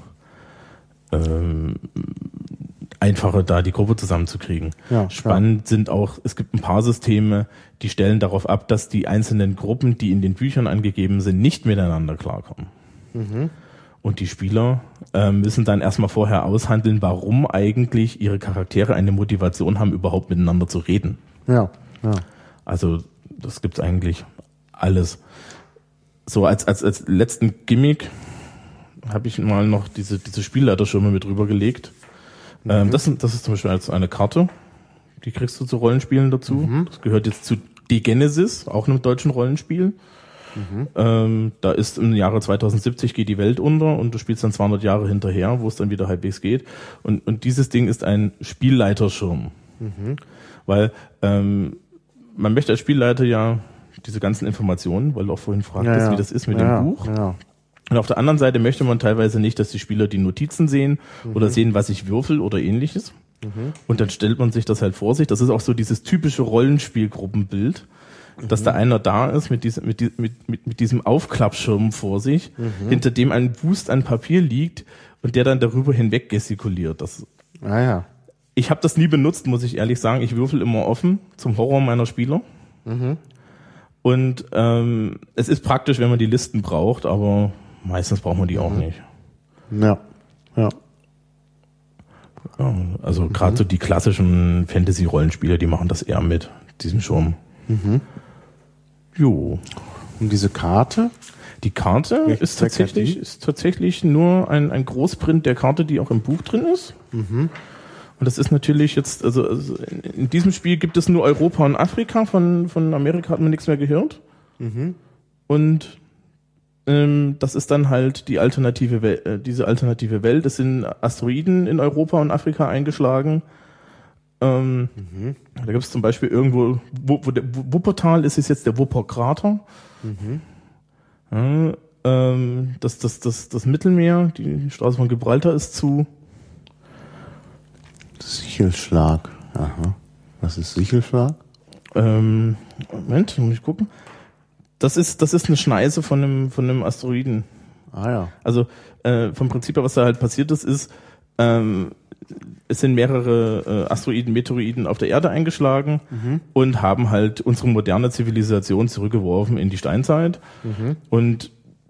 ähm, einfacher, da die Gruppe zusammenzukriegen. Ja, spannend klar. Sind auch, es gibt ein paar Systeme, die stellen darauf ab, dass die einzelnen Gruppen, die in den Büchern angegeben sind, nicht miteinander klarkommen. Mhm. Und die Spieler äh, müssen dann erstmal vorher aushandeln, warum eigentlich ihre Charaktere eine Motivation haben, überhaupt miteinander zu reden. Ja, ja. Also das gibt's eigentlich alles. So als als als letzten Gimmick habe ich mal noch diese diese Spielleiterschirme mit rübergelegt. Mhm. Ähm, das, das ist zum Beispiel als eine Karte, die kriegst du zu Rollenspielen dazu. Mhm. Das gehört jetzt zu Die Genesis, auch einem deutschen Rollenspiel. Mhm. Ähm, da ist im Jahre zweitausendsiebzig geht die Welt unter und du spielst dann zweihundert Jahre hinterher, wo es dann wieder halbwegs geht. Und, und dieses Ding ist ein Spielleiterschirm. Mhm. Weil ähm, man möchte als Spielleiter ja diese ganzen Informationen, weil du auch vorhin fragtest, ja, ja. wie das ist mit ja, dem Buch. Ja. Und auf der anderen Seite möchte man teilweise nicht, dass die Spieler die Notizen sehen mhm. oder sehen, was ich würfel oder ähnliches. Mhm. Und dann stellt man sich das halt vor sich. Das ist auch so dieses typische Rollenspielgruppenbild. Dass mhm. da einer da ist mit diesem, mit, mit, mit, mit diesem Aufklappschirm vor sich, mhm. hinter dem ein Wust an Papier liegt und der dann darüber hinweg gestikuliert. Das, ah, ja. Ich habe das nie benutzt, muss ich ehrlich sagen. Ich würfel immer offen zum Horror meiner Spieler. Mhm. Und ähm, es ist praktisch, wenn man die Listen braucht, aber meistens braucht man die mhm. auch nicht. Ja, ja. ja also mhm. gerade so die klassischen Fantasy-Rollenspieler, die machen das eher mit diesem Schirm. Mhm. Jo. Und diese Karte? Die Karte ist tatsächlich, ist tatsächlich nur ein, ein Großprint der Karte, die auch im Buch drin ist. Mhm. Und das ist natürlich jetzt, also, also in diesem Spiel gibt es nur Europa und Afrika, von, von Amerika hat man nichts mehr gehört. Mhm. Und ähm, das ist dann halt die alternative Welt, äh, diese alternative Welt. Es sind Asteroiden in Europa und Afrika eingeschlagen. Ähm, mhm. Da gibt es zum Beispiel irgendwo, wo, wo der Wuppertal ist, ist jetzt der Wupperkrater. Mhm. Ja, ähm, das, das, das, das Mittelmeer, die Straße von Gibraltar ist zu. Sichelschlag. Aha. Was ist Sichelschlag? Ähm, Moment, muss ich gucken. Das ist, das ist eine Schneise von einem, von einem Asteroiden. Ah ja. Also äh, vom Prinzip her, was da halt passiert ist, ist, ähm, es sind mehrere äh, Asteroiden, Meteoroiden auf der Erde eingeschlagen mhm. und haben halt unsere moderne Zivilisation zurückgeworfen in die Steinzeit. Mhm. Und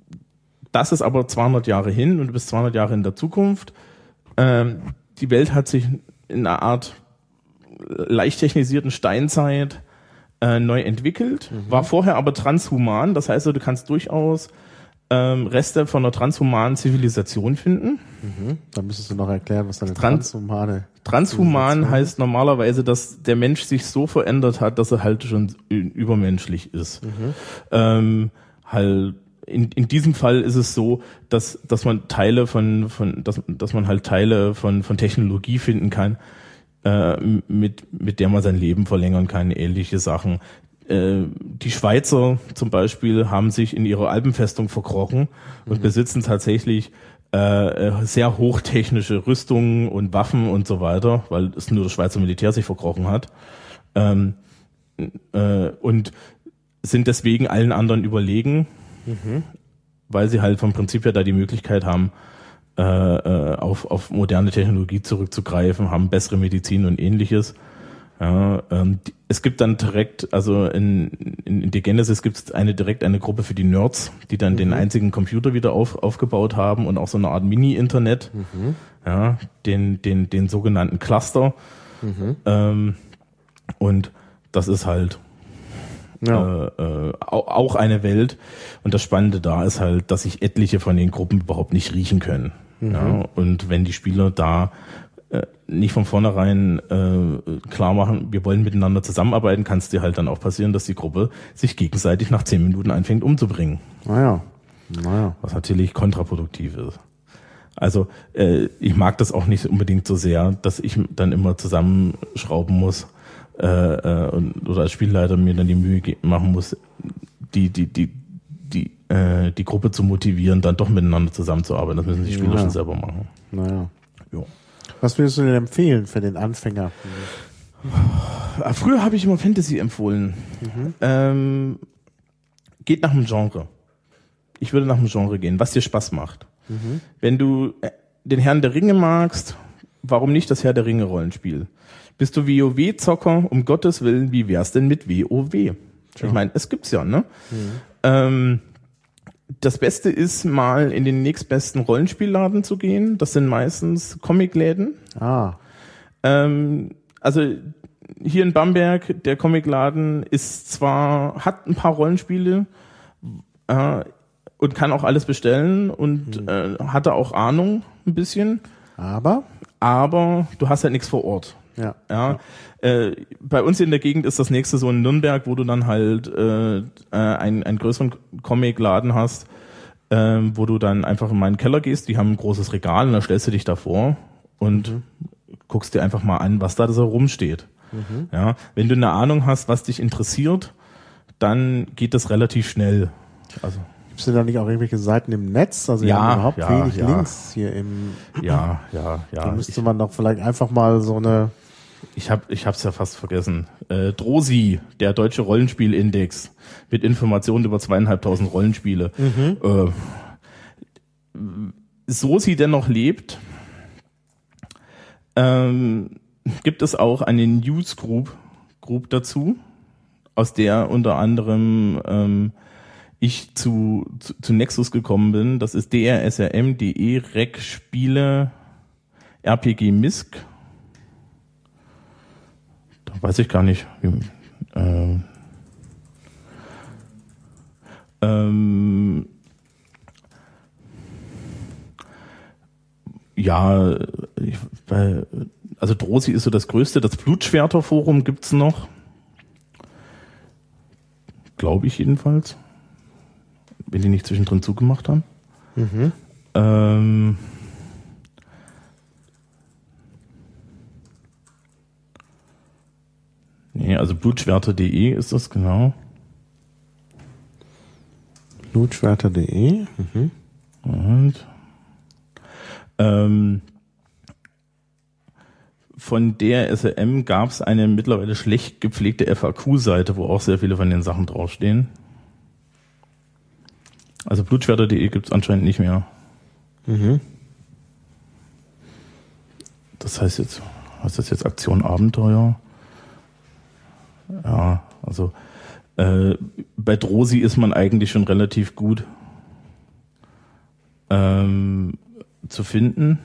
das ist aber zweihundert Jahre hin und du bist zweihundert Jahre in der Zukunft. Ähm, die Welt hat sich in einer Art leicht technisierten Steinzeit äh, neu entwickelt, mhm. war vorher aber transhuman. Das heißt, du kannst durchaus ähm, Reste von einer transhumanen Zivilisation finden. Mhm. Da müsstest du noch erklären, was eine Trans- transhumane Transhuman heißt normalerweise, dass der Mensch sich so verändert hat, dass er halt schon übermenschlich ist. Mhm. Ähm, halt in, in diesem Fall ist es so, dass dass man Teile von von dass dass man halt Teile von von Technologie finden kann, äh, mit mit der man sein Leben verlängern kann, ähnliche Sachen. Die Schweizer zum Beispiel haben sich in ihrer Alpenfestung verkrochen und mhm. besitzen tatsächlich äh, sehr hochtechnische Rüstungen und Waffen und so weiter, weil es nur das Schweizer Militär sich verkrochen hat. Ähm, äh, und sind deswegen allen anderen überlegen, mhm. weil sie halt vom Prinzip her da die Möglichkeit haben, äh, auf, auf moderne Technologie zurückzugreifen, haben bessere Medizin und ähnliches. Ja, ähm, die, es gibt dann direkt, also in, in, in der Genesis gibt es eine direkt eine Gruppe für die Nerds, die dann mhm. den einzigen Computer wieder auf, aufgebaut haben und auch so eine Art Mini-Internet, mhm. ja, den, den, den sogenannten Cluster. Mhm. Ähm, und das ist halt ja. äh, äh, auch eine Welt. Und das Spannende da ist halt, dass sich etliche von den Gruppen überhaupt nicht riechen können. Mhm. Ja, und wenn die Spieler da äh, nicht von vornherein äh, klar machen, wir wollen miteinander zusammenarbeiten, kann es dir halt dann auch passieren, dass die Gruppe sich gegenseitig nach zehn Minuten anfängt umzubringen. Naja, naja. Was natürlich kontraproduktiv ist. Also äh, ich mag das auch nicht unbedingt so sehr, dass ich dann immer zusammenschrauben muss äh, äh, und, oder als Spielleiter mir dann die Mühe ge- machen muss, die die die die äh, die Gruppe zu motivieren, dann doch miteinander zusammenzuarbeiten. Das müssen die Spieler ja. schon selber machen. Naja. Jo. Was würdest du denn empfehlen für den Anfänger? Früher habe ich immer Fantasy empfohlen. Mhm. Ähm, geht nach dem Genre. Ich würde nach dem Genre gehen, was dir Spaß macht. Mhm. Wenn du den Herrn der Ringe magst, warum nicht das Herr der Ringe Rollenspiel? Bist du WoW-Zocker? Um Gottes Willen, wie wär's denn mit WoW? Ja. Ich meine, es gibt's ja, ne? Mhm. Ähm, das Beste ist, mal in den nächstbesten Rollenspielladen zu gehen. Das sind meistens Comicläden. Ah. Ähm, also hier in Bamberg, der Comicladen ist zwar, hat ein paar Rollenspiele, äh, und kann auch alles bestellen und hm. äh, hatte auch Ahnung ein bisschen. Aber? Aber du hast halt nichts vor Ort. Ja. ja. ja. Äh, bei uns in der Gegend ist das nächste so in Nürnberg, wo du dann halt äh, einen, einen größeren Comicladen hast, äh, wo du dann einfach in meinen Keller gehst. Die haben ein großes Regal und da stellst du dich davor und mhm. guckst dir einfach mal an, was da so rumsteht. Mhm. Ja. Wenn du eine Ahnung hast, was dich interessiert, dann geht das relativ schnell. Also gibt es denn da nicht auch irgendwelche Seiten im Netz? Also ja, wir haben überhaupt ja, wenig ja. Links hier im. Ja, ja, ja. Da müsste man doch vielleicht einfach mal so eine. Ich habe, ich hab's ja fast vergessen. Äh, Drosi, der deutsche Rollenspielindex, mit Informationen über zweieinhalbtausend Rollenspiele. Mhm. Äh, so sie denn noch lebt, ähm, gibt es auch eine Newsgroup Group dazu, aus der unter anderem ähm, ich zu, zu, zu Nexus gekommen bin. Das ist D R S R M, D E, Rec, Spiele, R P G, M I S C. Da weiß ich gar nicht. Wie, äh, ähm, ja, ich, weil, also Drosi ist so das Größte. Das Blutschwerter-Forum gibt's noch. Glaube ich jedenfalls. Wenn die nicht zwischendrin zugemacht haben. Mhm. Ähm, nee, also blutschwerter punkt de ist das genau. blutschwerter punkt de. Mhm. Und ähm, von der S R M gab es eine mittlerweile schlecht gepflegte F A Q-Seite, wo auch sehr viele von den Sachen draufstehen. Also blutschwerter punkt de gibt es anscheinend nicht mehr. Mhm. Das heißt jetzt, was ist das jetzt? Aktion Abenteuer? Ja, also äh, bei Drosi ist man eigentlich schon relativ gut ähm, zu finden.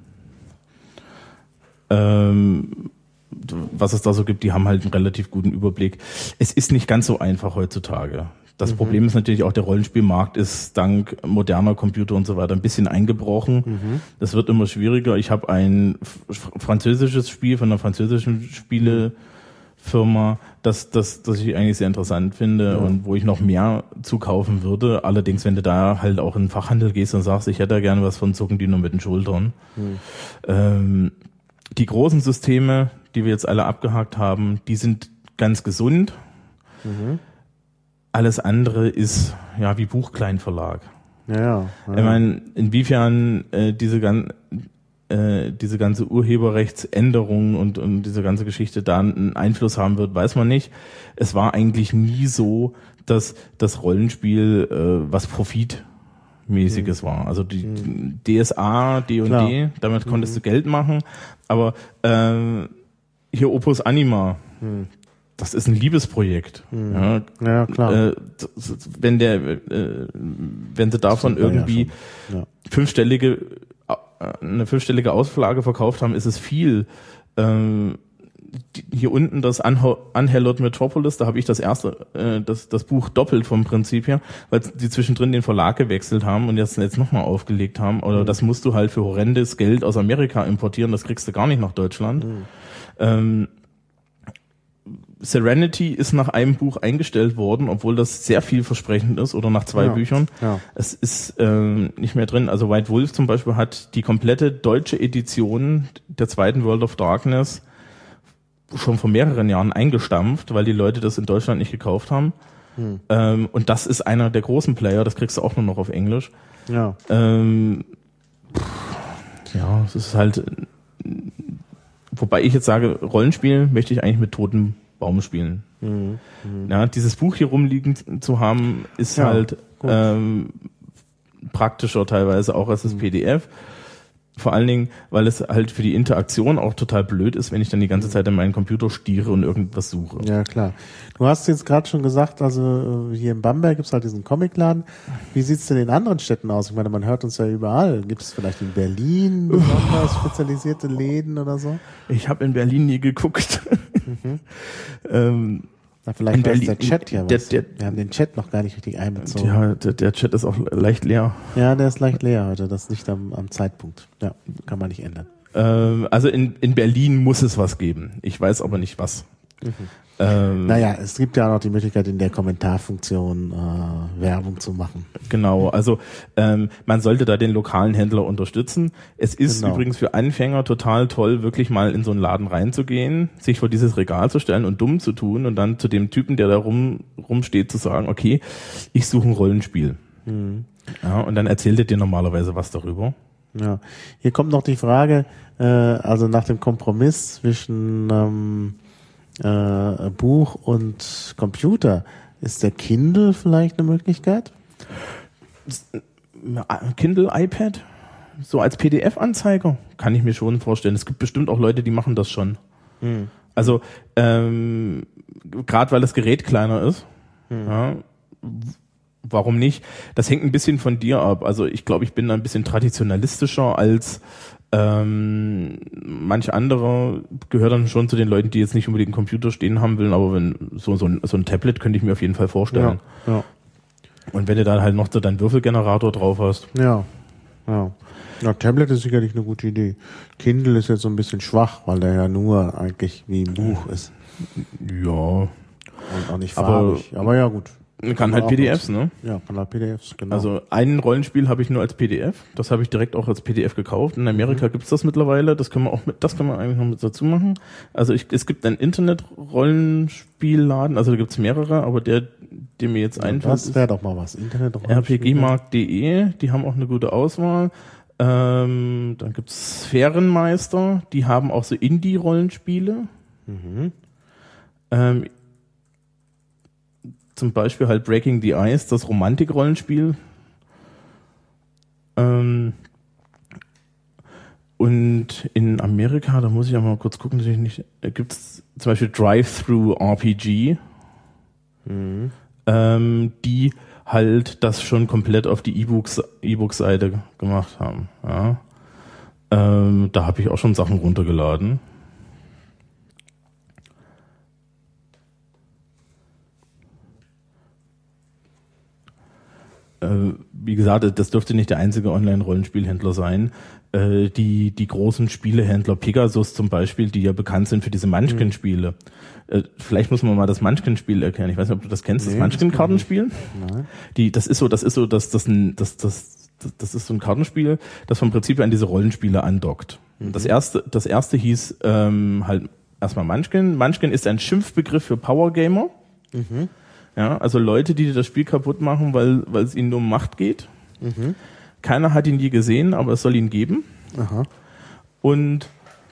Ähm, was es da so gibt, die haben halt einen relativ guten Überblick. Es ist nicht ganz so einfach heutzutage. Das mhm. Problem ist natürlich auch, der Rollenspielmarkt ist dank moderner Computer und so weiter ein bisschen eingebrochen. Mhm. Das wird immer schwieriger. Ich habe ein f- französisches Spiel von einer französischen Spielefirma, das, das, das ich eigentlich sehr interessant finde ja. und wo ich noch mehr zukaufen würde. Allerdings, wenn du da halt auch in den Fachhandel gehst und sagst, ich hätte da gerne was von, zucken die nur mit den Schultern. Mhm. Ähm, die großen Systeme, die wir jetzt alle abgehakt haben, die sind ganz gesund. Mhm. Alles andere ist ja wie Buchkleinverlag. Ja, ja. Ich meine, inwiefern äh, diese, gan- äh, diese ganze Urheberrechtsänderung und, und diese ganze Geschichte da einen Einfluss haben wird, weiß man nicht. Es war eigentlich nie so, dass das Rollenspiel äh, was Profitmäßiges mhm. war. Also die mhm. D S A, D und D, damit konntest mhm. du Geld machen. Aber äh, hier Opus Anima, mhm. das ist ein Liebesprojekt. Mhm. Ja, ja, klar. Äh, das, wenn der, äh, wenn sie davon irgendwie ja ja. fünfstellige, äh, eine fünfstellige Auslage verkauft haben, ist es viel. Ähm, die, hier unten das Unho- Unhallowed Metropolis, da habe ich das erste, äh, das, das Buch doppelt vom Prinzip her, weil die zwischendrin den Verlag gewechselt haben und jetzt, jetzt nochmal aufgelegt haben. Oder mhm. das musst du halt für horrendes Geld aus Amerika importieren, das kriegst du gar nicht nach Deutschland. Mhm. Ähm, Serenity ist nach einem Buch eingestellt worden, obwohl das sehr vielversprechend ist, oder nach zwei ja, Büchern. Ja. Es ist ähm, nicht mehr drin. Also White Wolf zum Beispiel hat die komplette deutsche Edition der zweiten World of Darkness schon vor mehreren Jahren eingestampft, weil die Leute das in Deutschland nicht gekauft haben. Hm. Ähm, und das ist einer der großen Player, das kriegst du auch nur noch auf Englisch. Ja, ähm, ja, es ist halt, wobei ich jetzt sage, Rollenspiel möchte ich eigentlich mit toten Baum spielen. Mhm. Mhm. Ja, dieses Buch hier rumliegen zu haben, ist ja, halt ähm, praktischer teilweise auch als das mhm. P D F. Vor allen Dingen, weil es halt für die Interaktion auch total blöd ist, wenn ich dann die ganze Zeit in meinen Computer stiere und irgendwas suche. Ja, klar. Du hast jetzt gerade schon gesagt, also hier in Bamberg gibt's halt diesen Comicladen. Wie sieht's denn in anderen Städten aus? Ich meine, man hört uns ja überall. Gibt es vielleicht in Berlin besonders spezialisierte Läden oder so? Ich habe in Berlin nie geguckt. Mhm. ähm, Na, vielleicht weiß der Chat ja was. Der, der, Wir haben den Chat noch gar nicht richtig einbezogen. Ja, der, der Chat ist auch leicht leer. Ja, der ist leicht leer heute. Das ist nicht am, am Zeitpunkt. Ja, kann man nicht ändern. Ähm, also in, in Berlin muss es was geben. Ich weiß aber nicht was. Mhm. Ähm, naja, es gibt ja auch noch die Möglichkeit, in der Kommentarfunktion äh, Werbung zu machen. Genau, also ähm, man sollte da den lokalen Händler unterstützen. Es ist genau. übrigens für Anfänger total toll, wirklich mal in so einen Laden reinzugehen, sich vor dieses Regal zu stellen und dumm zu tun und dann zu dem Typen, der da rum rumsteht, zu sagen, okay, ich suche ein Rollenspiel. Mhm. Ja, und dann erzählt er dir normalerweise was darüber. Ja, hier kommt noch die Frage, äh, also nach dem Kompromiss zwischen ähm, Äh, Buch und Computer. Ist der Kindle vielleicht eine Möglichkeit? Kindle, iPad? So als P D F-Anzeiger? Kann ich mir schon vorstellen. Es gibt bestimmt auch Leute, die machen das schon. Hm. Also, ähm, gerade weil das Gerät kleiner ist, hm. ja, warum nicht? Das hängt ein bisschen von dir ab. Also ich glaube, ich bin da ein bisschen traditionalistischer als Ähm, manch anderer gehört dann schon zu den Leuten, die jetzt nicht unbedingt einen Computer stehen haben wollen, aber wenn so, so, ein, so ein Tablet könnte ich mir auf jeden Fall vorstellen. Ja, ja. Und wenn du dann halt noch so deinen Würfelgenerator drauf hast. Ja, ja. Ja, Tablet ist sicherlich eine gute Idee. Kindle ist jetzt so ein bisschen schwach, weil der ja nur eigentlich wie ein Buch ist. Ja. Und auch nicht farbig. Aber, aber ja, gut. Kann halt P D Fs, ne? Ja, kann halt P D Fs, genau. Also ein Rollenspiel habe ich nur als P D F. Das habe ich direkt auch als P D F gekauft. In Amerika mhm. gibt's das mittlerweile. Das können wir auch mit, das können wir eigentlich noch mit dazu machen. Also ich, es gibt einen Internet-Rollenspielladen. Also da gibt's mehrere, aber der, der mir jetzt ja, einfällt, das wäre doch mal was. Internet R P G Markt punkt de. Die haben auch eine gute Auswahl. Ähm, dann gibt's Sphärenmeister. Die haben auch so Indie-Rollenspiele. Mhm. Ähm, Zum Beispiel halt Breaking the Ice, das Romantik-Rollenspiel. Ähm und in Amerika, da muss ich ja mal kurz gucken, dass ich nicht, gibt es zum Beispiel Drive-Thru R P G, mhm. ähm, die halt das schon komplett auf die E-Books, E-Book-Seite gemacht haben. Ja. Ähm, da habe ich auch schon Sachen runtergeladen. Wie gesagt, das dürfte nicht der einzige Online-Rollenspielhändler sein. Die, die großen Spielehändler, Pegasus zum Beispiel, die ja bekannt sind für diese Munchkin-Spiele. Mhm. Vielleicht muss man mal das Munchkin-Spiel erklären. Ich weiß nicht, ob du das kennst, nee, das Munchkin-Kartenspiel. Nein. Die, das ist so, das ist so, das, das, das, das, das ist so ein Kartenspiel, das vom Prinzip an diese Rollenspiele andockt. Mhm. Das erste, das erste hieß ähm, halt erstmal Munchkin. Munchkin ist ein Schimpfbegriff für Powergamer. Mhm. Ja, also Leute, die das Spiel kaputt machen, weil, weil es ihnen um Macht geht. Mhm. Keiner hat ihn je gesehen, aber es soll ihn geben. Aha. Und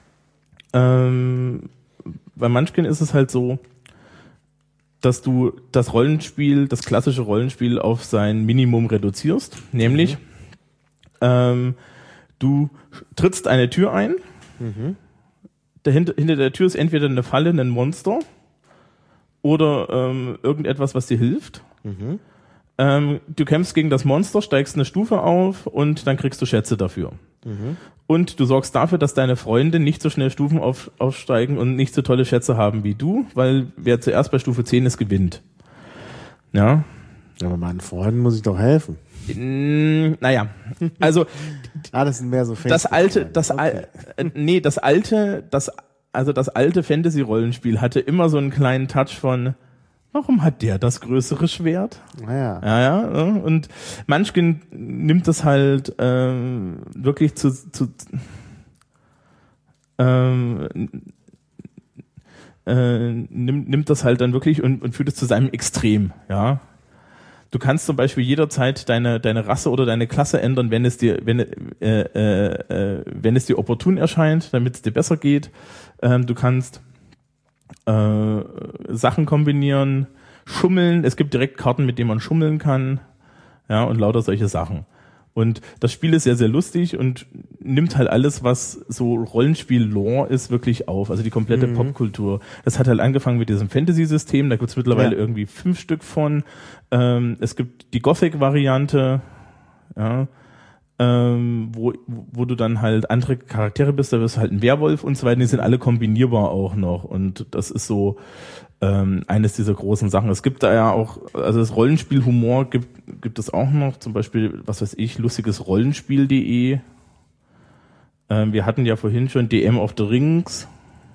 ähm, bei Munchkin ist es halt so, dass du das Rollenspiel, das klassische Rollenspiel auf sein Minimum reduzierst. Nämlich, mhm. ähm, du trittst eine Tür ein. Mhm. Dahinter, hinter der Tür ist entweder eine Falle, ein Monster oder ähm, irgendetwas, was dir hilft. Mhm. Ähm, du kämpfst gegen das Monster, steigst eine Stufe auf und dann kriegst du Schätze dafür. Mhm. Und du sorgst dafür, dass deine Freunde nicht so schnell Stufen auf, aufsteigen und nicht so tolle Schätze haben wie du, weil wer zuerst bei Stufe zehn ist, gewinnt. Ja. Aber meinen Freunden muss ich doch helfen. N- naja, also ah, das sind mehr so das alte, das okay. al- äh, nee, das alte, das also das alte Fantasy-Rollenspiel hatte immer so einen kleinen Touch von, warum hat der das größere Schwert? Naja. Ja, ja, und Munchkin nimmt das halt ähm, wirklich zu, zu ähm, äh, nimmt, nimmt das halt dann wirklich und, und führt es zu seinem Extrem, ja. Du kannst zum Beispiel jederzeit deine deine Rasse oder deine Klasse ändern, wenn es dir wenn äh, äh, wenn es dir opportun erscheint, damit es dir besser geht. Ähm, du kannst äh, Sachen kombinieren, schummeln. Es gibt direkt Karten, mit denen man schummeln kann, ja, und lauter solche Sachen. Und das Spiel ist sehr, sehr lustig und nimmt halt alles, was so Rollenspiel-Lore ist, wirklich auf. Also die komplette mhm. Popkultur. Das hat halt angefangen mit diesem Fantasy-System. Da gibt's mittlerweile ja. irgendwie fünf Stück von. Ähm, es gibt die Gothic-Variante, ja, ähm, wo, wo du dann halt andere Charaktere bist. Da wirst du halt ein Werwolf und so weiter. Die sind alle kombinierbar auch noch. Und das ist so ähm, eines dieser großen Sachen. Es gibt da ja auch, also das Rollenspiel-Humor gibt gibt es auch noch, zum Beispiel, was weiß ich, lustiges Rollenspiel punkt de. Ähm, wir hatten ja vorhin schon D M of the Rings.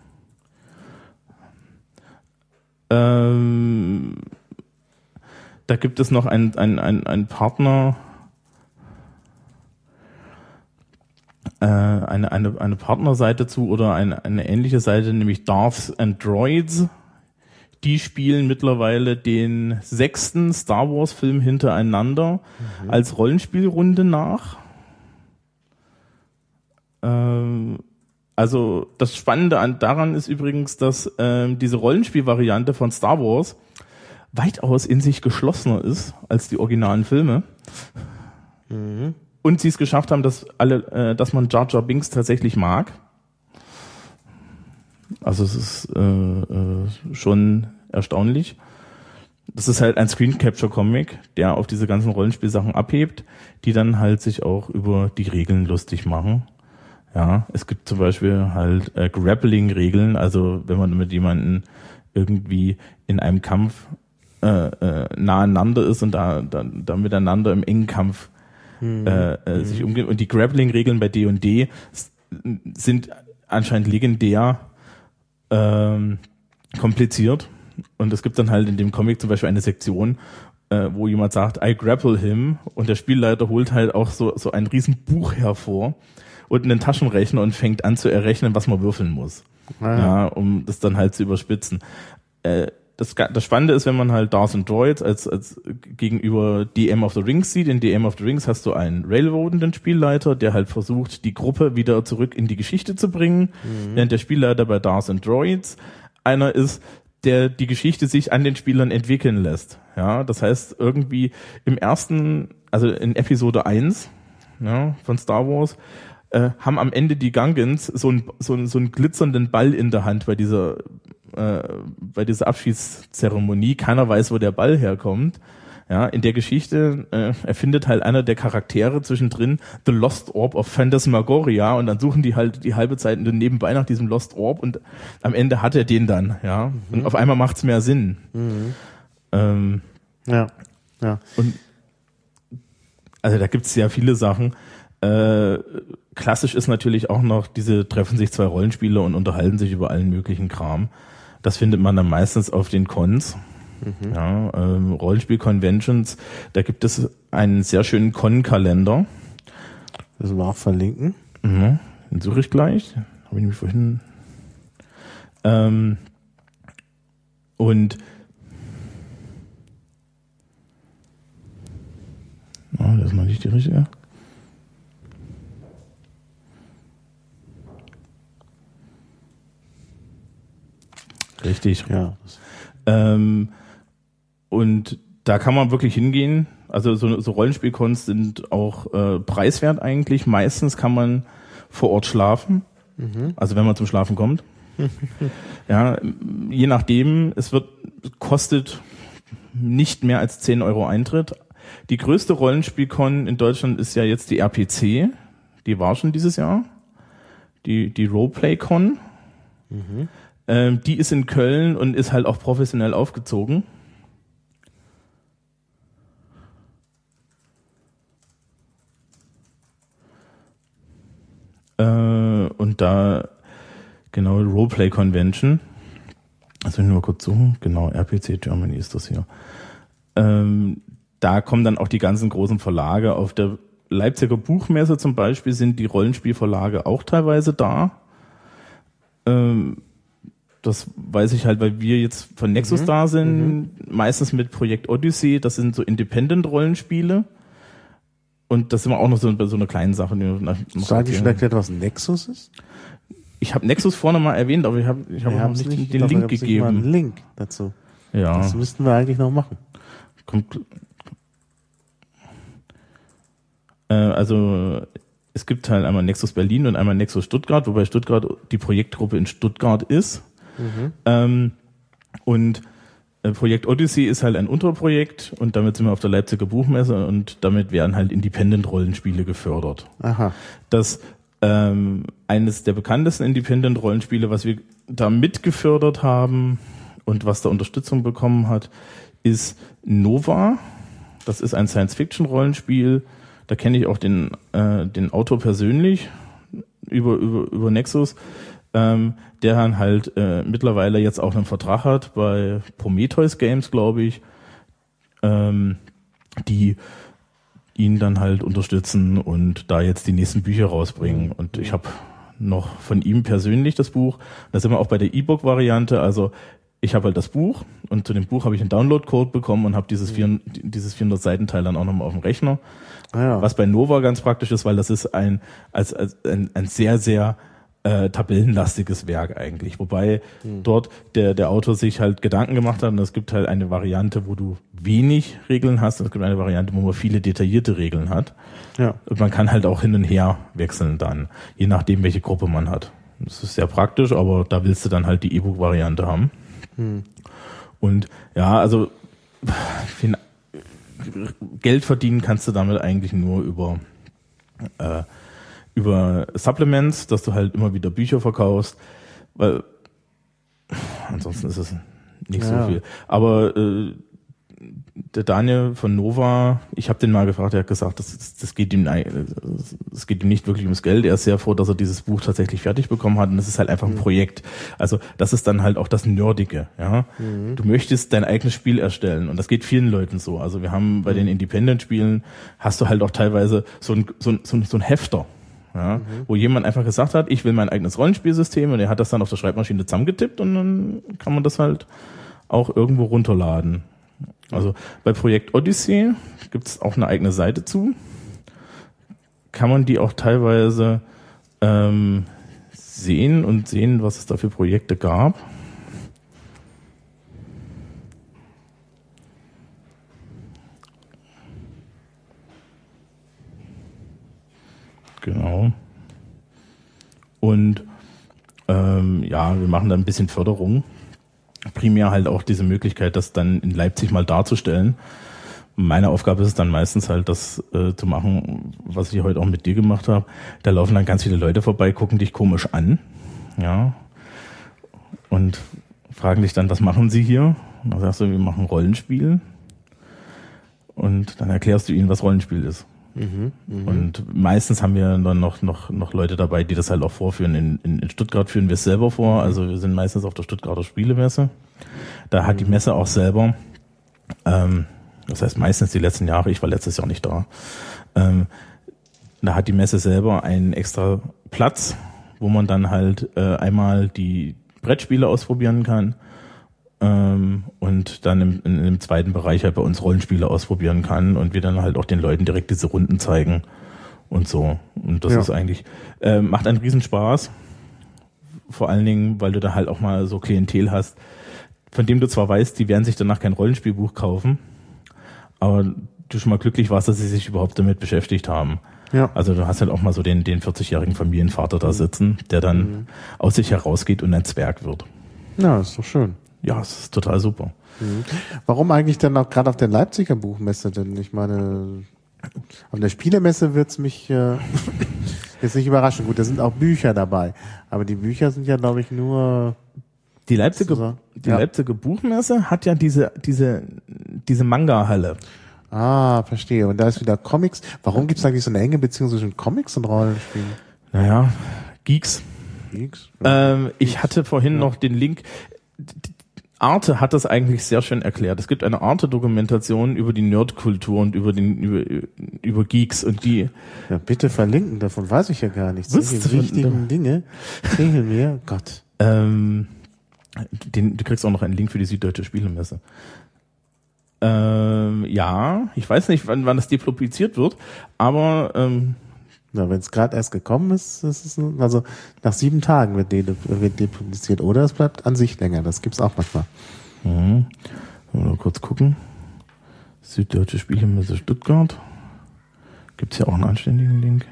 Ähm, da gibt es noch einen ein, ein, ein Partner, äh, eine, eine, eine Partnerseite zu oder eine, eine ähnliche Seite, nämlich Darths and Droids. Die spielen mittlerweile den sechsten Star Wars Film hintereinander mhm. als Rollenspielrunde nach. Ähm, also das Spannende an, daran ist übrigens, dass ähm, diese Rollenspielvariante von Star Wars weitaus in sich geschlossener ist als die originalen Filme. Mhm. Und sie es geschafft haben, dass alle, äh, dass man Jar Jar Binks tatsächlich mag. Also es ist äh, äh, schon erstaunlich. Das ist halt ein Screen Capture Comic, der auf diese ganzen Rollenspielsachen abhebt, die dann halt sich auch über die Regeln lustig machen. Ja, es gibt zum Beispiel halt äh, Grappling-Regeln, also wenn man mit jemandem irgendwie in einem Kampf äh, äh, nah aneinander ist und da, da, da miteinander im engen Kampf mhm. äh, äh, sich umgeht. Und die Grappling-Regeln bei D und D sind anscheinend legendär Ähm, kompliziert. Und es gibt dann halt in dem Comic zum Beispiel eine Sektion, äh, wo jemand sagt, I grapple him, und der Spielleiter holt halt auch so, so ein riesen Buch hervor und einen Taschenrechner und fängt an zu errechnen, was man würfeln muss. Ah. Ja, um das dann halt zu überspitzen. Äh, das, das Spannende ist, wenn man halt Darth and Droids als, als gegenüber D M of the Rings sieht. In D M of the Rings hast du einen railroadenden Spielleiter, der halt versucht, die Gruppe wieder zurück in die Geschichte zu bringen, mhm. während der Spielleiter bei Darth and Droids einer ist, der die Geschichte sich an den Spielern entwickeln lässt. Ja, das heißt, irgendwie im ersten, also in Episode eins, ja, von Star Wars, äh, haben am Ende die Gungans so einen so einen, so einen glitzernden Ball in der Hand bei dieser äh, bei dieser Abschiedszeremonie. Keiner weiß, wo der Ball herkommt. Ja, in der Geschichte äh, erfindet halt einer der Charaktere zwischendrin The Lost Orb of Phantasmagoria, und dann suchen die halt die halbe Zeit nebenbei nach diesem Lost Orb, und am Ende hat er den dann, ja. Mhm. Und auf einmal macht's mehr Sinn. Mhm. Ähm, ja, ja. Und also da gibt's ja viele Sachen. Äh, klassisch ist natürlich auch noch, diese treffen sich zwei Rollenspieler und unterhalten sich über allen möglichen Kram. Das findet man dann meistens auf den Cons. Mhm. Ja, ähm, Rollenspiel-Conventions, da gibt es einen sehr schönen Con-Kalender. Das wir auch verlinken. Mhm. Den suche ich gleich. Habe ich nämlich vorhin. Ähm, und oh, das ist noch nicht die richtige. Richtig. Ja. Ähm, und da kann man wirklich hingehen. Also so, so Rollenspielcons sind auch äh, preiswert eigentlich. Meistens kann man vor Ort schlafen. Mhm. Also wenn man zum Schlafen kommt. Ja, je nachdem, es wird, kostet nicht mehr als zehn Euro Eintritt. Die größte Rollenspielcon in Deutschland ist ja jetzt die R P C. Die war schon dieses Jahr. Die, die Roleplay-Con. Mhm. Ähm, die ist in Köln und ist halt auch professionell aufgezogen. Äh, und da, genau, Roleplay Convention. Also nur kurz suchen. Genau, R P C Germany ist das hier. Ähm, da kommen dann auch die ganzen großen Verlage. Auf der Leipziger Buchmesse zum Beispiel sind die Rollenspielverlage auch teilweise da. Ähm, das weiß ich halt, weil wir jetzt von Nexus mhm. da sind. Mhm. Meistens mit Projekt Odyssey. Das sind so Independent-Rollenspiele. Und das sind wir auch noch so bei so einer kleinen Sache. Hast du eigentlich schon erklärt, was Nexus ist? Ich habe Nexus vorne mal erwähnt, aber ich habe ich hab ja, nicht, nicht den Link gegeben. Nicht mal einen Link dazu. Ja. Das müssten wir eigentlich noch machen. Kommt, äh, also es gibt halt einmal Nexus Berlin und einmal Nexus Stuttgart, wobei Stuttgart die Projektgruppe in Stuttgart ist. Mhm. Ähm, und äh, Projekt Odyssey ist halt ein Unterprojekt und damit sind wir auf der Leipziger Buchmesse und damit werden halt Independent-Rollenspiele gefördert. Aha. Das ähm, eines der bekanntesten Independent-Rollenspiele, was wir da mitgefördert haben und was da Unterstützung bekommen hat, ist Nova. Das ist ein Science-Fiction-Rollenspiel. Da kenne ich auch den äh, den Autor persönlich über über über Nexus, ähm, der dann halt äh, mittlerweile jetzt auch einen Vertrag hat bei Prometheus Games, glaube ich, ähm, die ihn dann halt unterstützen und da jetzt die nächsten Bücher rausbringen. Und ich habe noch von ihm persönlich das Buch. Da sind wir auch bei der E-Book-Variante. Also ich habe halt das Buch und zu dem Buch habe ich einen Download-Code bekommen und habe dieses mhm. dieses vierhundert-Seiten-Teil dann auch nochmal auf dem Rechner. Ah ja. Was bei Nova ganz praktisch ist, weil das ist ein als, als ein, ein sehr, sehr äh, tabellenlastiges Werk eigentlich. Wobei mhm. dort der der Autor sich halt Gedanken gemacht hat und es gibt halt eine Variante, wo du wenig Regeln hast und es gibt eine Variante, wo man viele detaillierte Regeln hat. Ja. Und man kann halt auch hin und her wechseln dann, je nachdem, welche Gruppe man hat. Das ist sehr praktisch, aber da willst du dann halt die E-Book-Variante haben. Mhm. Und ja, also fin- Geld verdienen kannst du damit eigentlich nur über äh, über Supplements, dass du halt immer wieder Bücher verkaufst, weil ansonsten ist es nicht ja. so viel. Aber äh, der Daniel von Nova, ich habe den mal gefragt, er hat gesagt, das, das geht ihm das geht ihm nicht wirklich ums Geld. Er ist sehr froh, dass er dieses Buch tatsächlich fertig bekommen hat und das ist halt einfach ein mhm. Projekt. Also das ist dann halt auch das Nerdige. Ja, mhm. Du möchtest dein eigenes Spiel erstellen und das geht vielen Leuten so. Also wir haben bei mhm. den Independent-Spielen hast du halt auch teilweise so ein so ein, so ein, so ein Hefter. Ja, mhm. wo jemand einfach gesagt hat, ich will mein eigenes Rollenspielsystem und er hat das dann auf der Schreibmaschine zusammengetippt und dann kann man das halt auch irgendwo runterladen. Also bei Projekt Odyssey gibt es auch eine eigene Seite zu. Kann man die auch teilweise ähm, sehen und sehen, was es da für Projekte gab. Genau. Und ähm, ja, wir machen da ein bisschen Förderung. Primär halt auch diese Möglichkeit, das dann in Leipzig mal darzustellen. Meine Aufgabe ist es dann meistens halt, das äh, zu machen, was ich heute auch mit dir gemacht habe. Da laufen dann ganz viele Leute vorbei, gucken dich komisch an, ja, und fragen dich dann, was machen sie hier? Und dann sagst du, wir machen Rollenspiel. Und dann erklärst du ihnen, was Rollenspiel ist. Mhm, mh. Und meistens haben wir dann noch, noch, noch Leute dabei, die das halt auch vorführen. In, in, in Stuttgart führen wir es selber vor. Also wir sind meistens auf der Stuttgarter Spielemesse. Da hat mhm. die Messe auch selber, ähm, das heißt meistens die letzten Jahre, ich war letztes Jahr nicht da, ähm, da hat die Messe selber einen extra Platz, wo man dann halt äh, einmal die Brettspiele ausprobieren kann. Ähm, und dann im, in, im zweiten Bereich halt bei uns Rollenspiele ausprobieren kann und wir dann halt auch den Leuten direkt diese Runden zeigen und so. Und das ja. ist eigentlich, äh, macht einen Riesenspaß. Vor allen Dingen, weil du da halt auch mal so Klientel hast, von dem du zwar weißt, die werden sich danach kein Rollenspielbuch kaufen, aber du schon mal glücklich warst, dass sie sich überhaupt damit beschäftigt haben. Ja. Also du hast halt auch mal so den, den vierzig-jährigen Familienvater da sitzen, der dann mhm. aus sich herausgeht und ein Zwerg wird. Ja, ist doch schön. Ja, es ist total super. Mhm. Warum eigentlich dann auch gerade auf der Leipziger Buchmesse denn? Ich meine, auf der Spielemesse wird's mich äh, Jetzt nicht überraschend. Gut, da sind auch Bücher dabei. Aber die Bücher sind ja, glaube ich, nur... Die Leipziger, die ja. Leipziger Buchmesse hat ja diese, diese, diese Manga-Halle. Ah, verstehe. Und da ist wieder Comics. Warum gibt es eigentlich so eine enge Beziehung zwischen Comics und Rollenspielen? Naja, Geeks. Geeks? Ja. Ähm, ich hatte vorhin ja. noch den Link. Arte hat das eigentlich sehr schön erklärt. Es gibt eine Arte-Dokumentation über die Nerdkultur und über den über, über Geeks und die. Ja, bitte verlinken. Davon weiß ich ja gar nichts. Die wichtigen Dinge regeln mir. Gott. Ähm, den, du kriegst auch noch einen Link für die Süddeutsche Spielemesse. Ähm, ja, ich weiß nicht, wann, wann das depubliziert wird, aber ähm, ja, wenn es gerade erst gekommen ist, ist es ein, also nach sieben Tagen wird, de, wird depubliziert oder es bleibt an sich länger. Das gibt's auch manchmal. Mhm. Mal kurz gucken. Süddeutsche Spielemesse Stuttgart. Gibt's hier auch einen anständigen Link?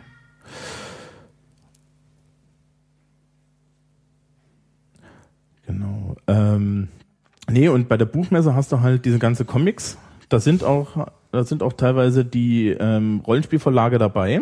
Genau. Ähm, nee, und bei der Buchmesse hast du halt diese ganze Comics. Da sind auch, da sind auch teilweise die ähm, Rollenspielverlage dabei.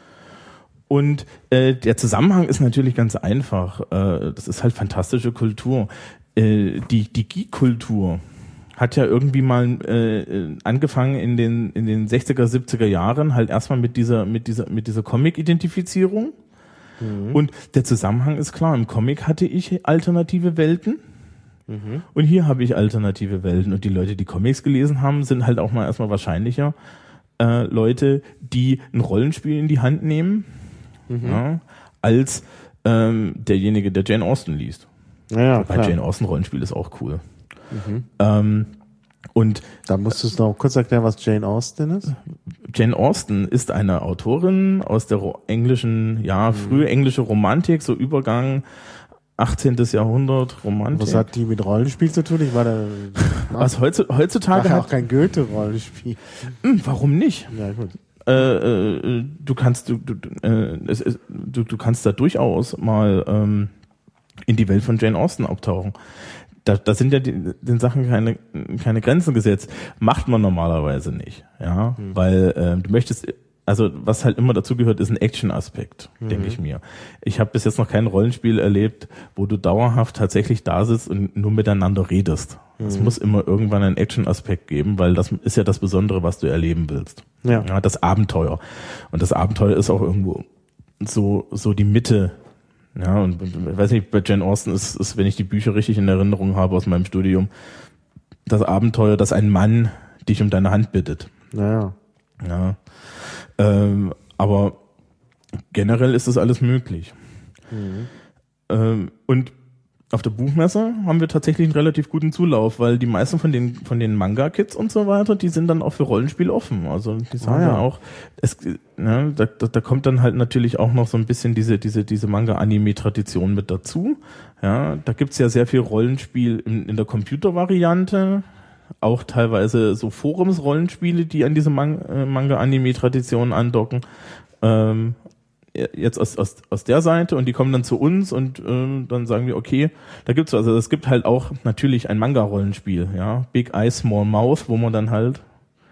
Und äh, der Zusammenhang ist natürlich ganz einfach. Äh, das ist halt fantastische Kultur. Äh, die die Geek-Kultur hat ja irgendwie mal äh, angefangen in den in den sechziger, siebziger Jahren halt erstmal mit dieser mit dieser mit dieser Comic-Identifizierung. Mhm. Und der Zusammenhang ist klar. Im Comic hatte ich alternative Welten. Mhm. Und hier habe ich alternative Welten. Und die Leute, die Comics gelesen haben, sind halt auch mal erstmal wahrscheinlicher äh, Leute, die ein Rollenspiel in die Hand nehmen, mhm. ja, als ähm, derjenige, der Jane Austen liest. Ja, Bei Jane Austen Rollenspiel ist auch cool. Mhm. Ähm, und da musstest du noch kurz erklären, was Jane Austen ist. Jane Austen ist eine Autorin aus der englischen, ja, mhm. frühe englische Romantik, so Übergang achtzehntes Jahrhundert Romantik. Was hat die mit Rollenspiel zu tun? Ich war da. Was heutzutage hat auch kein Goethe-Rollenspiel. Hm, warum nicht? Ja, gut. Äh, äh, du kannst du du, äh, es ist, du du kannst da durchaus mal ähm, in die Welt von Jane Austen abtauchen. Da, da sind ja die, den Sachen keine keine Grenzen gesetzt. Macht man normalerweise nicht, ja, hm. weil äh, du möchtest, also was halt immer dazu gehört, ist ein Action-Aspekt, mhm. denke ich mir. Ich habe bis jetzt noch kein Rollenspiel erlebt, wo du dauerhaft tatsächlich da sitzt und nur miteinander redest. Mhm. Es muss immer irgendwann einen Action-Aspekt geben, weil das ist ja das Besondere, was du erleben willst. Ja. Ja, das Abenteuer. Und das Abenteuer ist auch irgendwo so so die Mitte. Ja, und ich weiß nicht, bei Jane Austen ist, ist, wenn ich die Bücher richtig in Erinnerung habe aus meinem Studium, das Abenteuer, dass ein Mann dich um deine Hand bittet. Naja. Ja. Ähm, aber generell ist das alles möglich. Mhm. Ähm, und auf der Buchmesse haben wir tatsächlich einen relativ guten Zulauf, weil die meisten von den von den Manga-Kids und so weiter, die sind dann auch für Rollenspiel offen. Also die sagen ah, ja. dann auch, es, ne, da, da, da kommt dann halt natürlich auch noch so ein bisschen diese diese diese Manga-Anime-Tradition mit dazu. Ja, da gibt's ja sehr viel Rollenspiel in, in der Computervariante, auch teilweise so Forums-Rollenspiele, die an diese Man- äh, Manga-Anime-Tradition andocken. Ähm, jetzt aus, aus, aus der Seite und die kommen dann zu uns und ähm, dann sagen wir, okay, da gibt's also es gibt halt auch natürlich ein Manga-Rollenspiel, ja, Big Eye, Small Mouth, wo man dann halt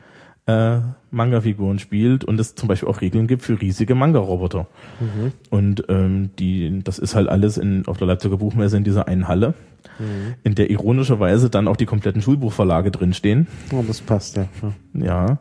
äh, Manga-Figuren spielt und es zum Beispiel auch Regeln gibt für riesige Manga-Roboter. Mhm. Und ähm, die, das ist halt alles in auf der Leipziger Buchmesse in dieser einen Halle, mhm. in der ironischerweise dann auch die kompletten Schulbuchverlage drinstehen. Oh, das passt, ja. Ja.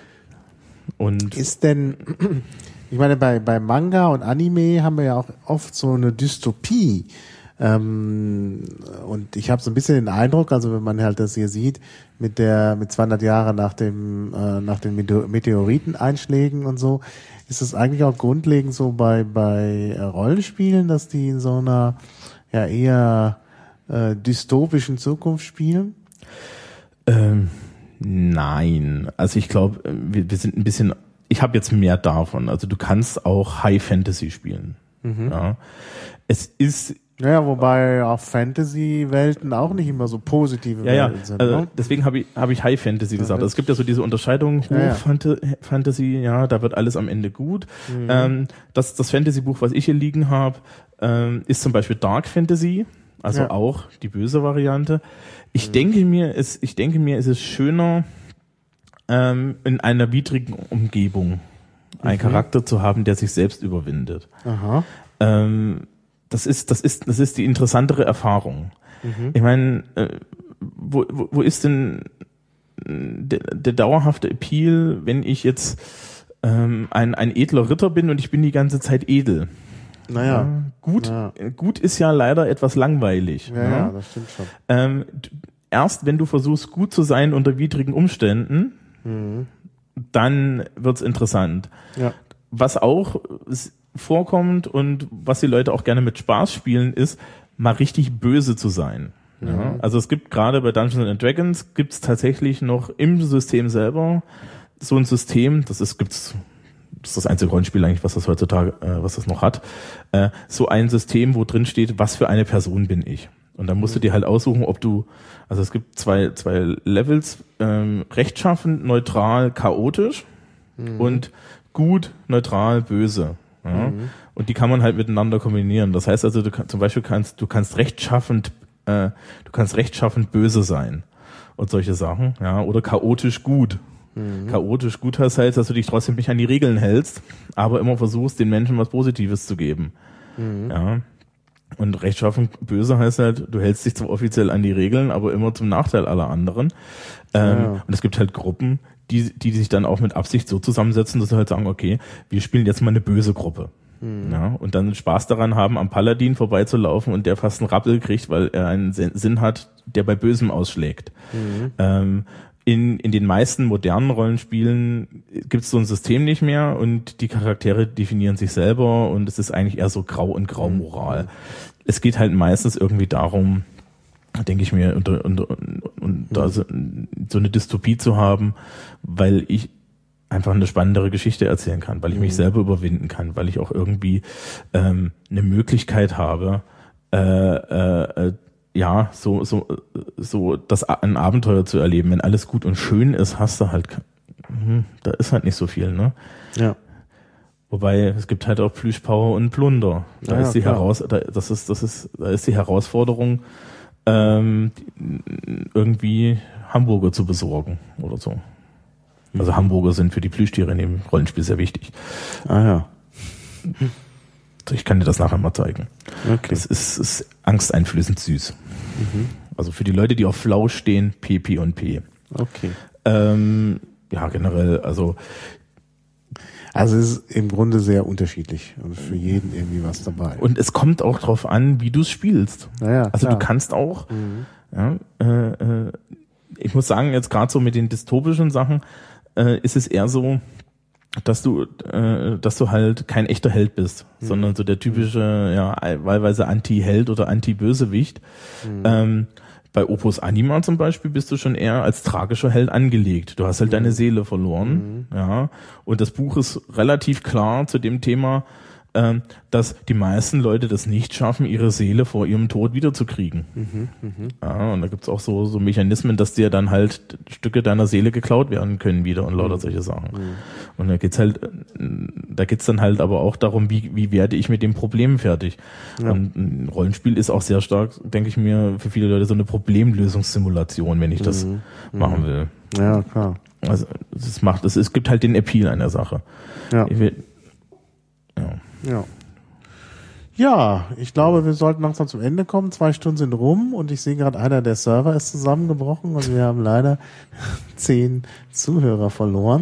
Und ist denn ich meine, bei, bei Manga und Anime haben wir ja auch oft so eine Dystopie. Ähm, und ich habe so ein bisschen den Eindruck, also wenn man halt das hier sieht, mit der mit zweihundert Jahre nach dem äh, nach den Meteoriteneinschlägen und so, ist es eigentlich auch grundlegend so bei bei äh, Rollenspielen, dass die in so einer ja eher äh, dystopischen Zukunft spielen? Ähm, nein, also ich glaube, wir, wir sind ein bisschen. Ich habe jetzt mehr davon. Also du kannst auch High Fantasy spielen. Mhm. Ja. Es ist ja, wobei auch Fantasy-Welten auch nicht immer so positive ja, Welten ja. sind. Also ne? Deswegen habe ich habe ich High Fantasy ja, gesagt. Es gibt ja so diese Unterscheidung Hoch ja, ja. Fantasy, ja, da wird alles am Ende gut. Mhm. Ähm, das das Fantasy-Buch, was ich hier liegen habe, ähm, ist zum Beispiel Dark Fantasy, also ja. auch die böse Variante. Ich mhm. denke mir, es ich denke mir, es ist schöner in einer widrigen Umgebung einen Mhm. Charakter zu haben, der sich selbst überwindet. Aha. Ähm, das ist, das ist, das ist die interessantere Erfahrung. Mhm. Ich meine, äh, wo, wo, wo ist denn der, der dauerhafte Appeal, wenn ich jetzt ähm, ein, ein edler Ritter bin und ich bin die ganze Zeit edel? Naja. Ja, gut, Ja. gut ist ja leider etwas langweilig. Ja, ne? ja, das stimmt schon. Ähm, d- erst wenn du versuchst, gut zu sein unter widrigen Umständen, Mhm. dann wird's interessant. Ja. Was auch s- vorkommt und was die Leute auch gerne mit Spaß spielen, ist, mal richtig böse zu sein. Ja, also es gibt gerade bei Dungeons and Dragons gibt's tatsächlich noch im System selber so ein System, das ist gibt's das ist das einzige Rollenspiel eigentlich, was das heutzutage, äh, was das noch hat, äh, so ein System, wo drin steht, was für eine Person bin ich. Und dann musst du dir halt aussuchen, ob du, also es gibt zwei zwei Levels, ähm, rechtschaffend, neutral, chaotisch und gut, neutral, böse. Ja? Und die kann man halt miteinander kombinieren. Das heißt also, du kann, zum Beispiel kannst du kannst rechtschaffend, äh, du kannst rechtschaffend böse sein und solche Sachen, ja, oder chaotisch gut. Chaotisch gut heißt halt, dass du dich trotzdem nicht an die Regeln hältst, aber immer versuchst, den Menschen was Positives zu geben. Ja. Und rechtschaffend böse heißt halt, du hältst dich zwar offiziell an die Regeln, aber immer zum Nachteil aller anderen. Ähm, Ja. Und es gibt halt Gruppen, die, die sich dann auch mit Absicht so zusammensetzen, dass sie halt sagen, okay, wir spielen jetzt mal eine böse Gruppe. Ja, und dann Spaß daran haben, am Paladin vorbeizulaufen und der fast einen Rappel kriegt, weil er einen Sinn hat, der bei Bösem ausschlägt. Ähm, in, in den meisten modernen Rollenspielen gibt es so ein System nicht mehr und die Charaktere definieren sich selber und es ist eigentlich eher so Grau- und Graumoral. Es geht halt meistens irgendwie darum, denke ich mir, und, und, und, und da so, so eine Dystopie zu haben, weil ich einfach eine spannendere Geschichte erzählen kann, weil ich mich selber überwinden kann, weil ich auch irgendwie ähm, eine Möglichkeit habe, äh, äh, äh, ja, so so so das ein Abenteuer zu erleben. Wenn alles gut und schön ist, hast du halt, hm, da ist halt nicht so viel, ne? Ja. Wobei es gibt halt auch Plüschpower und Plunder. Da Ja, ist die klar. heraus, da, das ist das ist da ist die Herausforderung, ähm, die- irgendwie Hamburger zu besorgen oder so. Also Hamburger sind für die Plüschtiere in dem Rollenspiel sehr wichtig. Ah ja. Ich kann dir das nachher mal zeigen. Okay. Das ist, ist angsteinflößend süß. Also für die Leute, die auf Flau stehen, P, P und P. Okay. Ähm, ja, generell, also Also es ist im Grunde sehr unterschiedlich und für jeden irgendwie was dabei. und es kommt auch drauf an, wie du es spielst. Naja, Also klar. du kannst auch, ja, äh, äh, ich muss sagen, jetzt gerade so mit den dystopischen Sachen äh, ist es eher so, dass du, äh, dass du halt kein echter Held bist, Mhm. sondern so der typische, ja, wahlweise Anti-Held oder Anti-Bösewicht. Mhm. Ähm, bei Opus Anima zum Beispiel bist du schon eher als tragischer Held angelegt. Du hast halt Mhm. deine Seele verloren, ja. Und das Buch ist relativ klar zu dem Thema, ähm, dass die meisten Leute das nicht schaffen, ihre Seele vor ihrem Tod wiederzukriegen. Ja, und da gibt's auch so, so Mechanismen, dass dir dann halt Stücke deiner Seele geklaut werden können wieder und lauter solche Sachen. Und da geht's halt, äh, da geht's dann halt aber auch darum, wie, wie werde ich mit dem Problem fertig. Ja. Und ein Rollenspiel ist auch sehr stark, denke ich mir, für viele Leute so eine Problemlösungssimulation, wenn ich das machen will. Ja, klar. Also es macht, es, es gibt halt den Appeal an der Sache. Ja. Ich will, ja. Ja. Ja, ich glaube, wir sollten langsam zum Ende kommen. Zwei Stunden sind rum und ich sehe gerade, einer der Server ist zusammengebrochen und wir haben leider zehn Zuhörer verloren.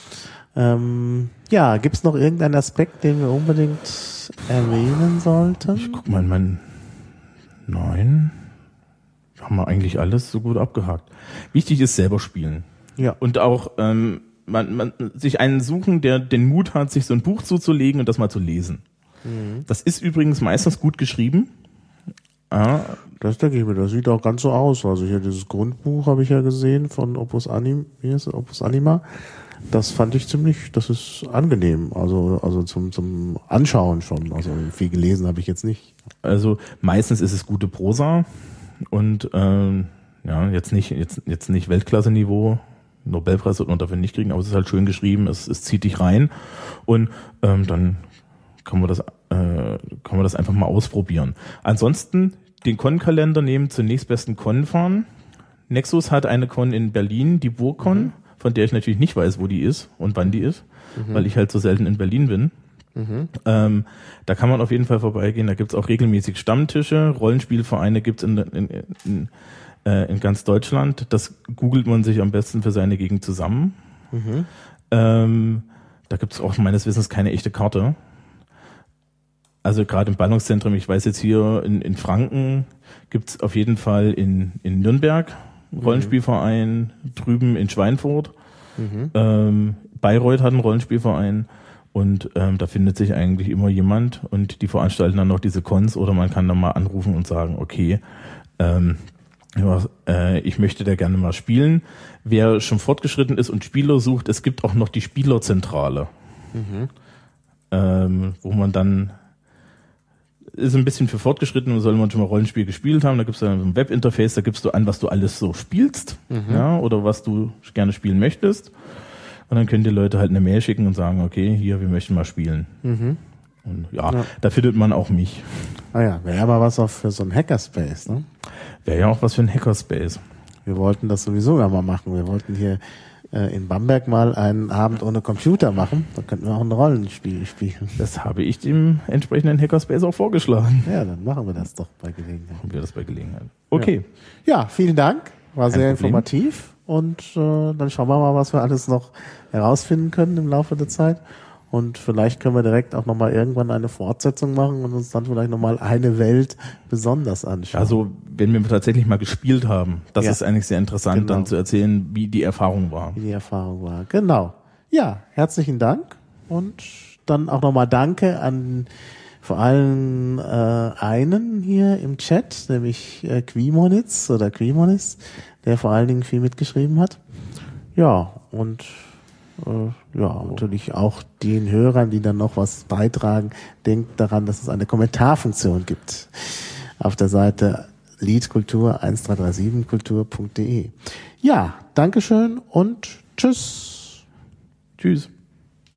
Ähm, ja, gibt's noch irgendeinen Aspekt, den wir unbedingt erwähnen sollten? Ich guck mal in meinen, nein, haben wir eigentlich alles so gut abgehakt. Wichtig ist selber spielen. Ja. Und auch ähm, man, man, sich einen suchen, der den Mut hat, sich so ein Buch zuzulegen und das mal zu lesen. Das ist übrigens meistens gut geschrieben. Ja, Das denke ich mir, das sieht auch ganz so aus. Also hier dieses Grundbuch habe ich ja gesehen von Opus Anim, wie heißt es, Opus Anima. Das fand ich ziemlich, das ist angenehm. Also, also zum, zum Anschauen schon. Also viel gelesen habe ich jetzt nicht. also meistens ist es gute Prosa und ähm, ja, jetzt nicht, jetzt, jetzt nicht Weltklasse-Niveau. Nobelpreis wird man dafür nicht kriegen, aber es ist halt schön geschrieben, es, es zieht dich rein und ähm, dann kann man das, äh, kann man das einfach mal ausprobieren. Ansonsten den Con-Kalender nehmen, zur nächstbesten Con fahren. Nexus hat eine Con in Berlin, die BurgCon. von der ich natürlich nicht weiß, wo die ist und wann die ist, mhm. weil ich halt so selten in Berlin bin. Mhm. Ähm, da kann man auf jeden Fall vorbeigehen. Da gibt's auch regelmäßig Stammtische. Rollenspielvereine gibt's in, in, in, äh, in ganz Deutschland. Das googelt man sich am besten für seine Gegend zusammen. Mhm. Ähm, da gibt's auch meines Wissens keine echte Karte. Also gerade im Ballungszentrum, ich weiß jetzt hier in, in Franken gibt's auf jeden Fall in, in Nürnberg einen Rollenspielverein, mhm. drüben in Schweinfurt. Mhm. Ähm, Bayreuth hat einen Rollenspielverein und ähm, da findet sich eigentlich immer jemand und die veranstalten dann noch diese Cons oder man kann dann mal anrufen und sagen, okay, ähm, ja, äh, ich möchte da gerne mal spielen. Wer schon fortgeschritten ist und Spieler sucht, es gibt auch noch die Spielerzentrale, mhm. ähm, wo man dann ist ein bisschen für Fortgeschrittene, soll man schon mal Rollenspiel gespielt haben, da gibt es dann ein Webinterface, da gibst du an, was du alles so spielst, mhm. ja, oder was du gerne spielen möchtest. Und dann können die Leute halt eine Mail schicken und sagen, okay, hier, wir möchten mal spielen. Mhm. Und ja, ja, da findet man auch mich. Ah ja, wäre aber was auch für so ein Hackerspace, ne? Wäre ja auch was für ein Hackerspace. Wir wollten das sowieso mal machen. Wir wollten hier äh, in Bamberg mal einen Abend ohne Computer machen. Da könnten wir auch ein Rollenspiel spielen. Das habe ich dem entsprechenden Hackerspace auch vorgeschlagen. Ja, dann machen wir das doch bei Gelegenheit. Machen wir das bei Gelegenheit. Okay. Ja, ja, vielen Dank. War Kein sehr Problem. informativ. Und äh, dann schauen wir mal, was wir alles noch herausfinden können im Laufe der Zeit. Und vielleicht können wir direkt auch nochmal irgendwann eine Fortsetzung machen und uns dann vielleicht nochmal eine Welt besonders anschauen. Also wenn wir tatsächlich mal gespielt haben, das ja. ist eigentlich sehr interessant, genau. dann zu erzählen, wie die Erfahrung war. Wie die Erfahrung war, genau. Ja, herzlichen Dank und dann auch nochmal Danke an vor allem äh, einen hier im Chat, nämlich äh, Quimonitz oder Quimonitz, der vor allen Dingen viel mitgeschrieben hat. Ja, und äh, ja, oh. natürlich auch den Hörern, die dann noch was beitragen, denkt daran, dass es eine Kommentarfunktion gibt auf der Seite leadkultur eins drei drei sieben kultur punkt de. Ja, Dankeschön und tschüss. Tschüss.